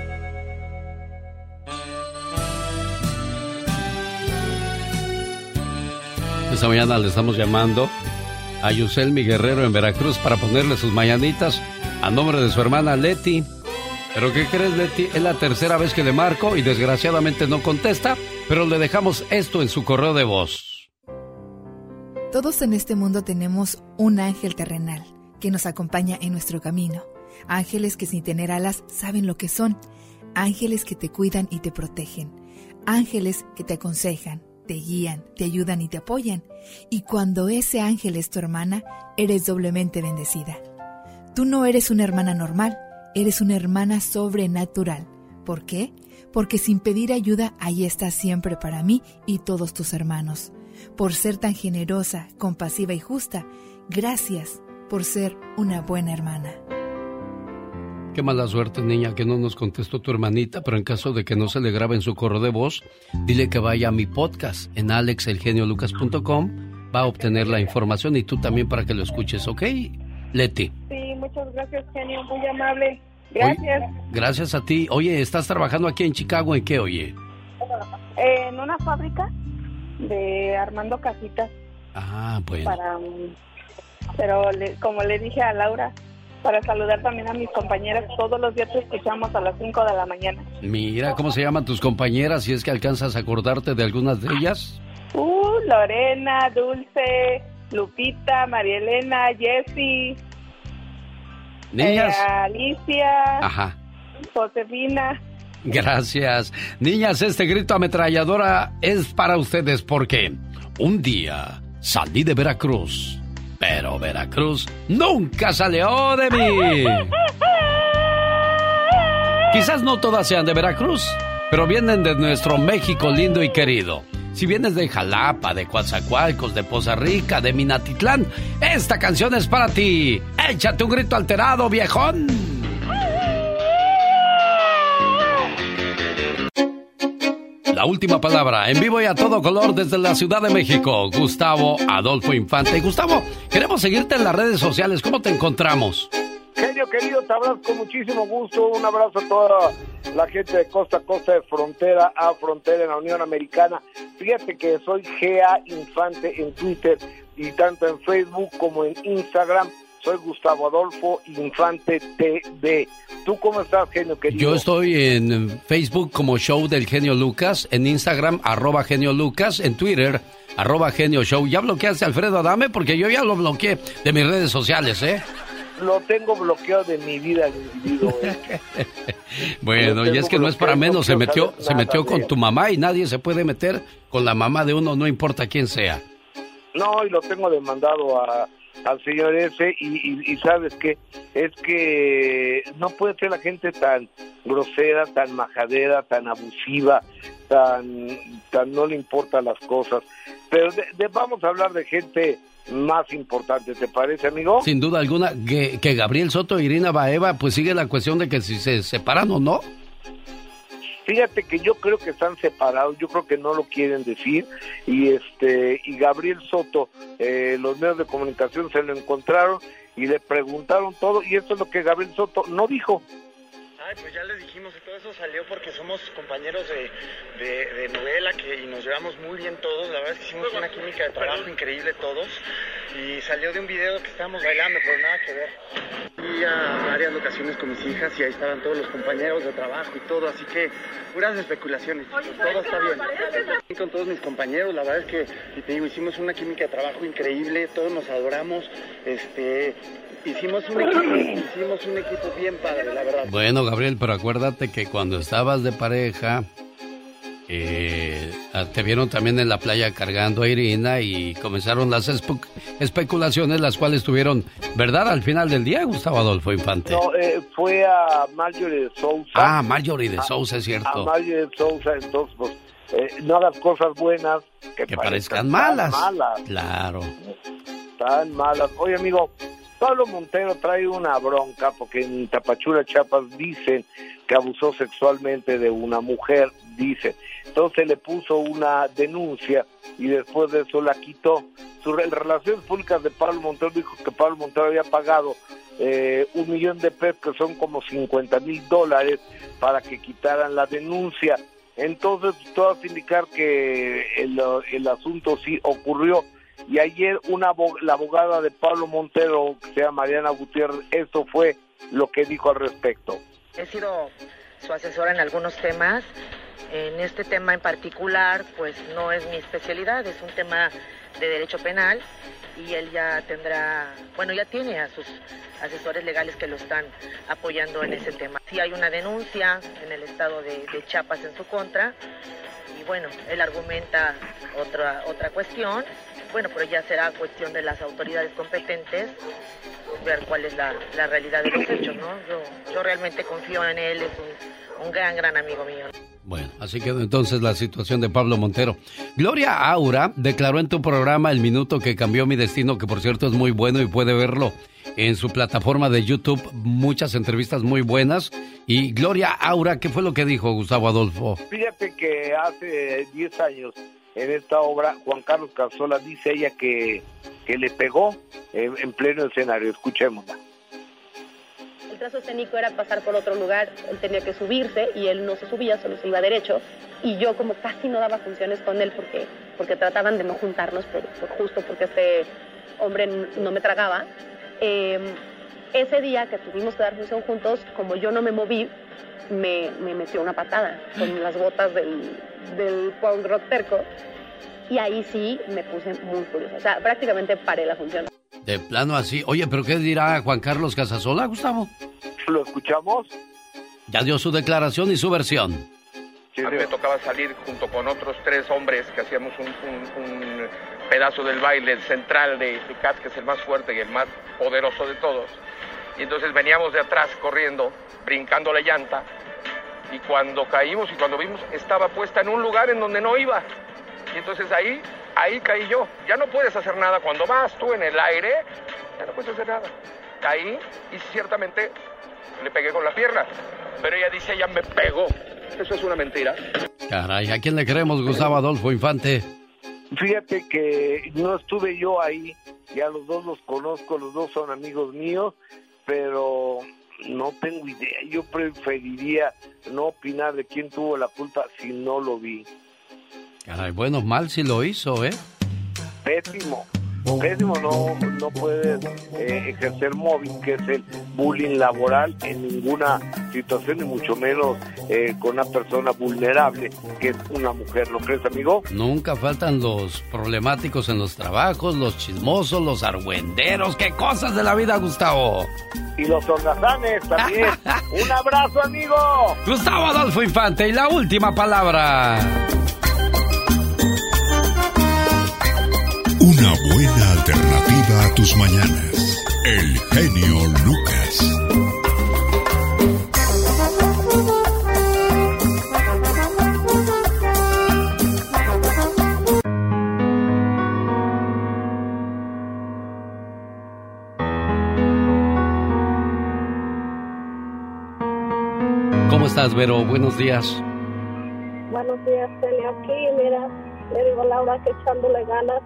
Esta mañana le estamos llamando a Yuselmi Guerrero en Veracruz para ponerle sus mañanitas a nombre de su hermana Leti. ¿Pero qué crees, Leti? Es la tercera vez que le marco y desgraciadamente no contesta, pero le dejamos esto en su correo de voz. Todos en este mundo tenemos un ángel terrenal que nos acompaña en nuestro camino. Ángeles que sin tener alas saben lo que son. Ángeles que te cuidan y te protegen. Ángeles que te aconsejan, te guían, te ayudan y te apoyan. Y cuando ese ángel es tu hermana, eres doblemente bendecida. Tú no eres una hermana normal, eres una hermana sobrenatural. ¿Por qué? Porque sin pedir ayuda, ahí estás siempre para mí y todos tus hermanos. Por ser tan generosa, compasiva y justa, gracias por ser una buena hermana. Qué mala suerte, niña, que no nos contestó tu hermanita, pero en caso de que no se le grabe en su correo de voz, dile que vaya a mi podcast en alexelgeniolucas.com, va a obtener la información y tú también para que lo escuches, ¿ok, Leti? Sí, muchas gracias, genio, muy amable. Gracias. Oye, gracias a ti. Oye, ¿estás trabajando aquí en Chicago? ¿En qué, oye? En una fábrica de armando casitas. Ah, bueno. Pero como le dije a Laura, para saludar también a mis compañeras, todos los días te escuchamos a las 5 de la mañana. Mira, ¿cómo se llaman tus compañeras? Si es que alcanzas a acordarte de algunas de ellas. Lorena, Dulce, Lupita, María Elena, Jessie. Niñas. Alicia. Ajá. Josefina. Gracias. Niñas, este grito ametralladora es para ustedes porque un día salí de Veracruz, pero Veracruz nunca salió de mí. Quizás no todas sean de Veracruz, pero vienen de nuestro México lindo y querido. Si vienes de Jalapa, de Coatzacoalcos, de Poza Rica, de Minatitlán, esta canción es para ti. Échate un grito alterado, viejón. La última palabra, en vivo y a todo color desde la Ciudad de México, Gustavo Adolfo Infante. Gustavo, queremos seguirte en las redes sociales. ¿Cómo te encontramos? Genio querido, te abrazo con muchísimo gusto. Un abrazo a toda la gente de costa a costa, de frontera a frontera en la Unión Americana. Fíjate que soy GA Infante en Twitter y tanto en Facebook como en Instagram. Soy Gustavo Adolfo Infante TV. ¿Tú cómo estás, genio querido? Yo estoy en Facebook como Show del Genio Lucas, en Instagram ¡Genio Lucas!, en Twitter @Genio Show. ¿Ya bloqueaste a Alfredo Adame? Porque yo ya lo bloqueé de mis redes sociales, ¿eh? Lo tengo bloqueado de mi vida el individuo. Bueno, y es que no es para menos, se metió con tu mamá y nadie se puede meter con la mamá de uno, no importa quién sea. No, y lo tengo demandado al señor ese y ¿sabes qué? Es que no puede ser la gente tan grosera, tan majadera, tan abusiva, tan no le importan las cosas. Pero vamos a hablar de gente más importante, ¿te parece, amigo? Sin duda alguna, que Gabriel Soto y Irina Baeva, pues sigue la cuestión de que si se separan o no. Fíjate que yo creo que están separados, yo creo que no lo quieren decir, y Gabriel Soto, los medios de comunicación se lo encontraron y le preguntaron todo, y eso es lo que Gabriel Soto no dijo. Ay, pues ya les dijimos que todo eso salió porque somos compañeros de novela y nos llevamos muy bien todos. La verdad es que hicimos una química de trabajo increíble todos y salió de un video que estábamos bailando, pero nada que ver. Fui a varias locaciones con mis hijas y ahí estaban todos los compañeros de trabajo y todo, así que puras especulaciones. Todo está bien. Con todos mis compañeros, la verdad es que, y te digo, hicimos una química de trabajo increíble, todos nos adoramos, hicimos un equipo bien padre, la verdad. Bueno, Gabriel, pero acuérdate que cuando estabas de pareja, te vieron también en la playa cargando a Irina y comenzaron las especulaciones, las cuales tuvieron verdad al final del día, Gustavo Adolfo Infante. No, fue a Marjorie de Sousa. Ah, Marjorie de Sousa, es cierto. A Marjorie de Sousa, entonces, pues, no hagas cosas buenas que parezcan malas. Malas. Claro. Tan malas. Oye, amigo, Pablo Montero trae una bronca porque en Tapachula, Chiapas, dicen que abusó sexualmente de una mujer, dicen. Entonces le puso una denuncia y después de eso la quitó. En Relaciones Públicas de Pablo Montero dijo que Pablo Montero había pagado $1 millón de pesos, que son como $50,000, para que quitaran la denuncia. Entonces todo hace indicar que el asunto sí ocurrió. Y ayer la abogada de Pablo Montero, que se llama Mariana Gutiérrez, esto fue lo que dijo al respecto. He sido su asesora en algunos temas. En este tema en particular, pues no es mi especialidad, es un tema de derecho penal y él ya tiene a sus asesores legales que lo están apoyando en ese tema. Sí hay una denuncia en el estado de Chiapas en su contra y bueno, él argumenta otra cuestión. Bueno, pero ya será cuestión de las autoridades competentes ver cuál es la realidad de los hechos, ¿no? Yo realmente confío en él, es un gran amigo mío. Bueno, así quedó entonces la situación de Pablo Montero. Gloria Aura declaró en tu programa El Minuto que Cambió Mi Destino, que por cierto es muy bueno y puede verlo en su plataforma de YouTube, muchas entrevistas muy buenas. Y Gloria Aura, ¿qué fue lo que dijo Gustavo Adolfo? Fíjate que hace 10 años en esta obra, Juan Carlos Casola dice ella que le pegó en pleno escenario. Escuchémosla. El trazo escénico era pasar por otro lugar, él tenía que subirse y él no se subía, solo se iba derecho. Y yo como casi no daba funciones con él porque trataban de no juntarnos, justo porque este hombre no me tragaba. Ese día que tuvimos que dar función juntos, como yo no me moví, me metió una patada con las botas del punk rock terco. Y ahí sí me puse muy curiosa. O sea, prácticamente paré la función. De plano así. Oye, ¿pero qué dirá Juan Carlos Casasola, Gustavo? ¿Lo escuchamos? Ya dio su declaración y su versión. A mí me tocaba salir junto con otros 3 hombres que hacíamos un pedazo del baile central de Cats, que es el más fuerte y el más poderoso de todos. Y entonces veníamos de atrás corriendo, brincando la llanta. Y cuando caímos y cuando vimos, estaba puesta en un lugar en donde no iba. Y entonces ahí caí yo. Ya no puedes hacer nada. Cuando vas tú en el aire, ya no puedes hacer nada. Caí y ciertamente le pegué con la pierna. Pero ella dice, ella me pegó. Eso es una mentira. Caray, ¿a quién le creemos, Gustavo Adolfo Infante? Fíjate que no estuve yo ahí. Ya los dos los conozco, los dos son amigos míos, pero no tengo idea. Yo preferiría no opinar de quién tuvo la culpa si no lo vi. Caray, bueno, mal si lo hizo, ¿eh? Pésimo, no puedes ejercer mobbing, que es el bullying laboral, en ninguna situación, y mucho menos con una persona vulnerable, que es una mujer. ¿Lo crees, amigo? Nunca faltan los problemáticos en los trabajos, los chismosos, los argüenderos. ¡Qué cosas de la vida, Gustavo! Y los holgazanes también. ¡Un abrazo, amigo! Gustavo Adolfo Infante, y la última palabra. Una buena alternativa a tus mañanas. El genio Lucas. ¿Cómo estás, Vero? Buenos días. Buenos días, genio. Aquí, mira, le digo a Laura que echándole ganas.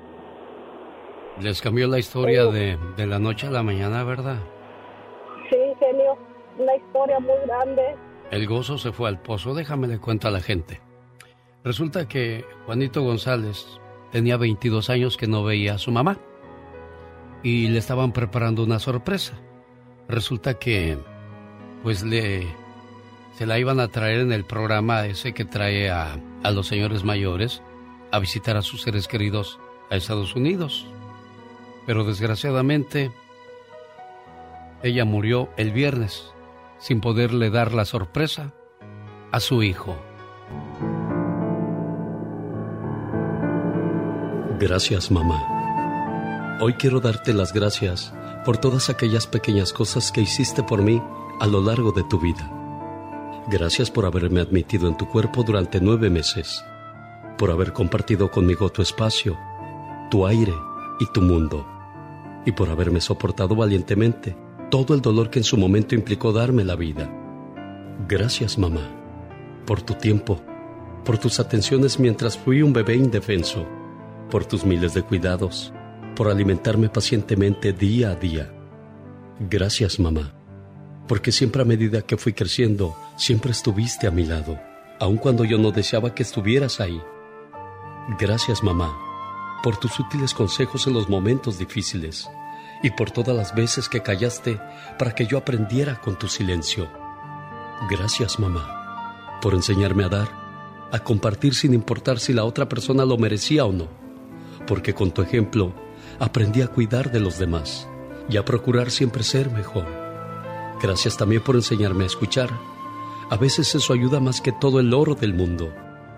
Les cambió la historia de la noche a la mañana, ¿verdad? Sí, genio, una historia muy grande. El gozo se fue al pozo. Déjame le cuento a la gente. Resulta que Juanito González tenía 22 años que no veía a su mamá y le estaban preparando una sorpresa. Resulta que pues se la iban a traer en el programa ese que trae a los señores mayores a visitar a sus seres queridos a Estados Unidos. Pero desgraciadamente ella murió el viernes sin poderle dar la sorpresa a su hijo. Gracias, mamá. Hoy quiero darte las gracias por todas aquellas pequeñas cosas que hiciste por mí a lo largo de tu vida. Gracias por haberme admitido en tu cuerpo durante 9 meses, por haber compartido conmigo tu espacio, tu aire y tu mundo, y por haberme soportado valientemente todo el dolor que en su momento implicó darme la vida. Gracias, mamá, por tu tiempo, por tus atenciones mientras fui un bebé indefenso, por tus miles de cuidados, por alimentarme pacientemente día a día. Gracias, mamá, porque siempre a medida que fui creciendo, siempre estuviste a mi lado, aun cuando yo no deseaba que estuvieras ahí. Gracias, mamá, por tus útiles consejos en los momentos difíciles y por todas las veces que callaste para que yo aprendiera con tu silencio. Gracias, mamá, por enseñarme a dar, a compartir sin importar si la otra persona lo merecía o no, porque con tu ejemplo aprendí a cuidar de los demás y a procurar siempre ser mejor. Gracias también por enseñarme a escuchar. A veces eso ayuda más que todo el oro del mundo.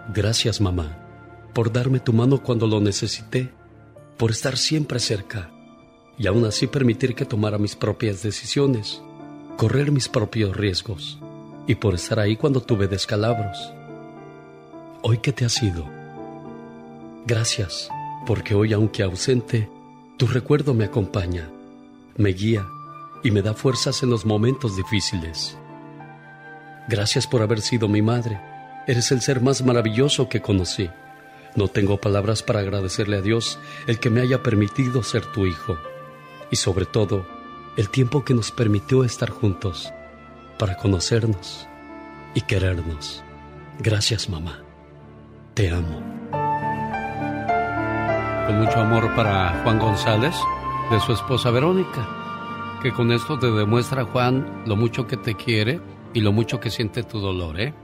Gracias, mamá, por darme tu mano cuando lo necesité, por estar siempre cerca y aún así permitir que tomara mis propias decisiones, correr mis propios riesgos y por estar ahí cuando tuve descalabros. Hoy que te has ido, gracias, porque hoy, aunque ausente, tu recuerdo me acompaña, me guía y me da fuerzas en los momentos difíciles. Gracias por haber sido mi madre. Eres el ser más maravilloso que conocí. No tengo palabras para agradecerle a Dios el que me haya permitido ser tu hijo. Y sobre todo, el tiempo que nos permitió estar juntos para conocernos y querernos. Gracias, mamá. Te amo. Con mucho amor para Juan González, de su esposa Verónica, que con esto te demuestra, Juan, lo mucho que te quiere y lo mucho que siente tu dolor, ¿eh?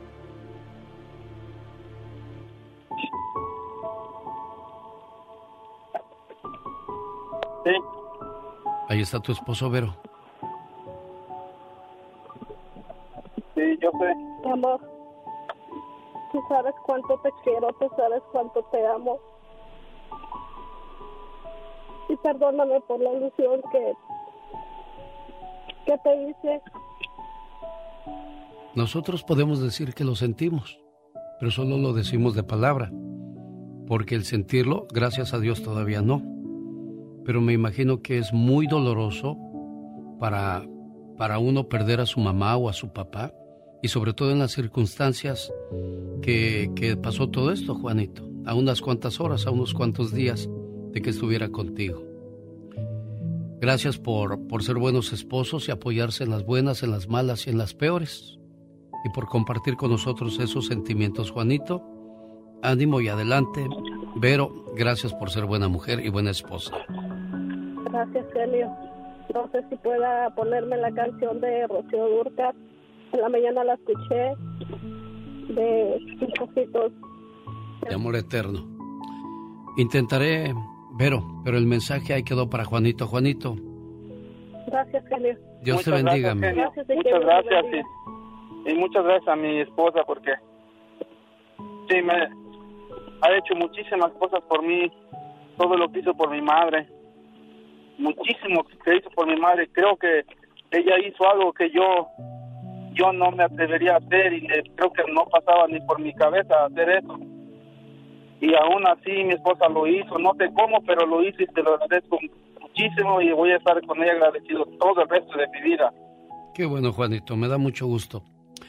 Sí. Ahí está tu esposo, Vero. Sí, yo sé. Mi amor, tú sabes cuánto te quiero, tú sabes cuánto te amo. Y perdóname por la ilusión que te hice. Nosotros podemos decir que lo sentimos, pero solo lo decimos de palabra, porque el sentirlo, gracias a Dios, todavía no. Pero me imagino que es muy doloroso para uno perder a su mamá o a su papá, y sobre todo en las circunstancias que pasó todo esto, Juanito, a unas cuantas horas, a unos cuantos días de que estuviera contigo. Gracias por ser buenos esposos y apoyarse en las buenas, en las malas y en las peores, y por compartir con nosotros esos sentimientos, Juanito. Ánimo y adelante. Vero, gracias por ser buena mujer y buena esposa. Gracias, genio. No sé si pueda ponerme la canción de Rocío Dúrcal. En la mañana la escuché, de Hijitos de amor eterno. Intentaré, Vero, pero el mensaje ahí quedó para Juanito. Juanito, gracias, genio. Dios te bendiga. Gracias, muchas gracias y muchas gracias a mi esposa, porque sí, me ha hecho muchísimas cosas por mí, todo lo que hizo por mi madre, muchísimo que hizo por mi madre. Creo que ella hizo algo que yo no me atrevería a hacer, y creo que no pasaba ni por mi cabeza hacer eso. Y aún así mi esposa lo hizo, no sé cómo, pero lo hizo, y te lo agradezco muchísimo, y voy a estar con ella agradecido todo el resto de mi vida. Qué bueno, Juanito, me da mucho gusto.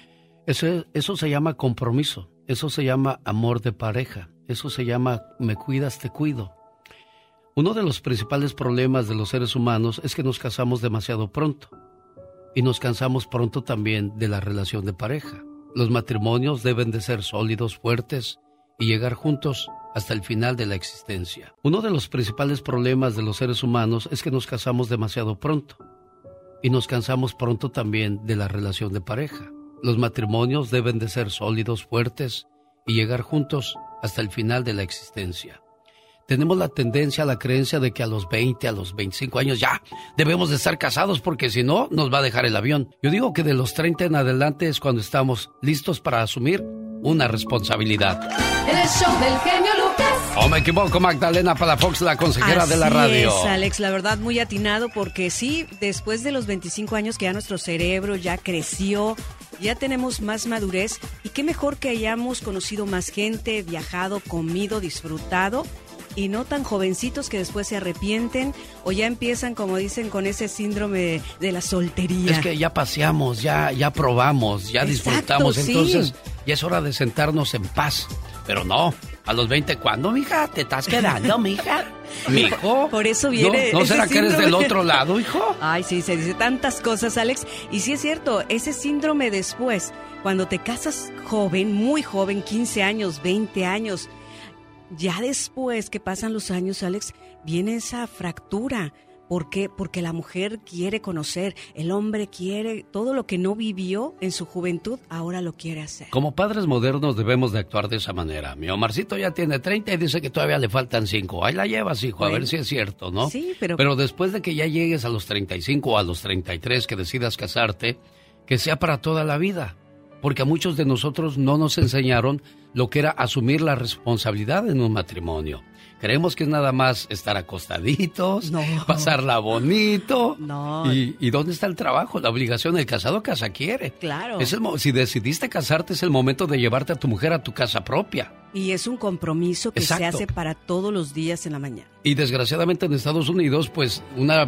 Eso se llama compromiso, eso se llama amor de pareja, eso se llama me cuidas, te cuido. Uno de los principales problemas de los seres humanos es que nos casamos demasiado pronto, y nos cansamos pronto también de la relación de pareja. Los matrimonios deben de ser sólidos, fuertes y llegar juntos hasta el final de la existencia. Uno de los principales problemas de los seres humanos es que nos casamos demasiado pronto, y nos cansamos pronto también de la relación de pareja. Los matrimonios deben de ser sólidos, fuertes y llegar juntos hasta el final de la existencia. Tenemos la tendencia, la creencia de que a los 20, a los 25 años ya debemos de estar casados, porque si no, nos va a dejar el avión. Yo digo que de los 30 en adelante es cuando estamos listos para asumir una responsabilidad. En el show del genio Lucas. ¿O me equivoco, Magdalena Palafox, la consejera de la radio? Así es, Alex, la verdad muy atinado, porque sí, después de los 25 años que ya nuestro cerebro ya creció, ya tenemos más madurez, y qué mejor que hayamos conocido más gente, viajado, comido, disfrutado, y no tan jovencitos que después se arrepienten o ya empiezan, como dicen, con ese síndrome de la soltería. Es que ya paseamos, ya probamos, ya disfrutamos, entonces ya es hora de sentarnos en paz. Pero no, a los 20, ¿cuándo, mija? ¿Te estás quedando, mija? ¿Mijo? Por eso viene ¿No será ese que eres síndrome del otro lado, hijo? Ay, sí, se dice tantas cosas, Alex. Y sí es cierto, ese síndrome después, cuando te casas joven, muy joven, 15 años, 20 años, ya después que pasan los años, Alex, viene esa fractura. ¿Por qué? Porque la mujer quiere conocer, el hombre quiere todo lo que no vivió en su juventud, ahora lo quiere hacer. Como padres modernos debemos de actuar de esa manera. Mi Omarcito ya tiene 30 y dice que todavía le faltan 5. Ahí la llevas, hijo, a ver si es cierto, ¿no? Sí, pero después de que ya llegues a los 35 o a los 33, que decidas casarte, que sea para toda la vida. porque a muchos de nosotros no nos enseñaron lo que era asumir la responsabilidad en un matrimonio. Creemos que es nada más estar acostaditos, pasarla bonito. No. ¿Y dónde está el trabajo? La obligación del casado casa quiere. Claro. Si decidiste casarte, es el momento de llevarte a tu mujer a tu casa propia. Y es un compromiso que Exacto. se hace para todos los días en la mañana. Y desgraciadamente en Estados Unidos, pues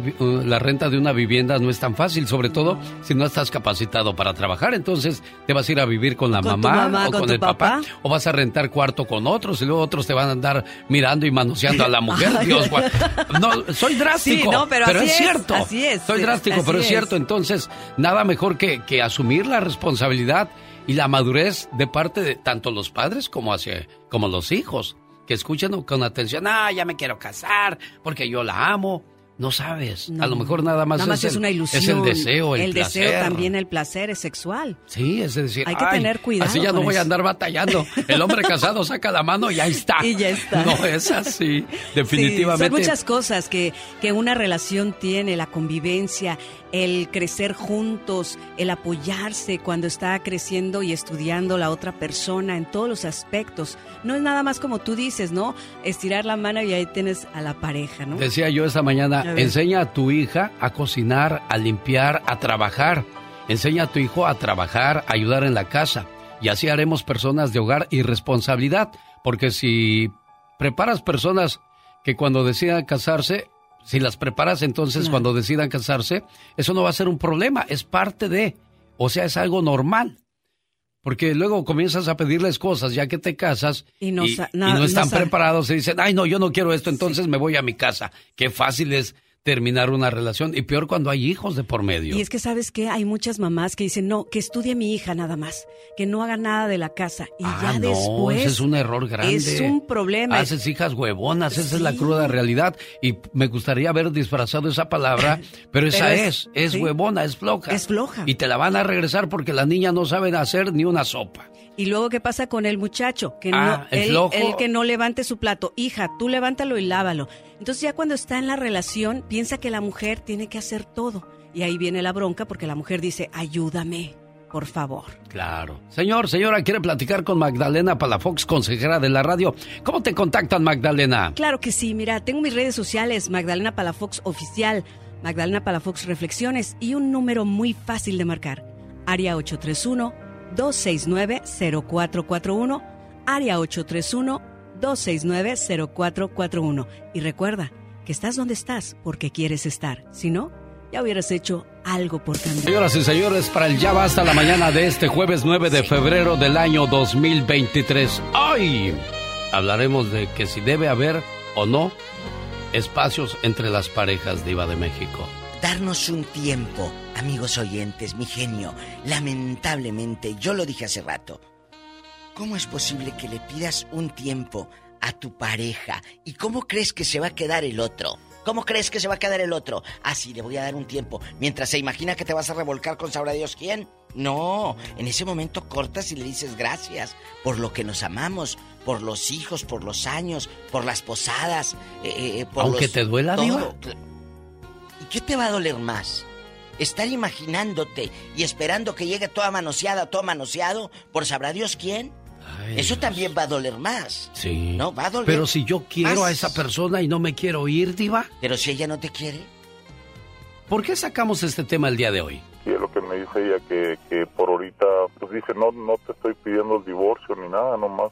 la renta de una vivienda no es tan fácil, sobre todo si no estás capacitado para trabajar. Entonces te vas a ir a vivir con la mamá o con el papá, o vas a rentar cuarto con otros y luego otros te van a andar mirando y manoseando a la mujer. Dios, no, soy drástico, sí, no, pero es cierto. Así es. Soy drástico, pero es cierto. Entonces, nada mejor que asumir la responsabilidad y la madurez de parte de tanto los padres como los hijos, que escuchen con atención. Ya me quiero casar porque yo la amo. No sabes, a lo mejor nada más es una ilusión. Es el deseo, el placer. Deseo también, el placer es sexual. Sí, es decir, hay que tener cuidado. Así ya no voy a andar batallando. El hombre casado saca la mano y ahí está. Y ya está. No es así, definitivamente. Sí, son muchas cosas que una relación tiene, la convivencia, el crecer juntos, el apoyarse cuando está creciendo y estudiando la otra persona en todos los aspectos. No es nada más como tú dices, ¿no? Estirar la mano y ahí tienes a la pareja, ¿no? Decía yo esta mañana, enseña a tu hija a cocinar, a limpiar, a trabajar. Enseña a tu hijo a trabajar, a ayudar en la casa. Y así haremos personas de hogar y responsabilidad. Porque si preparas personas que cuando decidan casarse, si las preparas entonces cuando decidan casarse, eso no va a ser un problema, es parte de, o sea, es algo normal. Porque luego comienzas a pedirles cosas ya que te casas y no están preparados y dicen, ay no, yo no quiero esto, entonces me voy a mi casa. Qué fácil es terminar una relación y peor cuando hay hijos de por medio. Y es que ¿sabes qué? Hay muchas mamás que dicen, no, que estudie mi hija nada más, que no haga nada de la casa. Y ya no, después... ese es un error grande. Es un problema. Haces hijas huevonas, esa es la cruda realidad. Y me gustaría haber disfrazado esa palabra, pero esa es huevona, es floja. Es floja. Y te la van a regresar porque la niña no sabe hacer ni una sopa. Y luego, ¿qué pasa con el muchacho? Que el que no levante su plato. Hija, tú levántalo y lávalo. Entonces ya cuando está en la relación, piensa que la mujer tiene que hacer todo. Y ahí viene la bronca porque la mujer dice, ayúdame, por favor. Claro. Señora, ¿quiere platicar con Magdalena Palafox, consejera de la radio? ¿Cómo te contactan, Magdalena? Claro que sí, mira, tengo mis redes sociales, Magdalena Palafox Oficial, Magdalena Palafox Reflexiones y un número muy fácil de marcar, área 831-269-0441, área 831-269-0441. Y recuerda que estás donde estás porque quieres estar. Si no, ya hubieras hecho algo por cambiar. Señoras y señores, para el Ya Basta la mañana de este jueves 9 de febrero del año 2023. Hoy hablaremos de que si debe haber o no espacios entre las parejas, Diva de México. Darnos un tiempo, amigos oyentes, mi genio. Lamentablemente, yo lo dije hace rato. ¿Cómo es posible que le pidas un tiempo a tu pareja? ¿Y cómo crees que se va a quedar el otro? ¿Cómo crees que se va a quedar el otro? Sí, le voy a dar un tiempo. Mientras se imagina que te vas a revolcar con sabrá Dios quién. No, en ese momento cortas y le dices gracias por lo que nos amamos, por los hijos, por los años, por las posadas, por aunque te duela, Diva. ¿Y qué te va a doler más? ¿Estar imaginándote y esperando que llegue toda manoseada, todo manoseado por sabrá Dios quién? Ay, eso también va a doler más. Sí. No, va a doler. Pero si yo quiero más a esa persona y no me quiero ir, Diva. Pero si ella no te quiere. ¿Por qué sacamos este tema el día de hoy? Sí, es lo que me dice ella, que por ahorita, pues dice, no te estoy pidiendo el divorcio ni nada, nomás.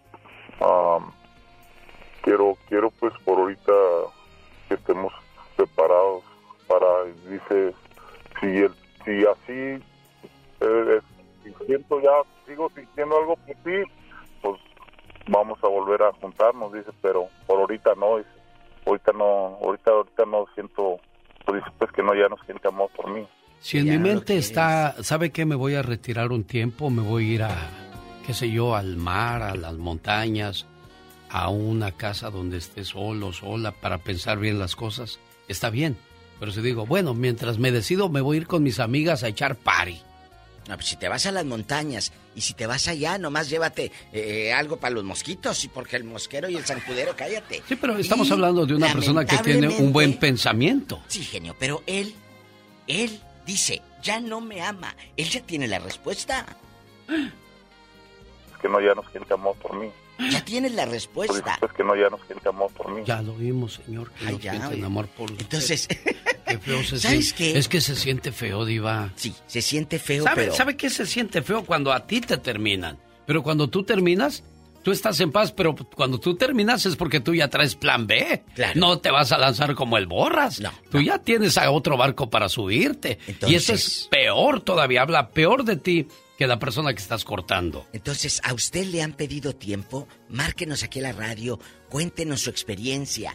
Quiero pues por ahorita que estemos separados para, dice, si así si siento ya, sigo sintiendo algo por ti, pues vamos a volver a juntarnos, dice, pero por ahorita no, dice, ahorita no siento, pues dice, pues que no, ya no siente amor por mí. Si en mi mente está, ¿sabe qué? Me voy a retirar un tiempo, me voy a ir a, qué sé yo, al mar, a las montañas, a una casa donde esté solo, sola, para pensar bien las cosas, está bien. Pero si digo, bueno, mientras me decido, me voy a ir con mis amigas a echar party. No, pues si te vas a las montañas y si te vas allá, nomás llévate algo para los mosquitos, y porque el mosquero y el zancudero, cállate. Sí, pero estamos hablando de una persona que tiene un buen pensamiento. Sí, genio, pero él dice, ya no me ama. Él ya tiene la respuesta. Es que no, ya no siente amor por mí. Ya tienes la respuesta. Es que no, ya no siente amor por mí. Ya lo vimos, señor, que Ay, no ya, sienten oye. amor por usted. Entonces, Qué feo se ¿sabes siente. qué? Es que se siente feo, Diva. Sí, se siente feo, ¿Sabe qué se siente feo? Cuando a ti te terminan. Pero cuando tú terminas, tú estás en paz, pero cuando tú terminas es porque tú ya traes plan B. Claro. No te vas a lanzar como el Borras. Tú ya tienes a otro barco para subirte. Y eso es peor todavía, habla peor de ti que la persona que estás cortando. Entonces, ¿a usted le han pedido tiempo? Márquenos aquí a la radio, cuéntenos su experiencia.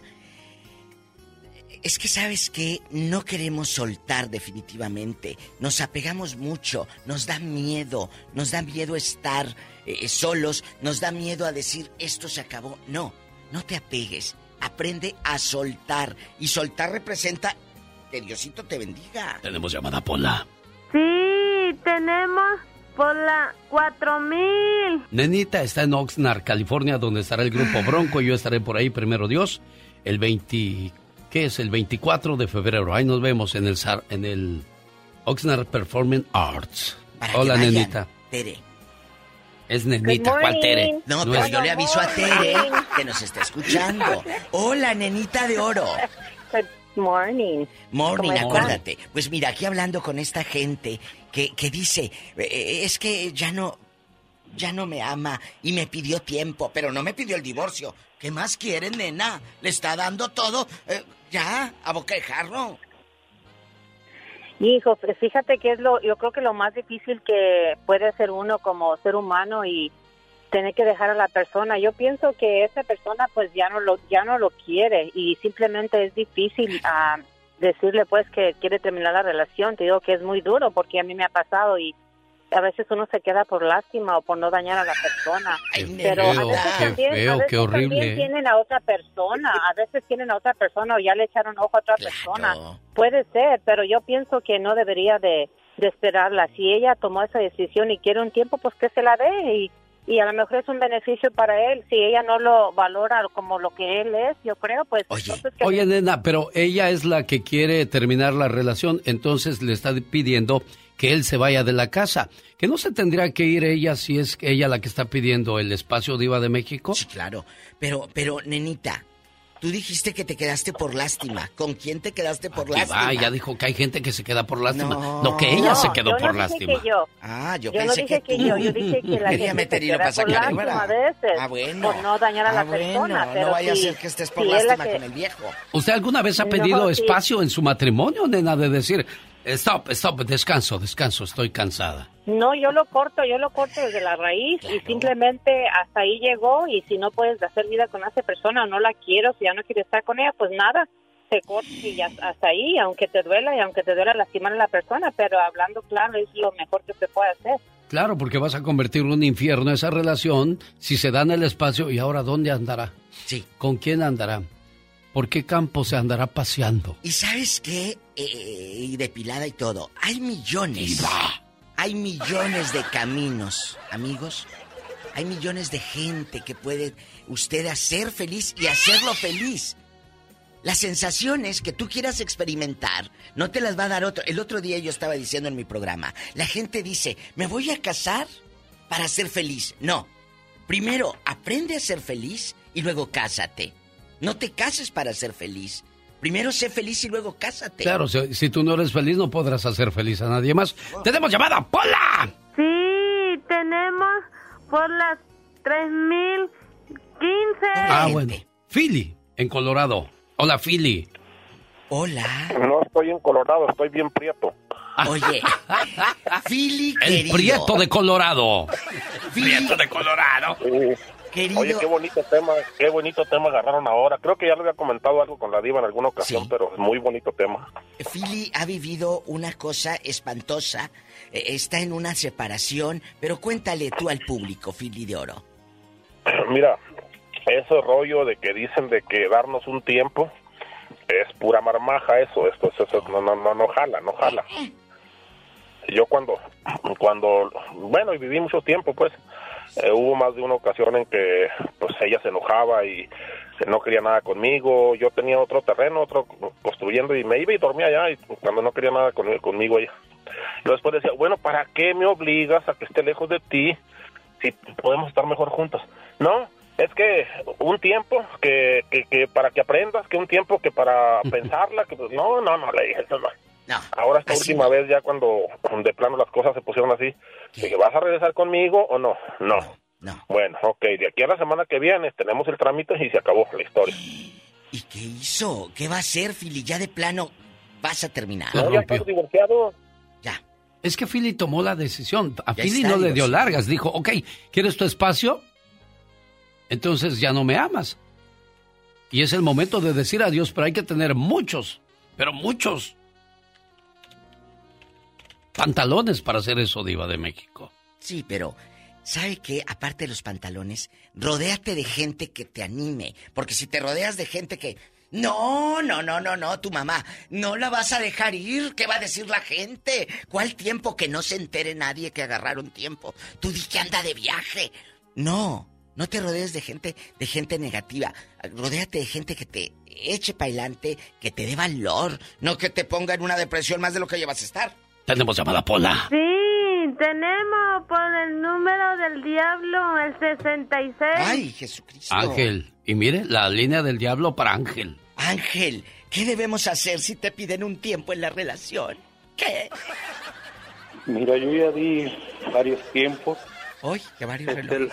Es que, ¿sabes qué? No queremos soltar definitivamente. Nos apegamos mucho, nos da miedo estar solos, nos da miedo a decir, esto se acabó. No, no te apegues, aprende a soltar. Y soltar representa que Diosito te bendiga. Tenemos llamada, Pola. Sí, tenemos Pola 4000. Nenita está en Oxnard, California, donde estará el grupo Bronco. Yo estaré por ahí, primero Dios, el 24 de febrero. Ahí nos vemos en el Oxnard Performing Arts. Hola, Nenita. Tere. Es Nenita, ¿cuál Tere? No, pero yo le aviso a Tere que nos está escuchando. Hola, Nenita de Oro. Morning. Morning, ¿Cómo acuérdate. estás? Pues mira, aquí hablando con esta gente que dice, es que ya no me ama y me pidió tiempo, pero no me pidió el divorcio. ¿Qué más quieren, nena? Le está dando todo, ya, a boca de jarro. Hijo, pues fíjate que yo creo que lo más difícil que puede hacer uno como ser humano y tener que dejar a la persona. Yo pienso que esa persona pues ya no lo quiere y simplemente es difícil decirle pues que quiere terminar la relación. Te digo que es muy duro porque a mí me ha pasado y a veces uno se queda por lástima o por no dañar a la persona. Pero a veces qué horrible. También tienen a otra persona, o ya le echaron ojo a otra persona. Puede ser, pero yo pienso que no debería de esperarla. Si ella tomó esa decisión y quiere un tiempo, pues que se la dé y a lo mejor es un beneficio para él. Si ella no lo valora como lo que él es, yo creo, pues... Oye, nena, pero ella es la que quiere terminar la relación, entonces le está pidiendo que él se vaya de la casa. ¿Que no se tendría que ir ella si es ella la que está pidiendo el espacio, Diva de México? Sí, claro. Pero, nenita, tú dijiste que te quedaste por lástima. ¿Con quién te quedaste por lástima? Ya dijo que hay gente que se queda por lástima. No, que ella se quedó por lástima. Yo pensé no dije que tú. yo dije que la Quería gente meter se hilo queda para por sacar lástima a hebra. veces, Bueno. por no dañar a la persona. Pero no vaya a si- ser que estés por si es la lástima que- con el viejo. ¿Usted alguna vez ha No, pedido sí. espacio en su matrimonio, nena, de decir, stop, descanso, estoy cansada? No, yo lo corto desde la raíz y simplemente hasta ahí llegó y si no puedes hacer vida con esa persona o no la quiero, si ya no quieres estar con ella, pues nada, se corta y ya hasta ahí, aunque te duela lastimar a la persona, pero hablando claro es lo mejor que se puede hacer. Claro, porque vas a convertir en un infierno esa relación si se dan el espacio. ¿Y ahora dónde andará? Sí. ¿Con quién andará? ¿Por qué campo se andará paseando? ¿Y sabes qué? Y depilada y todo. Hay millones. Hay millones de caminos, amigos. Hay millones de gente que puede usted hacer feliz y hacerlo feliz. Las sensaciones que tú quieras experimentar no te las va a dar otro. El otro día yo estaba diciendo en mi programa, la gente dice, me voy a casar para ser feliz. No. Primero, aprende a ser feliz y luego cásate. No te cases para ser feliz. Primero sé feliz y luego cásate. Claro, si tú no eres feliz no podrás hacer feliz a nadie más. ¡Tenemos llamada, Pola! Sí, tenemos por las 3015. Bueno. Philly, en Colorado. Hola, Philly. Hola. No estoy en Colorado, estoy bien prieto. Oye, Philly, El querido. Prieto de Colorado. Prieto de Colorado. Querido. Oye, qué bonito tema agarraron ahora. Creo que ya le había comentado algo con la Diva en alguna ocasión, pero es muy bonito tema. Philly ha vivido una cosa espantosa. Está en una separación. Pero cuéntale tú al público, Philly de Oro. Mira, ese rollo de que dicen de que darnos un tiempo es pura marmaja eso no jala. Yo cuando bueno, y viví mucho tiempo, pues, hubo más de una ocasión en que pues ella se enojaba y no quería nada conmigo. Yo tenía otro terreno, otro construyendo y me iba y dormía allá y cuando no quería nada conmigo ella. Después decía, bueno, ¿para qué me obligas a que esté lejos de ti si podemos estar mejor juntos? No, es que un tiempo que para que aprendas, que un tiempo que para pensarla, que no, le dije, eso no. No. Ahora esta última vez ya cuando de plano las cosas se pusieron así, dije, ¿vas a regresar conmigo o no? No. Bueno, ok, de aquí a la semana que viene tenemos el trámite y se acabó la historia. ¿Y qué hizo? ¿Qué va a hacer, Philly? Ya de plano vas a terminar. No, ya estamos divorciados. Ya. Es que Philly tomó la decisión. A Ya Philly está no le dio divorciado. largas. Dijo, ok, ¿quieres tu espacio? Entonces ya no me amas. Y es el momento de decir adiós, pero hay que tener muchos, pero muchos pantalones para hacer eso, Diva de México. Sí, pero ¿sabe qué? Aparte de los pantalones, rodéate de gente que te anime. Porque si te rodeas de gente que... No, tu mamá, no la vas a dejar ir. ¿Qué va a decir la gente? ¿Cuál tiempo? Que no se entere nadie que agarraron tiempo. Tú di que anda de viaje. No te rodees de gente negativa. Rodéate de gente que te eche para adelante, que te dé valor. No que te ponga en una depresión más de lo que llevas a estar. Tenemos llamada, Pola. Sí, tenemos por el número del diablo, el 66. Ay, Jesucristo. Ángel. Y mire, la línea del diablo para Ángel. Ángel, ¿qué debemos hacer si te piden un tiempo en la relación? ¿Qué? Mira, yo ya di varios tiempos. Hoy, que varios relojes.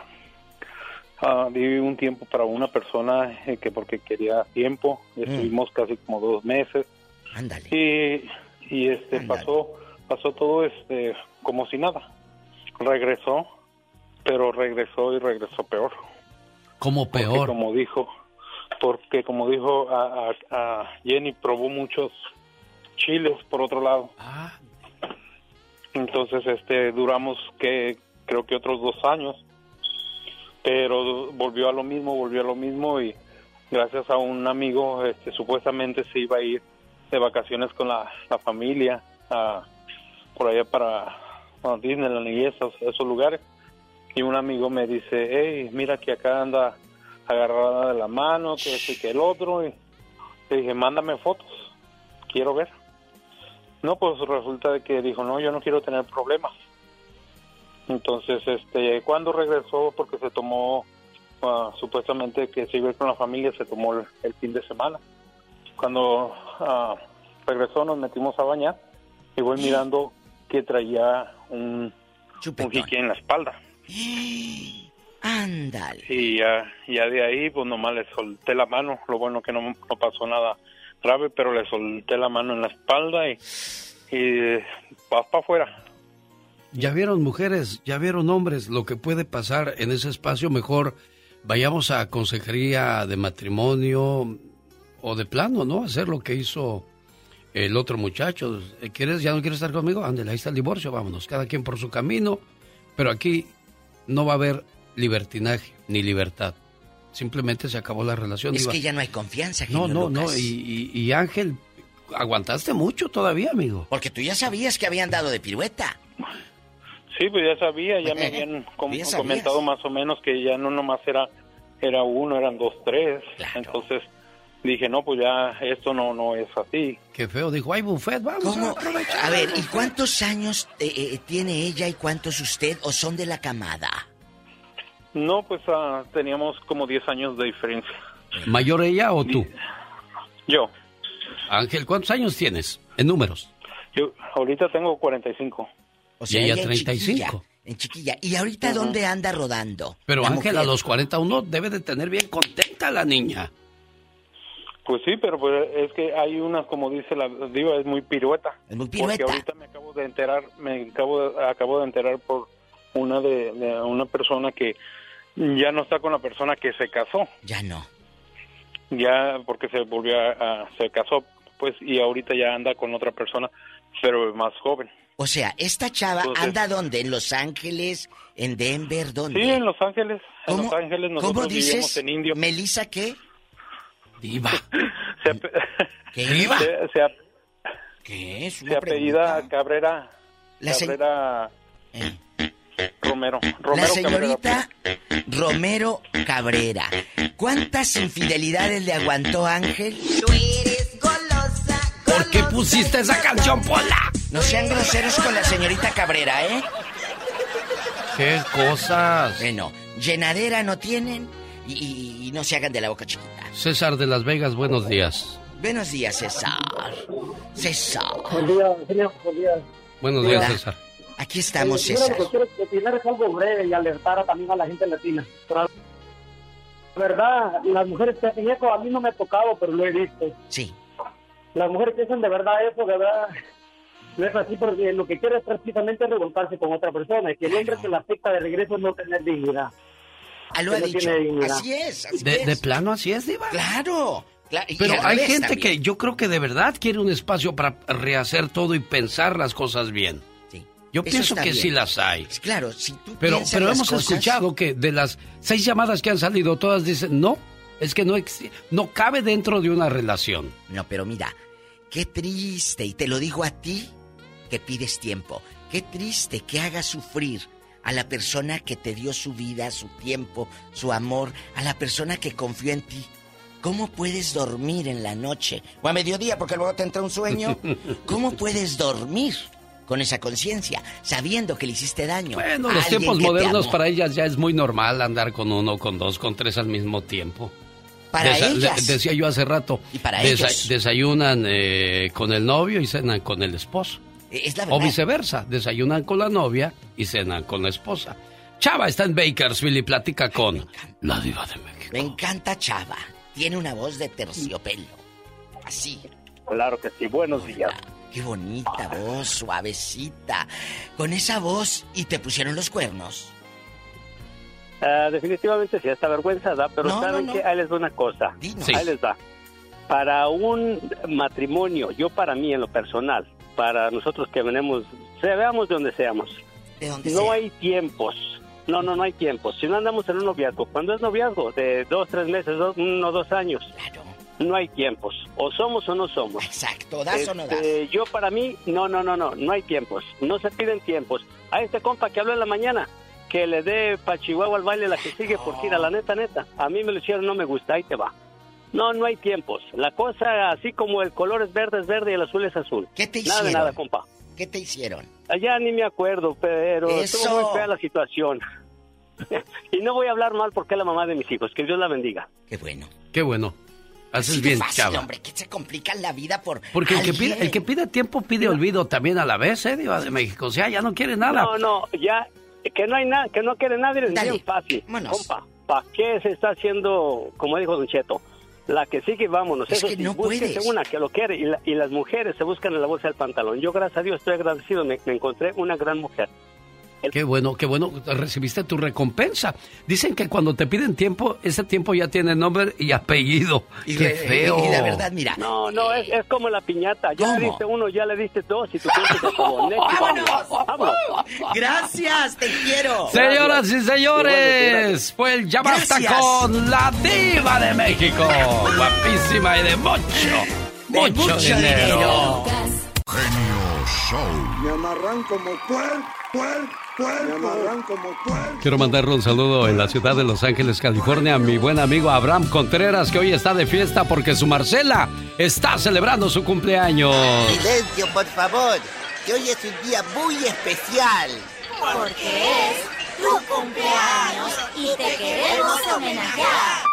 Di un tiempo para una persona que porque quería tiempo. Estuvimos casi como 2 meses. Ándale. Y pasó todo como si nada. Regresó, pero regresó peor. ¿Cómo peor? Porque como dijo a Jenny, probó muchos chiles por otro lado. Entonces duramos creo que otros 2 años, pero volvió a lo mismo y gracias a un amigo supuestamente se iba a ir de vacaciones con la familia por allá para Disneyland y esos lugares, y un amigo me dice, hey, mira que acá anda agarrada de la mano, que este y que el otro, y le dije, mándame fotos, quiero ver. No, pues resulta de que dijo, no, yo no quiero tener problemas. Entonces, cuando regresó, porque se tomó, supuestamente que se iba a ir con la familia, se tomó el fin de semana. Cuando regresó, nos metimos a bañar y voy mirando que traía un jique en la espalda. Ándale. Y ya de ahí, pues nomás le solté la mano. Lo bueno que no pasó nada grave, pero le solté la mano en la espalda y vas para afuera. Ya vieron mujeres, ya vieron hombres, lo que puede pasar en ese espacio. Mejor vayamos a consejería de matrimonio o de plano, ¿no? Hacer lo que hizo el otro muchacho. ¿Ya no quieres estar conmigo? Ándale, ahí está el divorcio, vámonos, cada quien por su camino. Pero aquí no va a haber libertinaje ni libertad. Simplemente se acabó la relación. Es que ya no hay confianza, No, Lucas. y Ángel, aguantaste mucho todavía, amigo. Porque tú ya sabías que habían dado de pirueta. Sí, pues ya sabía, ya me habían comentado más o menos que ya no nomás era uno, eran 2, 3. Claro. Entonces dije, no, pues ya esto no es así. Qué feo, dijo, hay buffet, vamos a aprovechar. A ver, ¿y cuántos años tiene ella y cuántos usted o son de la camada? No, pues teníamos como 10 años de diferencia. ¿Mayor ella o tú? Yo. Ángel, ¿cuántos años tienes en números? Yo ahorita tengo 45. O sea, y ella 35. En chiquilla. ¿Y ahorita dónde anda rodando? Pero Ángel, a los 41 debe de tener bien contenta la niña. Pues sí, pero pues es que hay unas, como dice la diva, es muy pirueta. Es muy pirueta. Porque ahorita me acabo de enterar por una de una persona que ya no está con la persona que se casó. Ya no. Ya porque se casó, pues, y ahorita ya anda con otra persona, pero más joven. O sea, esta chava anda ¿dónde? ¿En Los Ángeles? ¿En Denver? ¿Dónde? Sí, en Los Ángeles. ¿Cómo? En Los Ángeles nosotros ¿Cómo dices? vivimos en Indio. ¿Melissa qué? Diva. ¿Qué diva? ¿Qué es? Se apellida Cabrera. Cabrera. Romero. La señorita Cabrera. Romero Cabrera. ¿Cuántas infidelidades le aguantó Ángel? Tú eres golosa. ¿Por qué pusiste esa canción, Pola? No sean groseros con la señorita Cabrera, ¿eh? ¿Qué cosas? Bueno, llenadera no tienen y no se hagan de la boca chiquita. César de Las Vegas, buenos días. Buenos días, César. César. Buen día, señor. Buen día. Buenos días, César. Aquí estamos, mira, César. lo que quiero opinar es algo breve y alertar también a la gente latina. Pero, la verdad, las mujeres que hacen eso a mí no me ha tocado, pero lo he visto. Sí. Las mujeres que hacen de verdad eso, de verdad, no es así porque lo que quiere es precisamente revoltarse con otra persona y que el hombre que la afecta de regreso es no tener dignidad. Lo ha dicho. Así es. De plano así es, Diva. Claro. Pero hay gente que yo creo que de verdad quiere un espacio para rehacer todo y pensar las cosas bien. Sí. Yo pienso que sí las hay. Claro, si tú Pero las hemos cosas... escuchado que de las 6 llamadas que han salido, todas dicen, no, es que no cabe dentro de una relación. No, pero mira, qué triste, y te lo digo a ti, que pides tiempo. Qué triste que hagas sufrir a la persona que te dio su vida, su tiempo, su amor, a la persona que confió en ti. ¿Cómo puedes dormir en la noche? O a mediodía, porque luego te entra un sueño. ¿Cómo puedes dormir con esa conciencia, sabiendo que le hiciste daño? Bueno, los tiempos modernos para ellas ya es muy normal andar con 1, con 2, con 3 al mismo tiempo. Para ellas. Decía yo hace rato. Y para ellos. Desayunan con el novio y cenan con el esposo. Es la verdad. O viceversa, desayunan con la novia y cenan con la esposa. Chava está en Bakersfield y platica con la Diva de México. Me encanta Chava. Tiene una voz de terciopelo. Así. Claro que sí, buenos días. Qué bonita voz, suavecita. Con esa voz, ¿y te pusieron los cuernos? Definitivamente sí, hasta vergüenza da, pero ¿saben qué? Ahí les da una cosa. Sí. Ahí les da. Para un matrimonio, yo para mí en lo personal, para nosotros que venimos, veamos de donde seamos, no hay tiempos. No hay tiempos. Si no andamos en un noviazgo, cuando es noviazgo de 2, 3 meses, 1 o 2 años, no hay tiempos. O somos o no somos. Exacto, das o no das. Yo para mí, no hay tiempos. No se piden tiempos. A este compa que habló en la mañana, que le dé pa' Chihuahua al baile la que sigue, porque la neta, a mí me lo hicieron, no me gusta, ahí te va. No hay tiempos. La cosa, así como el color es verde y el azul es azul. ¿Qué te hicieron? Nada, compa. ¿Qué te hicieron? Ya ni me acuerdo, pero estuvo muy fea la situación. Y no voy a hablar mal porque es la mamá de mis hijos. Que Dios la bendiga. Qué bueno. Qué bueno. Haces Así bien, fácil, Chava. Hombre, que se complica la vida por porque alguien. el que pide tiempo pide olvido también a la vez, Diva de México. O sea, ya no quiere nada. Ya, que no hay nada, que no quiere nadie, es bien fácil. Vámonos. Compa, ¿para qué se está haciendo, como dijo Don Cheto? La que sigue, vámonos. Es eso que sí, no búsquese puedes. una que lo quiere y las mujeres se buscan en la bolsa del pantalón. Yo, gracias a Dios, estoy agradecido. Me encontré una gran mujer. Qué bueno, recibiste tu recompensa. Dicen que cuando te piden tiempo, ese tiempo ya tiene nombre y apellido. Qué feo. Y la verdad, mira. No, es como la piñata. Ya le diste 1, ya le diste 2 y tu tiempo se acabó. ¡Vámonos! Gracias, te quiero. Señoras y señores, fue el Ya Basta con la Diva de México. Guapísima y de mucho dinero. Genio Show. Me amarran como puerco. Me amarran como puerco. Quiero mandarle un saludo en la ciudad de Los Ángeles, California, a mi buen amigo Abraham Contreras, que hoy está de fiesta porque su Marcela está celebrando su cumpleaños. Silencio, por favor, que hoy es un día muy especial. Porque es tu cumpleaños y te queremos homenajear.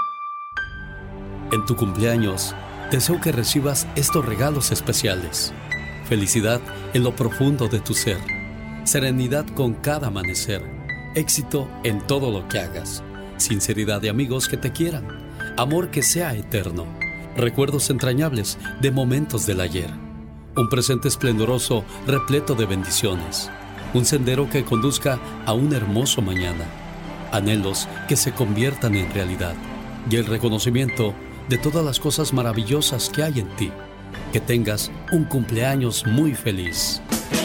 En tu cumpleaños, deseo que recibas estos regalos especiales. Felicidad en lo profundo de tu ser. Serenidad con cada amanecer. Éxito en todo lo que hagas. Sinceridad de amigos que te quieran. Amor que sea eterno. Recuerdos entrañables de momentos del ayer. Un presente esplendoroso repleto de bendiciones. Un sendero que conduzca a un hermoso mañana. Anhelos que se conviertan en realidad. Y el reconocimiento de todas las cosas maravillosas que hay en ti. Que tengas un cumpleaños muy feliz.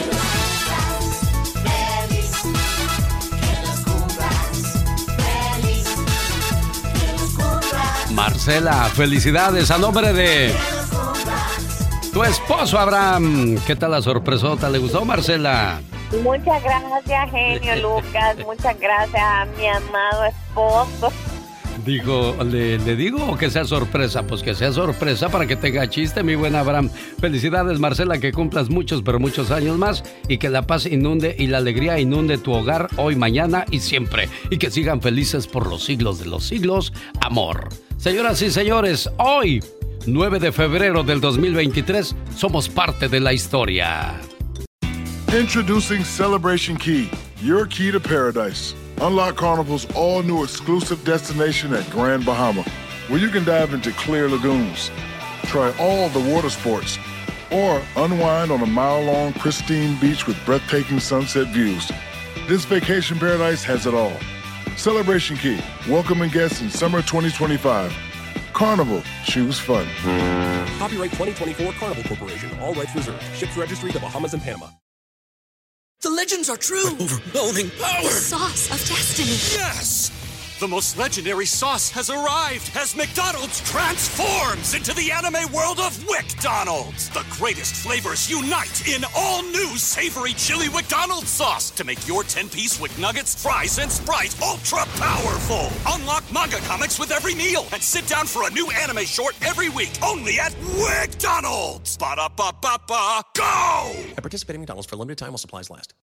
Marcela, felicidades a nombre de tu esposo Abraham. ¿Qué tal la sorpresota? ¿Le gustó, Marcela? Muchas gracias, genio Lucas. Muchas gracias a mi amado esposo. Dijo, ¿le digo o que sea sorpresa? Pues que sea sorpresa para que tenga chiste, mi buen Abraham. Felicidades, Marcela, que cumplas muchos, pero muchos años más y que la paz inunde y la alegría inunde tu hogar hoy, mañana y siempre. Y que sigan felices por los siglos de los siglos. Amor. Señoras y señores, hoy, 9 de febrero del 2023, somos parte de la historia. Introducing Celebration Key, your key to paradise. Unlock Carnival's all-new exclusive destination at Grand Bahama, where you can dive into clear lagoons, try all the water sports, or unwind on a mile-long pristine beach with breathtaking sunset views. This vacation paradise has it all. Celebration Key, welcoming guests in summer 2025. Carnival, choose fun. Copyright 2024 Carnival Corporation, all rights reserved. Ships registry the Bahamas and Panama. The legends are true. Overwhelming power! The sauce of destiny. Yes! The most legendary sauce has arrived as McDonald's transforms into the anime world of WickDonald's. The greatest flavors unite in all new savory chili McDonald's sauce to make your 10-piece Wick Nuggets, fries, and Sprite ultra-powerful. Unlock manga comics with every meal and sit down for a new anime short every week only at WickDonald's. Ba-da-ba-ba-ba, go! At participating McDonald's for a limited time while supplies last.